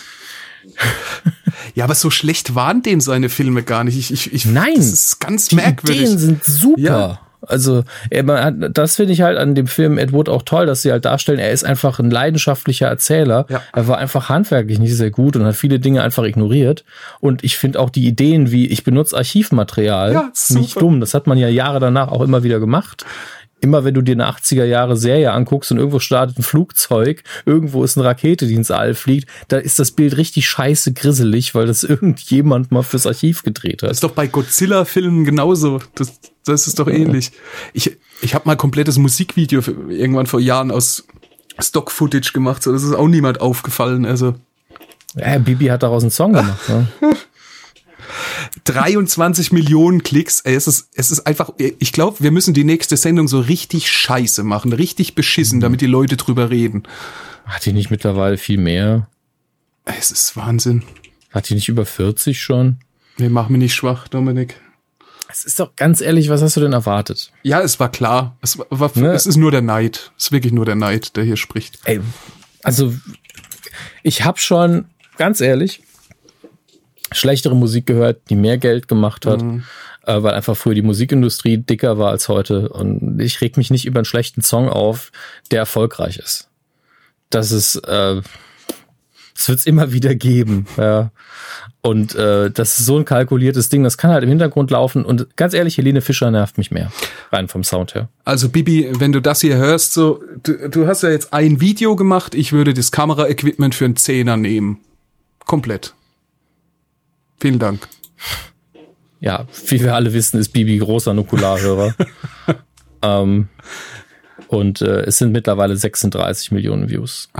Ja, aber so schlecht waren dem seine Filme gar nicht. Nein, das ist ganz merkwürdig. Die Ideen sind super. Ja. Also, das finde ich halt an dem Film Ed Wood auch toll, dass sie halt darstellen, er ist einfach ein leidenschaftlicher Erzähler. Ja. Er war einfach handwerklich nicht sehr gut und hat viele Dinge einfach ignoriert. Und ich finde auch die Ideen wie, ich benutze Archivmaterial, nicht dumm. Das hat man ja Jahre danach auch immer wieder gemacht. Immer wenn du dir eine 80er-Jahre-Serie anguckst und irgendwo startet ein Flugzeug, irgendwo ist eine Rakete, die ins All fliegt, da ist das Bild richtig scheiße grisselig, weil das irgendjemand mal fürs Archiv gedreht hat. Das ist doch bei Godzilla-Filmen genauso. Das ist doch ähnlich. Ich habe mal komplettes Musikvideo irgendwann vor Jahren aus Stock-Footage gemacht, so das ist auch niemand aufgefallen. Also Bibi hat daraus einen Song gemacht. Ne? 23 Millionen Klicks. Es ist einfach, ich glaube, wir müssen die nächste Sendung so richtig scheiße machen, richtig beschissen, damit die Leute drüber reden. Hat die nicht mittlerweile viel mehr? Es ist Wahnsinn. Hat die nicht über 40 schon? Nee, mach mich nicht schwach, Dominik. Es ist doch ganz ehrlich, was hast du denn erwartet? Ja, es war klar. Es ist nur der Neid. Es ist wirklich nur der Neid, der hier spricht. Ey, also ich habe schon, ganz ehrlich, schlechtere Musik gehört, die mehr Geld gemacht hat, weil einfach früher die Musikindustrie dicker war als heute. Und ich reg mich nicht über einen schlechten Song auf, der erfolgreich ist. Das wird's immer wieder geben, ja. Und das ist so ein kalkuliertes Ding, das kann halt im Hintergrund laufen. Und ganz ehrlich, Helene Fischer nervt mich mehr, rein vom Sound her. Also Bibi, wenn du das hier hörst, so du hast ja jetzt ein Video gemacht, ich würde das Kameraequipment für einen 10er nehmen. Komplett. Vielen Dank. Ja, wie wir alle wissen, ist Bibi großer Nukularhörer. Und es sind mittlerweile 36 Millionen Views.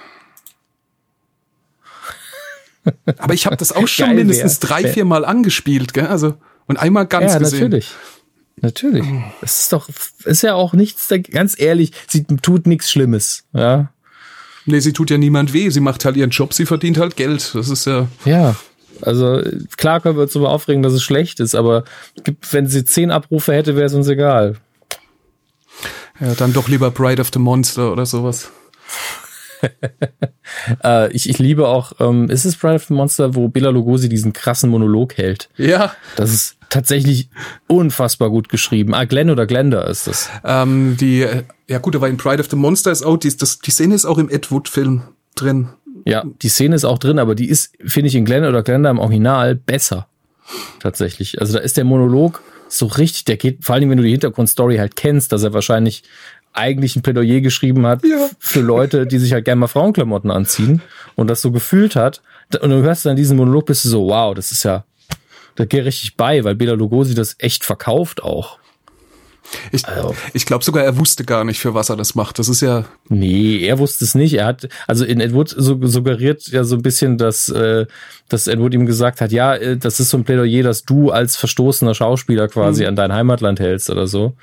Aber ich habe das auch schon mindestens 3-4 Mal angespielt, gell? Also, und einmal ganz gesehen. Ja, natürlich. Es ist ja auch nichts, ganz ehrlich, sie tut nichts Schlimmes, ja. Nee, sie tut ja niemand weh, sie macht halt ihren Job, sie verdient halt Geld, das ist ja... Ja, also klar können wir uns darüber aufregen, dass es schlecht ist, aber wenn sie 10 Abrufe hätte, wäre es uns egal. Ja, dann doch lieber Bride of the Monster oder sowas. Ich liebe auch, ist es Bride of the Monster, wo Bela Lugosi diesen krassen Monolog hält? Ja. Das ist tatsächlich unfassbar gut geschrieben. Glenn oder Glenda ist das. Ja gut, aber in Bride of the Monster ist auch, die Szene ist auch im Ed Wood-Film drin. Ja, die Szene ist auch drin, aber die ist, finde ich, in Glenn oder Glenda im Original besser. Tatsächlich. Also da ist der Monolog so richtig, der geht, vor allem wenn du die Hintergrundstory halt kennst, dass er wahrscheinlich eigentlich ein Plädoyer geschrieben hat für Leute, die sich halt gerne mal Frauenklamotten anziehen und das so gefühlt hat. Und du hörst dann diesen Monolog, bist du so, wow, das ist ja, da geht richtig bei, weil Bela Lugosi das echt verkauft auch. Ich glaube sogar, er wusste gar nicht, für was er das macht. Das ist ja... Nee, er wusste es nicht. Er hat, also in Ed Wood suggeriert ja so ein bisschen, dass Ed Wood ihm gesagt hat, ja, das ist so ein Plädoyer, dass du als verstoßener Schauspieler quasi an dein Heimatland hältst oder so.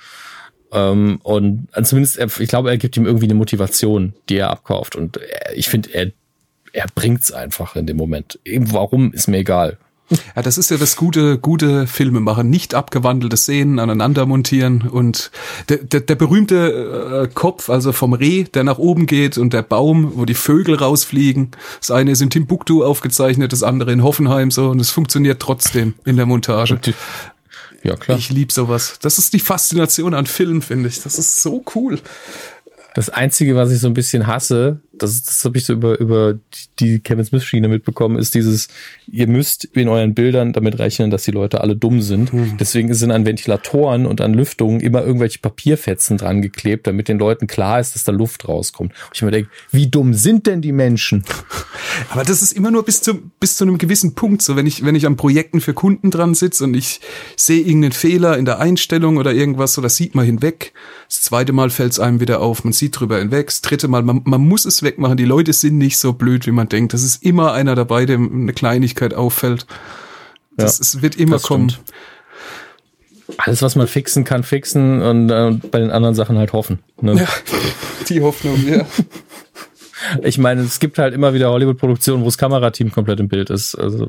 Und zumindest, ich glaube, er gibt ihm irgendwie eine Motivation, die er abkauft. Und ich finde, er bringt's einfach in dem Moment. Eben warum, ist mir egal. Ja, das ist ja das gute Filme machen, nicht abgewandelte Szenen aneinander montieren und der berühmte Kopf, also vom Reh, der nach oben geht und der Baum, wo die Vögel rausfliegen. Das eine ist in Timbuktu aufgezeichnet, das andere in Hoffenheim so und es funktioniert trotzdem in der Montage. Ja, klar. Ich liebe sowas. Das ist die Faszination an Filmen, finde ich. Das ist so cool. Das Einzige, was ich so ein bisschen hasse, das habe ich so über die Kevin Smith-Schiene mitbekommen, ist dieses, ihr müsst in euren Bildern damit rechnen, dass die Leute alle dumm sind. Deswegen sind an Ventilatoren und an Lüftungen immer irgendwelche Papierfetzen dran geklebt, damit den Leuten klar ist, dass da Luft rauskommt. Und ich mir denke, wie dumm sind denn die Menschen? Aber das ist immer nur bis zu einem gewissen Punkt. So, wenn ich an Projekten für Kunden dran sitze und ich sehe irgendeinen Fehler in der Einstellung oder irgendwas, so das sieht man hinweg. Das zweite Mal fällt es einem wieder auf, man sieht drüber hinweg. Das dritte Mal, man muss es wegmachen. Die Leute sind nicht so blöd, wie man denkt. Das ist immer einer dabei, dem eine Kleinigkeit auffällt. Es wird immer kommen. Alles, was man fixen kann, fixen und bei den anderen Sachen halt hoffen. Ne? Ja, die Hoffnung, ja. Ich meine, es gibt halt immer wieder Hollywood-Produktionen, wo das Kamerateam komplett im Bild ist. Also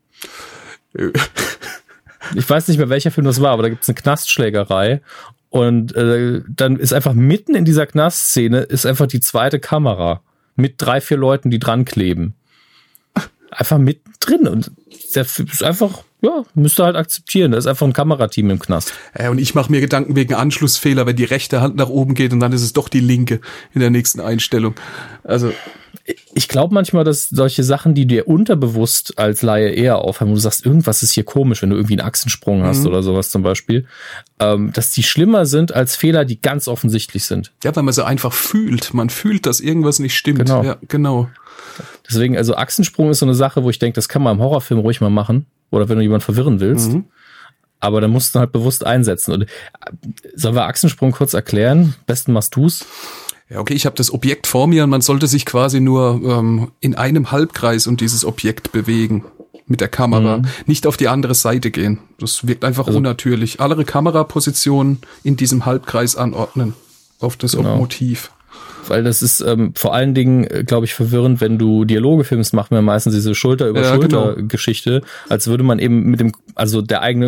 ich weiß nicht mehr, welcher Film das war, aber da gibt es eine Knastschlägerei und dann ist einfach mitten in dieser Knastszene ist einfach die zweite Kamera mit 3-4 Leuten, die dran kleben. Einfach mittendrin und der ist einfach, ja, müsst ihr halt akzeptieren. Da ist einfach ein Kamerateam im Knast. Und ich mache mir Gedanken wegen Anschlussfehler, wenn die rechte Hand nach oben geht und dann ist es doch die linke in der nächsten Einstellung. Also ich glaube manchmal, dass solche Sachen, die dir unterbewusst als Laie eher auffallen, wo du sagst, irgendwas ist hier komisch, wenn du irgendwie einen Achsensprung hast oder sowas zum Beispiel, dass die schlimmer sind als Fehler, die ganz offensichtlich sind. Ja, weil man sie einfach fühlt. Man fühlt, dass irgendwas nicht stimmt. Genau. Ja, genau. Deswegen, also Achsensprung ist so eine Sache, wo ich denke, das kann man im Horrorfilm ruhig mal machen. Oder wenn du jemanden verwirren willst. Aber dann musst du halt bewusst einsetzen. Und sollen wir Achsensprung kurz erklären? Am besten machst du's. Ja, okay, ich habe das Objekt vor mir und man sollte sich quasi nur in einem Halbkreis um dieses Objekt bewegen mit der Kamera. Nicht auf die andere Seite gehen. Das wirkt einfach unnatürlich. Alle Kamerapositionen in diesem Halbkreis anordnen auf das Motiv. Weil das ist vor allen Dingen, glaube ich, verwirrend, wenn du Dialoge filmst, machen wir meistens diese Schulter-über-Schulter-Geschichte, als würde man eben mit dem, also der eigene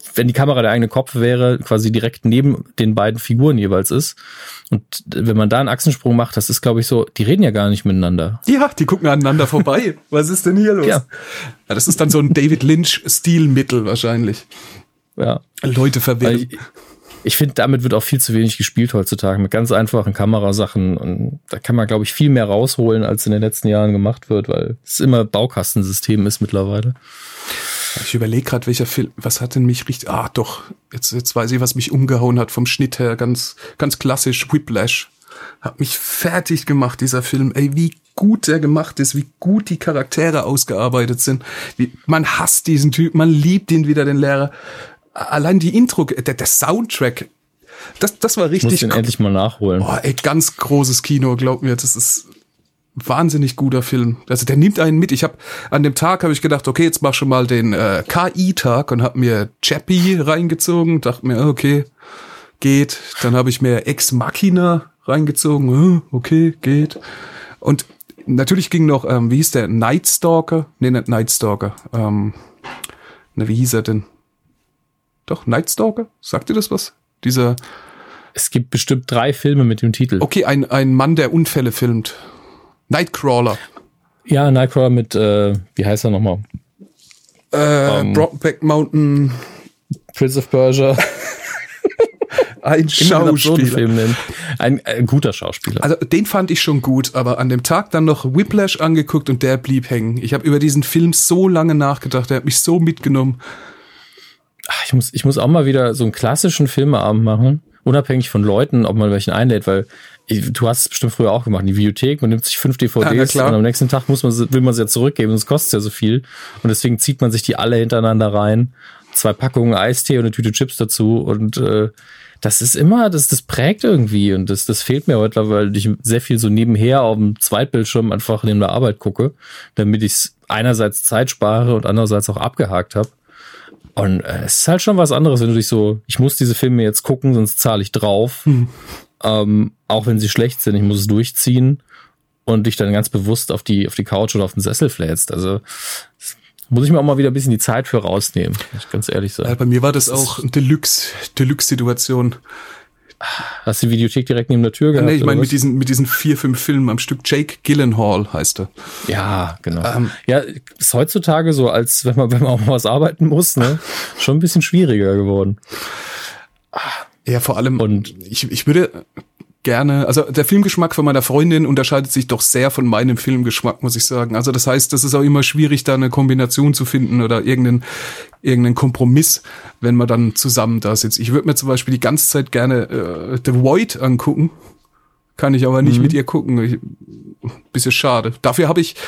wenn die Kamera der eigene Kopf wäre, quasi direkt neben den beiden Figuren jeweils ist. Und wenn man da einen Achsensprung macht, das ist, glaube ich, so, die reden ja gar nicht miteinander. Ja, die gucken aneinander vorbei. Was ist denn hier los? Ja, das ist dann so ein David Lynch-Stilmittel wahrscheinlich. Ja. Leute verwirren. Ich finde, damit wird auch viel zu wenig gespielt heutzutage, mit ganz einfachen Kamerasachen. Und da kann man, glaube ich, viel mehr rausholen, als in den letzten Jahren gemacht wird, weil es immer Baukastensystem ist mittlerweile. Ich überlege gerade, welcher Film, was hat denn mich richtig, doch, jetzt weiß ich, was mich umgehauen hat vom Schnitt her, ganz, ganz klassisch, Whiplash. Hat mich fertig gemacht, dieser Film. Ey, wie gut der gemacht ist, wie gut die Charaktere ausgearbeitet sind. Man hasst diesen Typ, man liebt ihn wieder, den Lehrer. Allein die Intro, der Soundtrack, das war richtig. Ich muss den endlich mal nachholen. Ganz großes Kino, glaub mir, das ist wahnsinnig guter Film. Also der nimmt einen mit. An dem Tag habe ich gedacht, okay, jetzt mach schon mal den KI-Tag und habe mir Chappie reingezogen. Dachte mir, okay, geht. Dann habe ich mir Ex Machina reingezogen. Okay, geht. Und natürlich ging noch, wie hieß der? Night Stalker? Nee, nicht Night Stalker. Wie hieß er denn? Doch, Night Stalker? Sagt ihr das was? Es gibt bestimmt 3 Filme mit dem Titel. Okay, ein Mann, der Unfälle filmt. Nightcrawler. Ja, Nightcrawler mit, wie heißt er nochmal? Brokeback Mountain. Prince of Persia. Ein Schauspieler. Ein guter Schauspieler. Also den fand ich schon gut, aber an dem Tag dann noch Whiplash angeguckt und der blieb hängen. Ich habe über diesen Film so lange nachgedacht, der hat mich so mitgenommen. Ich muss auch mal wieder so einen klassischen Filmeabend machen, unabhängig von Leuten, ob man welchen einlädt, weil du hast es bestimmt früher auch gemacht, in die Videothek, man nimmt sich 5 DVDs und am nächsten Tag will man sie ja zurückgeben, sonst kostet es ja so viel und deswegen zieht man sich die alle hintereinander rein, 2 Packungen Eistee und eine Tüte Chips dazu und das prägt irgendwie und das fehlt mir heute, weil ich sehr viel so nebenher auf dem Zweitbildschirm einfach neben der Arbeit gucke, damit ich es einerseits Zeit spare und andererseits auch abgehakt habe. Und es ist halt schon was anderes, wenn du dich so, ich muss diese Filme jetzt gucken, sonst zahle ich drauf. Auch wenn sie schlecht sind, ich muss es durchziehen und dich dann ganz bewusst auf die Couch oder auf den Sessel flätst. Also muss ich mir auch mal wieder ein bisschen die Zeit für rausnehmen, muss ich ganz ehrlich sagen. Bei mir war das auch eine Deluxe-Situation. Hast du die Videothek direkt neben der Tür gehabt? Nee, ich meine mit diesen 4, 5 Filmen am Stück. Jake Gyllenhaal heißt er. Ja, genau. Ja, ist heutzutage so, als wenn man auch mal was arbeiten muss, ne, schon ein bisschen schwieriger geworden. Ja, vor allem, und ich würde gerne, also der Filmgeschmack von meiner Freundin unterscheidet sich doch sehr von meinem Filmgeschmack, muss ich sagen. Also das heißt, das ist auch immer schwierig, da eine Kombination zu finden oder irgendeinen Kompromiss, wenn man dann zusammen da sitzt. Ich würde mir zum Beispiel die ganze Zeit gerne The Void angucken, kann ich aber nicht mit ihr gucken. Bisschen schade. Dafür habe ich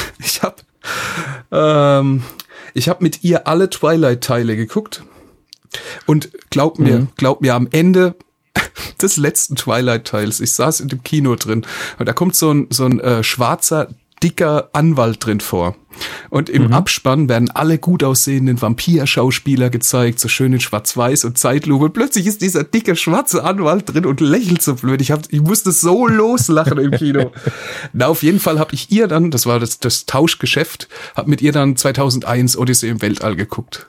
habe mit ihr alle Twilight-Teile geguckt und glaub mir, am Ende des letzten Twilight-Teils, ich saß in dem Kino drin und da kommt so ein schwarzer, dicker Anwalt drin vor. Und im Abspann werden alle gut aussehenden Vampir-Schauspieler gezeigt, so schön in Schwarz-Weiß und Zeitlupe. Und plötzlich ist dieser dicke, schwarze Anwalt drin und lächelt so blöd. Ich musste so loslachen im Kino. Na, auf jeden Fall habe ich ihr dann, das war das Tauschgeschäft, habe mit ihr dann 2001 Odyssee im Weltall geguckt.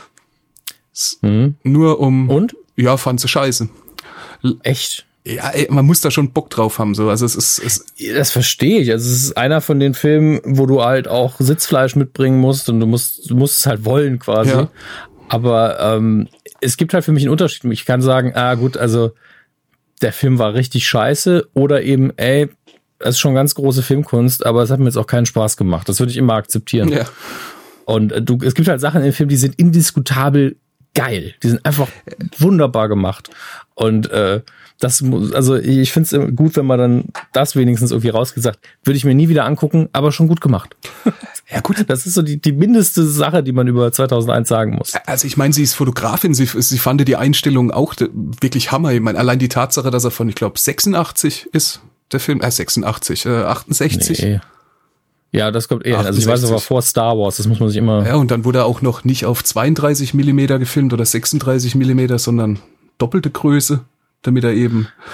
Nur um... Und? Ja, fand sie scheiße. Echt? Ja, man muss da schon Bock drauf haben, so. Also es ist das verstehe ich. Also es ist einer von den Filmen, wo du halt auch Sitzfleisch mitbringen musst und du musst es halt wollen quasi. Ja. Aber es gibt halt für mich einen Unterschied. Ich kann sagen, gut, also der Film war richtig scheiße oder eben, es ist schon ganz große Filmkunst, aber es hat mir jetzt auch keinen Spaß gemacht. Das würde ich immer akzeptieren. Ja. Und es gibt halt Sachen in dem Film, die sind indiskutabel geil. Die sind einfach wunderbar gemacht. Und ich finde es gut, wenn man dann das wenigstens irgendwie rausgesagt, würde ich mir nie wieder angucken, aber schon gut gemacht. Ja gut. Das ist so die mindeste Sache, die man über 2001 sagen muss. Also ich meine, sie ist Fotografin, sie fand die Einstellung auch wirklich Hammer. Ich meine, allein die Tatsache, dass er von, ich glaube, 86 ist, der Film, 68. Nee. Ja, das kommt eher. 68. Also ich weiß, es war vor Star Wars, das muss man sich immer... Ja, und dann wurde er auch noch nicht auf 32 Millimeter gefilmt oder 36 Millimeter, sondern doppelte Größe, damit er eben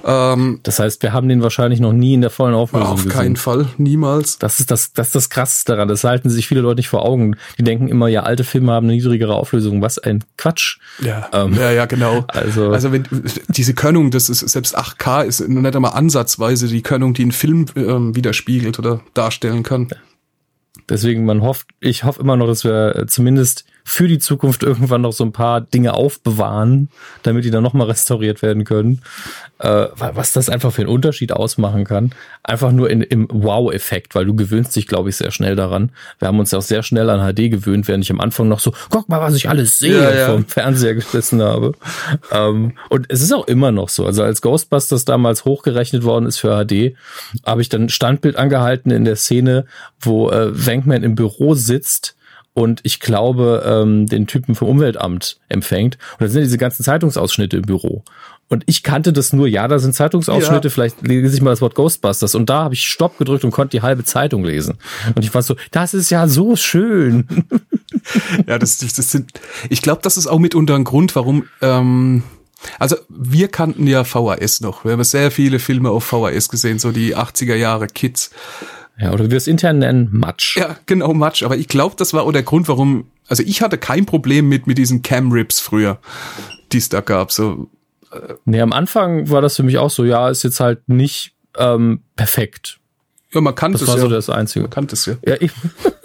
Das heißt, wir haben den wahrscheinlich noch nie in der vollen Auflösung gesehen. Auf keinen Fall, niemals. Das ist das Krasseste daran. Das halten sich viele Leute nicht vor Augen. Die denken immer, ja, alte Filme haben eine niedrigere Auflösung. Was ein Quatsch. Ja, ja, genau. Also wenn diese Körnung, das ist selbst 8K ist nicht einmal ansatzweise die Körnung, die einen Film widerspiegelt oder darstellen kann. Deswegen, ich hoffe immer noch, dass wir zumindest für die Zukunft irgendwann noch so ein paar Dinge aufbewahren, damit die dann nochmal restauriert werden können. Was das einfach für einen Unterschied ausmachen kann. Einfach nur im Wow-Effekt, weil du gewöhnst dich, glaube ich, sehr schnell daran. Wir haben uns ja auch sehr schnell an HD gewöhnt, während ich am Anfang noch so, guck mal, was ich alles sehe, vom Fernseher gesessen habe. Und es ist auch immer noch so. Also als Ghostbusters damals hochgerechnet worden ist für HD, habe ich dann ein Standbild angehalten in der Szene, wo Venkman im Büro sitzt und ich glaube, den Typen vom Umweltamt empfängt. Und da sind diese ganzen Zeitungsausschnitte im Büro. Und ich kannte das nur, da sind Zeitungsausschnitte, vielleicht lese ich mal das Wort Ghostbusters. Und da habe ich Stopp gedrückt und konnte die halbe Zeitung lesen. Und ich war so, das ist ja so schön. Ja, ich glaube, das ist auch mitunter ein Grund, warum, also wir kannten ja VHS noch. Wir haben sehr viele Filme auf VHS gesehen, so die 80er Jahre Kids. Ja, oder wie wir es intern nennen, Matsch. Ja, genau, Matsch. Aber ich glaube, das war auch der Grund, warum, also ich hatte kein Problem mit diesen Cam-Rips früher, die es da gab. So. Nee, am Anfang war das für mich auch so, ist jetzt halt nicht perfekt. Ja, man kannte es ja. Das war so das Einzige. Man kannte es ja. Ja, eben.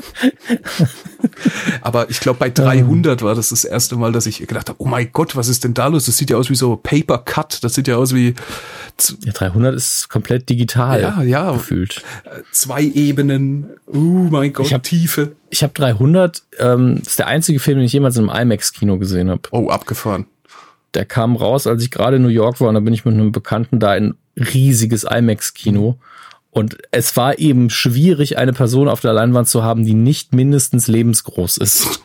Aber ich glaube, bei 300 war das erste Mal, dass ich gedacht habe, oh mein Gott, was ist denn da los? Das sieht ja aus wie so Paper Cut. Das sieht ja aus wie... Ja, 300 ist komplett digital gefühlt. 2 Ebenen. Mein Gott, Tiefe. Ich habe 300, das ist der einzige Film, den ich jemals in einem IMAX-Kino gesehen habe. Oh, abgefahren. Der kam raus, als ich gerade in New York war und da bin ich mit einem Bekannten da in ein riesiges IMAX-Kino. Und es war eben schwierig, eine Person auf der Leinwand zu haben, die nicht mindestens lebensgroß ist.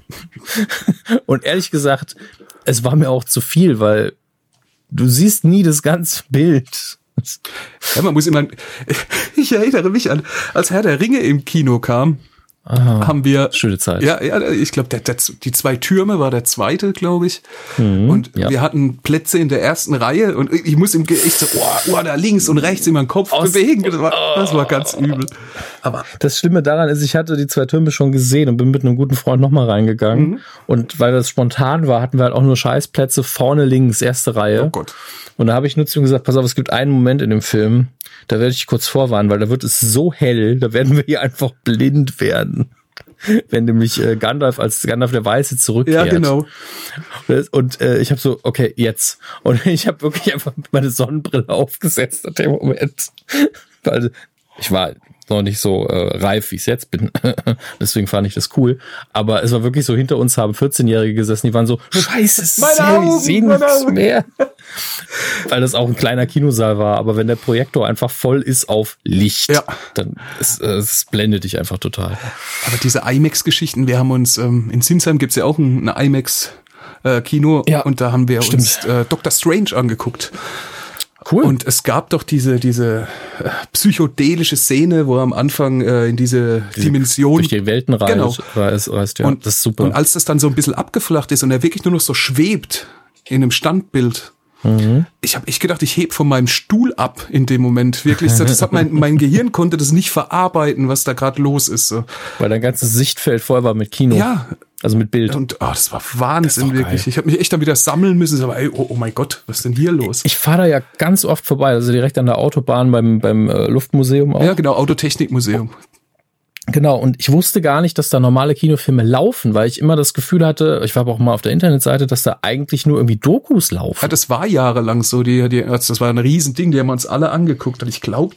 Und ehrlich gesagt, es war mir auch zu viel, weil du siehst nie das ganze Bild. Ja, man muss immer, ich erinnere mich an, als Herr der Ringe im Kino kam, haben wir... Schöne Zeit. Ja, ich glaube, die 2 Türme war der zweite, glaube ich. Und wir hatten Plätze in der ersten Reihe und ich muss im Gesicht so, da links und rechts immer den Kopf bewegen. Das war ganz übel. Aber das Schlimme daran ist, ich hatte die 2 Türme schon gesehen und bin mit einem guten Freund nochmal reingegangen. Und weil das spontan war, hatten wir halt auch nur Scheißplätze vorne links, erste Reihe. Oh Gott. Und da habe ich nur zu ihm gesagt, pass auf, es gibt einen Moment in dem Film, da werde ich kurz vorwarnen, weil da wird es so hell, da werden wir hier einfach blind werden. Wenn nämlich Gandalf als Gandalf der Weiße zurückkehrt. Ja, genau. Und ich habe so, okay, jetzt. Und ich habe wirklich einfach meine Sonnenbrille aufgesetzt in dem Moment. Weil ich war noch nicht so reif, wie ich es jetzt bin. Deswegen fand ich das cool. Aber es war wirklich so, hinter uns haben 14-Jährige gesessen, die waren so, scheiße, ich sehe nichts mehr. Weil das auch ein kleiner Kinosaal war. Aber wenn der Projektor einfach voll ist auf Licht, dann es blendet dich einfach total. Aber diese IMAX-Geschichten, wir haben uns, in Sinsheim gibt's ja auch ein IMAX-Kino und da haben wir uns Dr. Strange angeguckt. Cool. Und es gab doch diese psychedelische Szene, wo er am Anfang in diese Dimension durch die Welten reist, ja. Und das ist super. Und als das dann so ein bisschen abgeflacht ist und er wirklich nur noch so schwebt in einem Standbild, ich habe echt gedacht, ich heb von meinem Stuhl ab in dem Moment. Wirklich, das hat mein Gehirn konnte das nicht verarbeiten, was da gerade los ist. So. Weil dein ganzes Sichtfeld voll war mit Kino. Ja. Also mit Bild. Und das war Wahnsinn, wirklich. Geil. Ich habe mich echt dann wieder sammeln müssen. Aber ey, oh mein Gott, was ist denn hier los? Ich fahre da ja ganz oft vorbei, also direkt an der Autobahn beim Luftmuseum auch. Ja, genau, Autotechnikmuseum. Genau, und ich wusste gar nicht, dass da normale Kinofilme laufen, weil ich immer das Gefühl hatte, ich war aber auch mal auf der Internetseite, dass da eigentlich nur irgendwie Dokus laufen. Ja, das war jahrelang so, das war ein Riesending, die haben wir uns alle angeguckt. Und ich glaube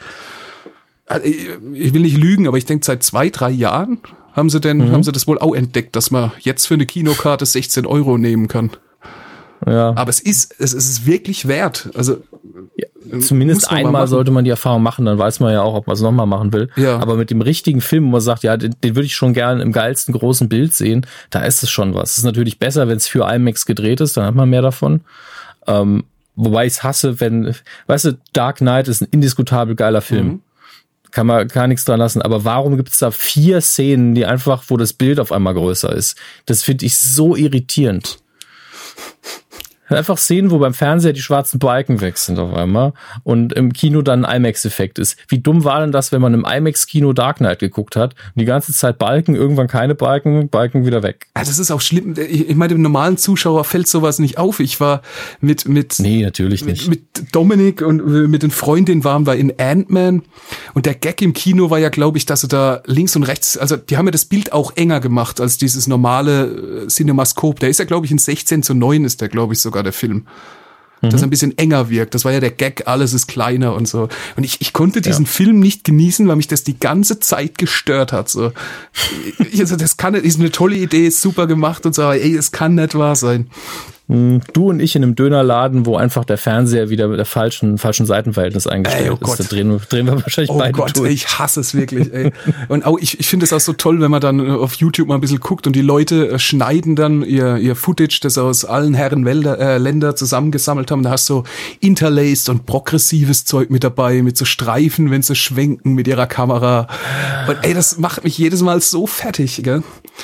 ich will nicht lügen, aber ich denke seit 2-3 Jahren haben sie das wohl auch entdeckt, dass man jetzt für eine Kinokarte 16 € nehmen kann. Ja. Aber es ist wirklich wert. Also zumindest einmal sollte man die Erfahrung machen, dann weiß man ja auch, ob man es nochmal machen will. Ja. Aber mit dem richtigen Film, wo man sagt, ja, den würde ich schon gerne im geilsten großen Bild sehen, da ist es schon was. Es ist natürlich besser, wenn es für IMAX gedreht ist, dann hat man mehr davon. Wobei ich es hasse, weißt du, Dark Knight ist ein indiskutabel geiler Film. Kann man gar nichts dran lassen. Aber warum gibt es da 4 Szenen, die einfach, wo das Bild auf einmal größer ist? Das finde ich so irritierend. Einfach Szenen, wo beim Fernseher die schwarzen Balken weg sind auf einmal und im Kino dann ein IMAX-Effekt ist. Wie dumm war denn das, wenn man im IMAX-Kino Dark Knight geguckt hat und die ganze Zeit Balken, irgendwann keine Balken wieder weg. Ja, das ist auch schlimm. Ich meine, dem normalen Zuschauer fällt sowas nicht auf. Ich war Nee, natürlich nicht. Mit Dominik und mit den Freundinnen waren wir in Ant-Man und der Gag im Kino war ja, glaube ich, dass sie da links und rechts, also die haben ja das Bild auch enger gemacht als dieses normale Cinemascope. Der ist ja, glaube ich, in 16:9 ist der, glaube ich, sogar der Film. Dass er ein bisschen enger wirkt. Das war ja der Gag, alles ist kleiner und so. Und ich konnte diesen Film nicht genießen, weil mich das die ganze Zeit gestört hat. So. Das kann nicht, ist eine tolle Idee, ist super gemacht und so, aber es kann nicht wahr sein. Du und ich in einem Dönerladen, wo einfach der Fernseher wieder mit der falschen Seitenverhältnis eingestellt ist. Da drehen wir wahrscheinlich beide durch. Ich hasse es wirklich, ey. Und auch, ich finde es auch so toll, wenn man dann auf YouTube mal ein bisschen guckt und die Leute schneiden dann ihr Footage, das aus allen Herren Länder zusammengesammelt haben. Da hast du so interlaced und progressives Zeug mit dabei, mit so Streifen, wenn sie schwenken mit ihrer Kamera. Und das macht mich jedes Mal so fertig, gell?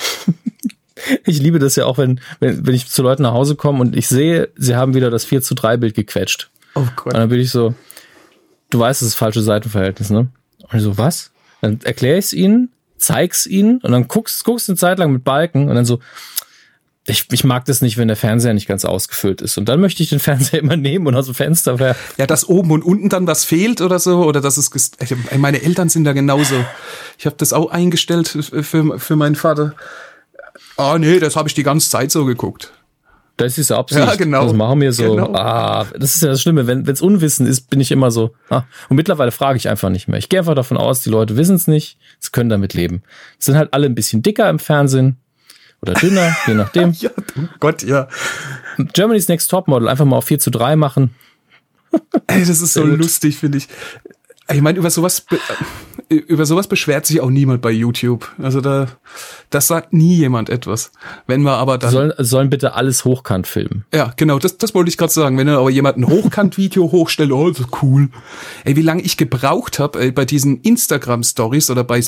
Ich liebe das ja auch, wenn ich zu Leuten nach Hause komme und ich sehe, sie haben wieder das 4:3 Bild gequetscht. Oh Gott. Und dann bin ich so, du weißt, das ist das falsche Seitenverhältnis, ne? Und ich so, was? Dann erkläre ich es ihnen, zeig's ihnen und dann guckst eine Zeit lang mit Balken und dann so, ich mag das nicht, wenn der Fernseher nicht ganz ausgefüllt ist. Und dann möchte ich den Fernseher immer nehmen und aus dem Fenster werfen. Ja, dass oben und unten dann was fehlt oder so, oder dass es meine Eltern sind da genauso. Ich habe das auch eingestellt für meinen Vater. Ah, nee, das habe ich die ganze Zeit so geguckt. Das ist ja Absicht. Ja, genau. Das machen wir so. Genau. Das ist ja das Schlimme. Wenn es Unwissen ist, bin ich immer so. Und mittlerweile frage ich einfach nicht mehr. Ich gehe einfach davon aus, die Leute wissen es nicht. Sie können damit leben. Es sind halt alle ein bisschen dicker im Fernsehen. Oder dünner, je nachdem. Ja, oh Gott, ja. Germany's Next Topmodel einfach mal auf 4:3 machen. Ey, das ist so lustig, finde ich. Ich meine, über sowas beschwert sich auch niemand bei YouTube. Also das sagt nie jemand etwas. Wenn wir aber dann sollen bitte alles hochkant filmen. Ja, genau, das wollte ich gerade sagen. Wenn aber jemand ein Hochkant-Video hochstellt, oh, das ist cool. Ey, wie lange ich gebraucht habe bei diesen Instagram-Stories oder bei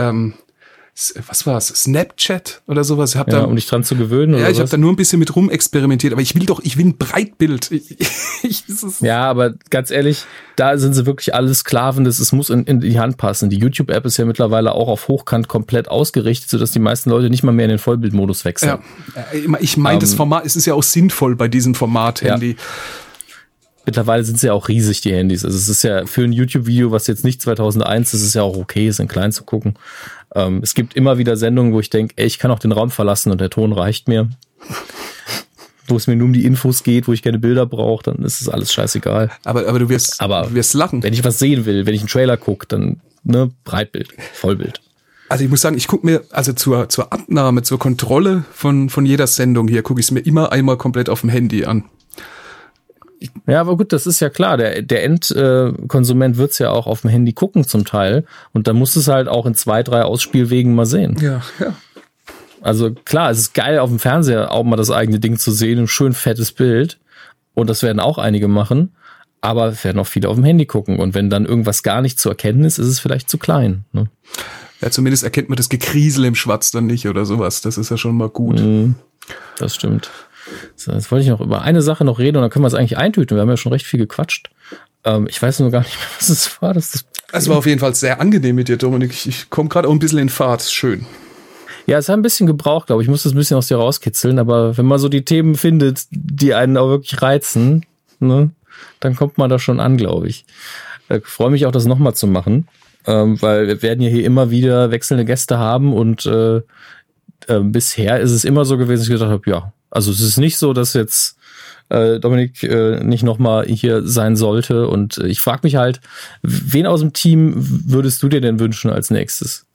was war's? Snapchat oder sowas. Um dich dran zu gewöhnen. Ja, ich habe da nur ein bisschen mit rumexperimentiert, aber ich will ein Breitbild. Ja, aber ganz ehrlich, da sind sie wirklich alle Sklaven. Es muss in die Hand passen. Die YouTube-App ist ja mittlerweile auch auf Hochkant komplett ausgerichtet, sodass die meisten Leute nicht mal mehr in den Vollbildmodus wechseln. Ja, ich meine, das Format, es ist ja auch sinnvoll bei diesem Format-Handy. Ja. Mittlerweile sind sie ja auch riesig, die Handys. Also es ist ja für ein YouTube-Video, was jetzt nicht 2001 ist, ist ja auch okay, es in klein zu gucken. Es gibt immer wieder Sendungen, wo ich denke, ich kann auch den Raum verlassen und der Ton reicht mir. Wo es mir nur um die Infos geht, wo ich keine Bilder brauche, dann ist es alles scheißegal. Aber du wirst lachen. Wenn ich was sehen will, wenn ich einen Trailer gucke, dann Breitbild, Vollbild. Also ich muss sagen, ich gucke mir, also zur Abnahme, zur Kontrolle von jeder Sendung hier, gucke ich es mir immer einmal komplett auf dem Handy an. Ja, aber gut, das ist ja klar. Der Endkonsument wird's ja auch auf dem Handy gucken zum Teil. Und dann musst du es halt auch in 2, 3 Ausspielwegen mal sehen. Ja. Also klar, es ist geil, auf dem Fernseher auch mal das eigene Ding zu sehen. Ein schön fettes Bild. Und das werden auch einige machen. Aber es werden auch viele auf dem Handy gucken. Und wenn dann irgendwas gar nicht zu erkennen ist, ist es vielleicht zu klein. Ne? Ja, zumindest erkennt man das Gekriesel im Schwarz dann nicht oder sowas. Das ist ja schon mal gut. Das stimmt. So, jetzt wollte ich noch über eine Sache noch reden und dann können wir es eigentlich eintüten. Wir haben ja schon recht viel gequatscht. Ich weiß nur gar nicht mehr, was es war. Es war auf jeden Fall sehr angenehm mit dir, Dominik. Ich komme gerade auch ein bisschen in Fahrt. Schön. Ja, es hat ein bisschen gebraucht, glaube ich. Ich muss das ein bisschen aus dir rauskitzeln. Aber wenn man so die Themen findet, die einen auch wirklich reizen, ne, dann kommt man da schon an, glaube ich. Ich freue mich auch, das nochmal zu machen. Weil wir werden ja hier immer wieder wechselnde Gäste haben und bisher ist es immer so gewesen, dass ich gedacht habe, ja, also es ist nicht so, dass jetzt Dominik nicht nochmal hier sein sollte. Und ich frage mich halt, wen aus dem Team würdest du dir denn wünschen als nächstes?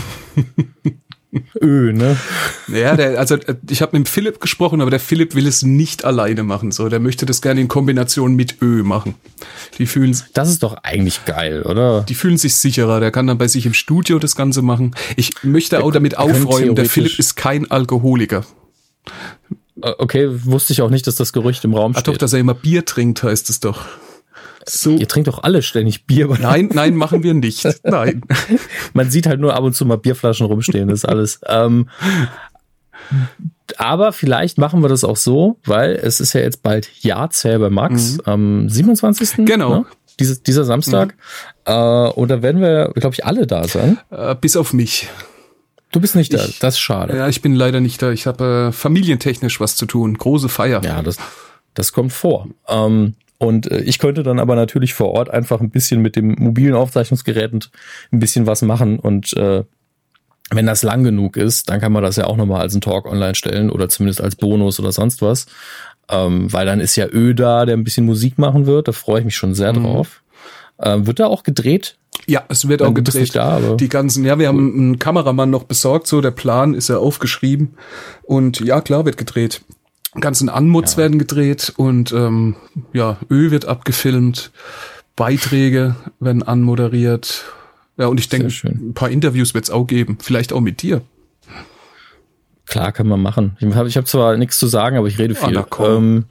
Ne? Ja, ich habe mit dem Philipp gesprochen, aber der Philipp will es nicht alleine machen. So, der möchte das gerne in Kombination mit machen. Das ist doch eigentlich geil, oder? Die fühlen sich sicherer. Der kann dann bei sich im Studio das Ganze machen. Ich möchte auch damit aufräumen, der Philipp ist kein Alkoholiker. Okay, wusste ich auch nicht, dass das Gerücht im Raum steht. Doch, dass er immer Bier trinkt, heißt es doch. So. Ihr trinkt doch alle ständig Bier. Nein, machen wir nicht. Nein. Man sieht halt nur ab und zu mal Bierflaschen rumstehen, das ist alles. Aber vielleicht machen wir das auch so, weil es ist ja jetzt bald Jahrzähl bei Max am 27. Genau. Ne? Dieser Samstag. Und da werden wir, glaube ich, alle da sein. Bis auf mich. Du bist nicht da, das ist schade. Ja, ich bin leider nicht da. Ich habe familientechnisch was zu tun. Große Feier. Ja, das kommt vor. Und ich könnte dann aber natürlich vor Ort einfach ein bisschen mit dem mobilen Aufzeichnungsgerät ein bisschen was machen. Und wenn das lang genug ist, dann kann man das ja auch nochmal als einen Talk online stellen oder zumindest als Bonus oder sonst was. Weil dann ist ja da, der ein bisschen Musik machen wird. Da freue ich mich schon sehr drauf. Wird da auch gedreht? Ja, es wird auch gedreht. Die ganzen, wir haben einen Kameramann noch besorgt, so der Plan ist ja aufgeschrieben. Und ja, klar, wird gedreht. Ganzen Anmuts werden gedreht und wird abgefilmt. Beiträge werden anmoderiert. Ja, und ich denke, ein paar Interviews wird es auch geben. Vielleicht auch mit dir. Klar, kann man machen. Ich hab zwar nichts zu sagen, aber ich rede viel. Na komm.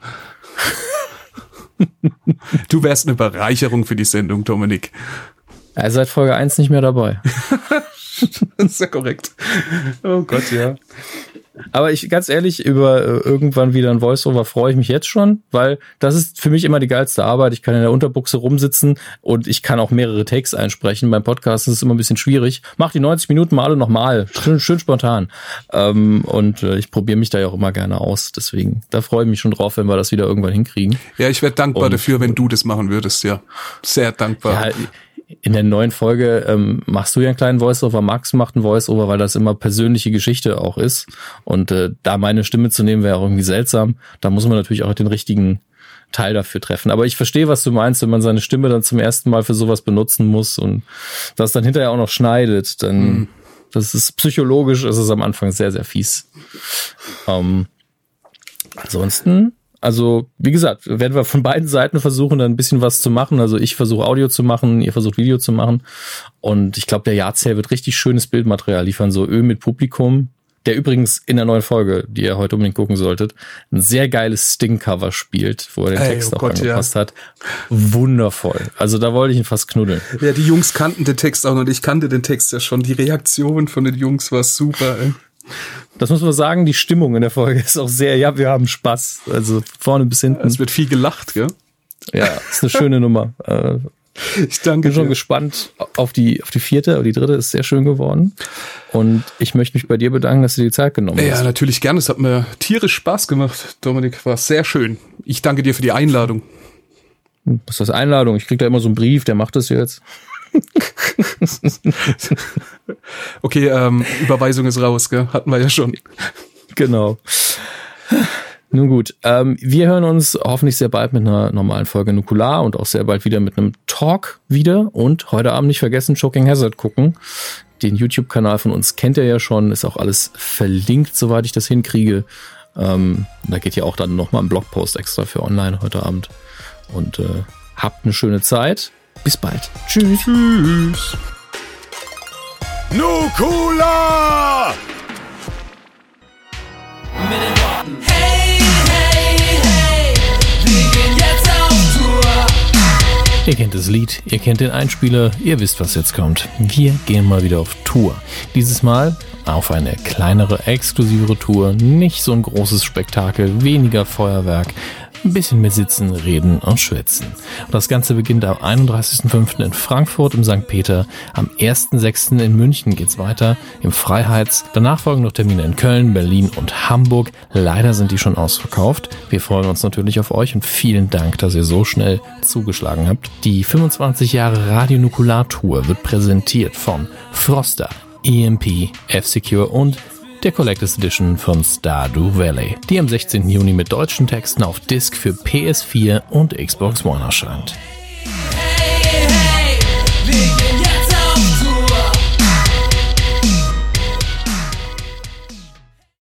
Du wärst eine Bereicherung für die Sendung, Dominik. Er ist seit Folge 1 nicht mehr dabei. Das ist ja korrekt. Oh Gott, ja. Aber ganz ehrlich, über irgendwann wieder ein Voice-Over freue ich mich jetzt schon, weil das ist für mich immer die geilste Arbeit. Ich kann in der Unterbuchse rumsitzen und ich kann auch mehrere Takes einsprechen. Beim Podcast ist es immer ein bisschen schwierig. Mach die 90 Minuten mal alle nochmal. Schön spontan. Und ich probiere mich da ja auch immer gerne aus. Deswegen, da freue ich mich schon drauf, wenn wir das wieder irgendwann hinkriegen. Ja, ich wäre dankbar dafür, wenn du das machen würdest, ja. Sehr dankbar. Ja, in der neuen Folge machst du ja einen kleinen Voice-Over, Max macht einen Voice-Over, weil das immer persönliche Geschichte auch ist. Und da meine Stimme zu nehmen, wäre auch irgendwie seltsam. Da muss man natürlich auch den richtigen Teil dafür treffen. Aber ich verstehe, was du meinst, wenn man seine Stimme dann zum ersten Mal für sowas benutzen muss und das dann hinterher auch noch schneidet, dann das ist psychologisch, ist es am Anfang sehr, sehr fies. Ansonsten... Also, wie gesagt, werden wir von beiden Seiten versuchen, da ein bisschen was zu machen. Also ich versuche Audio zu machen, ihr versucht Video zu machen. Und ich glaube, der Jahrzähl wird richtig schönes Bildmaterial liefern. So mit Publikum, der übrigens in der neuen Folge, die ihr heute unbedingt gucken solltet, ein sehr geiles Sting-Cover spielt, wo er den Text auch angepasst hat. Wundervoll. Also da wollte ich ihn fast knuddeln. Ja, die Jungs kannten den Text auch noch. Ich kannte den Text ja schon. Die Reaktion von den Jungs war super, ey. Das muss man sagen, die Stimmung in der Folge ist auch sehr, wir haben Spaß. Also vorne bis hinten. Es wird viel gelacht, gell? Ja, ist eine schöne Nummer. Ich danke bin schon gespannt auf die vierte, aber die dritte ist sehr schön geworden. Und ich möchte mich bei dir bedanken, dass du dir die Zeit genommen hast. Ja, natürlich gerne. Es hat mir tierisch Spaß gemacht, Dominik. War sehr schön. Ich danke dir für die Einladung. Was ist das, Einladung? Ich krieg da immer so einen Brief, der macht das jetzt. Okay, Überweisung ist raus, gell? Hatten wir ja schon. Genau. Nun gut, wir hören uns hoffentlich sehr bald mit einer normalen Folge Nukular und auch sehr bald wieder mit einem Talk wieder. Und heute Abend nicht vergessen, Choking Hazard gucken. Den YouTube-Kanal von uns kennt ihr ja schon, ist auch alles verlinkt, soweit ich das hinkriege. Da geht ja auch dann nochmal ein Blogpost extra für online heute Abend. Und habt eine schöne Zeit. Bis bald. Tschüss. Tschüss. Nukular! Mit den Worten Hey, hey, hey, wir gehen jetzt auf Tour. Ihr kennt das Lied, ihr kennt den Einspieler, ihr wisst, was jetzt kommt. Wir gehen mal wieder auf Tour. Dieses Mal auf eine kleinere, exklusivere Tour. Nicht so ein großes Spektakel, weniger Feuerwerk. Ein bisschen mehr sitzen, reden und schwätzen. Und das Ganze beginnt am 31.05. in Frankfurt im St. Peter. Am 1.06. in München geht's weiter im Freiheits. Danach folgen noch Termine in Köln, Berlin und Hamburg. Leider sind die schon ausverkauft. Wir freuen uns natürlich auf euch und vielen Dank, dass ihr so schnell zugeschlagen habt. Die 25 Jahre Radio Nukular Tour wird präsentiert von Froster, EMP, F-Secure und der Collectors Edition von Stardew Valley, die am 16. Juni mit deutschen Texten auf Disc für PS4 und Xbox One erscheint.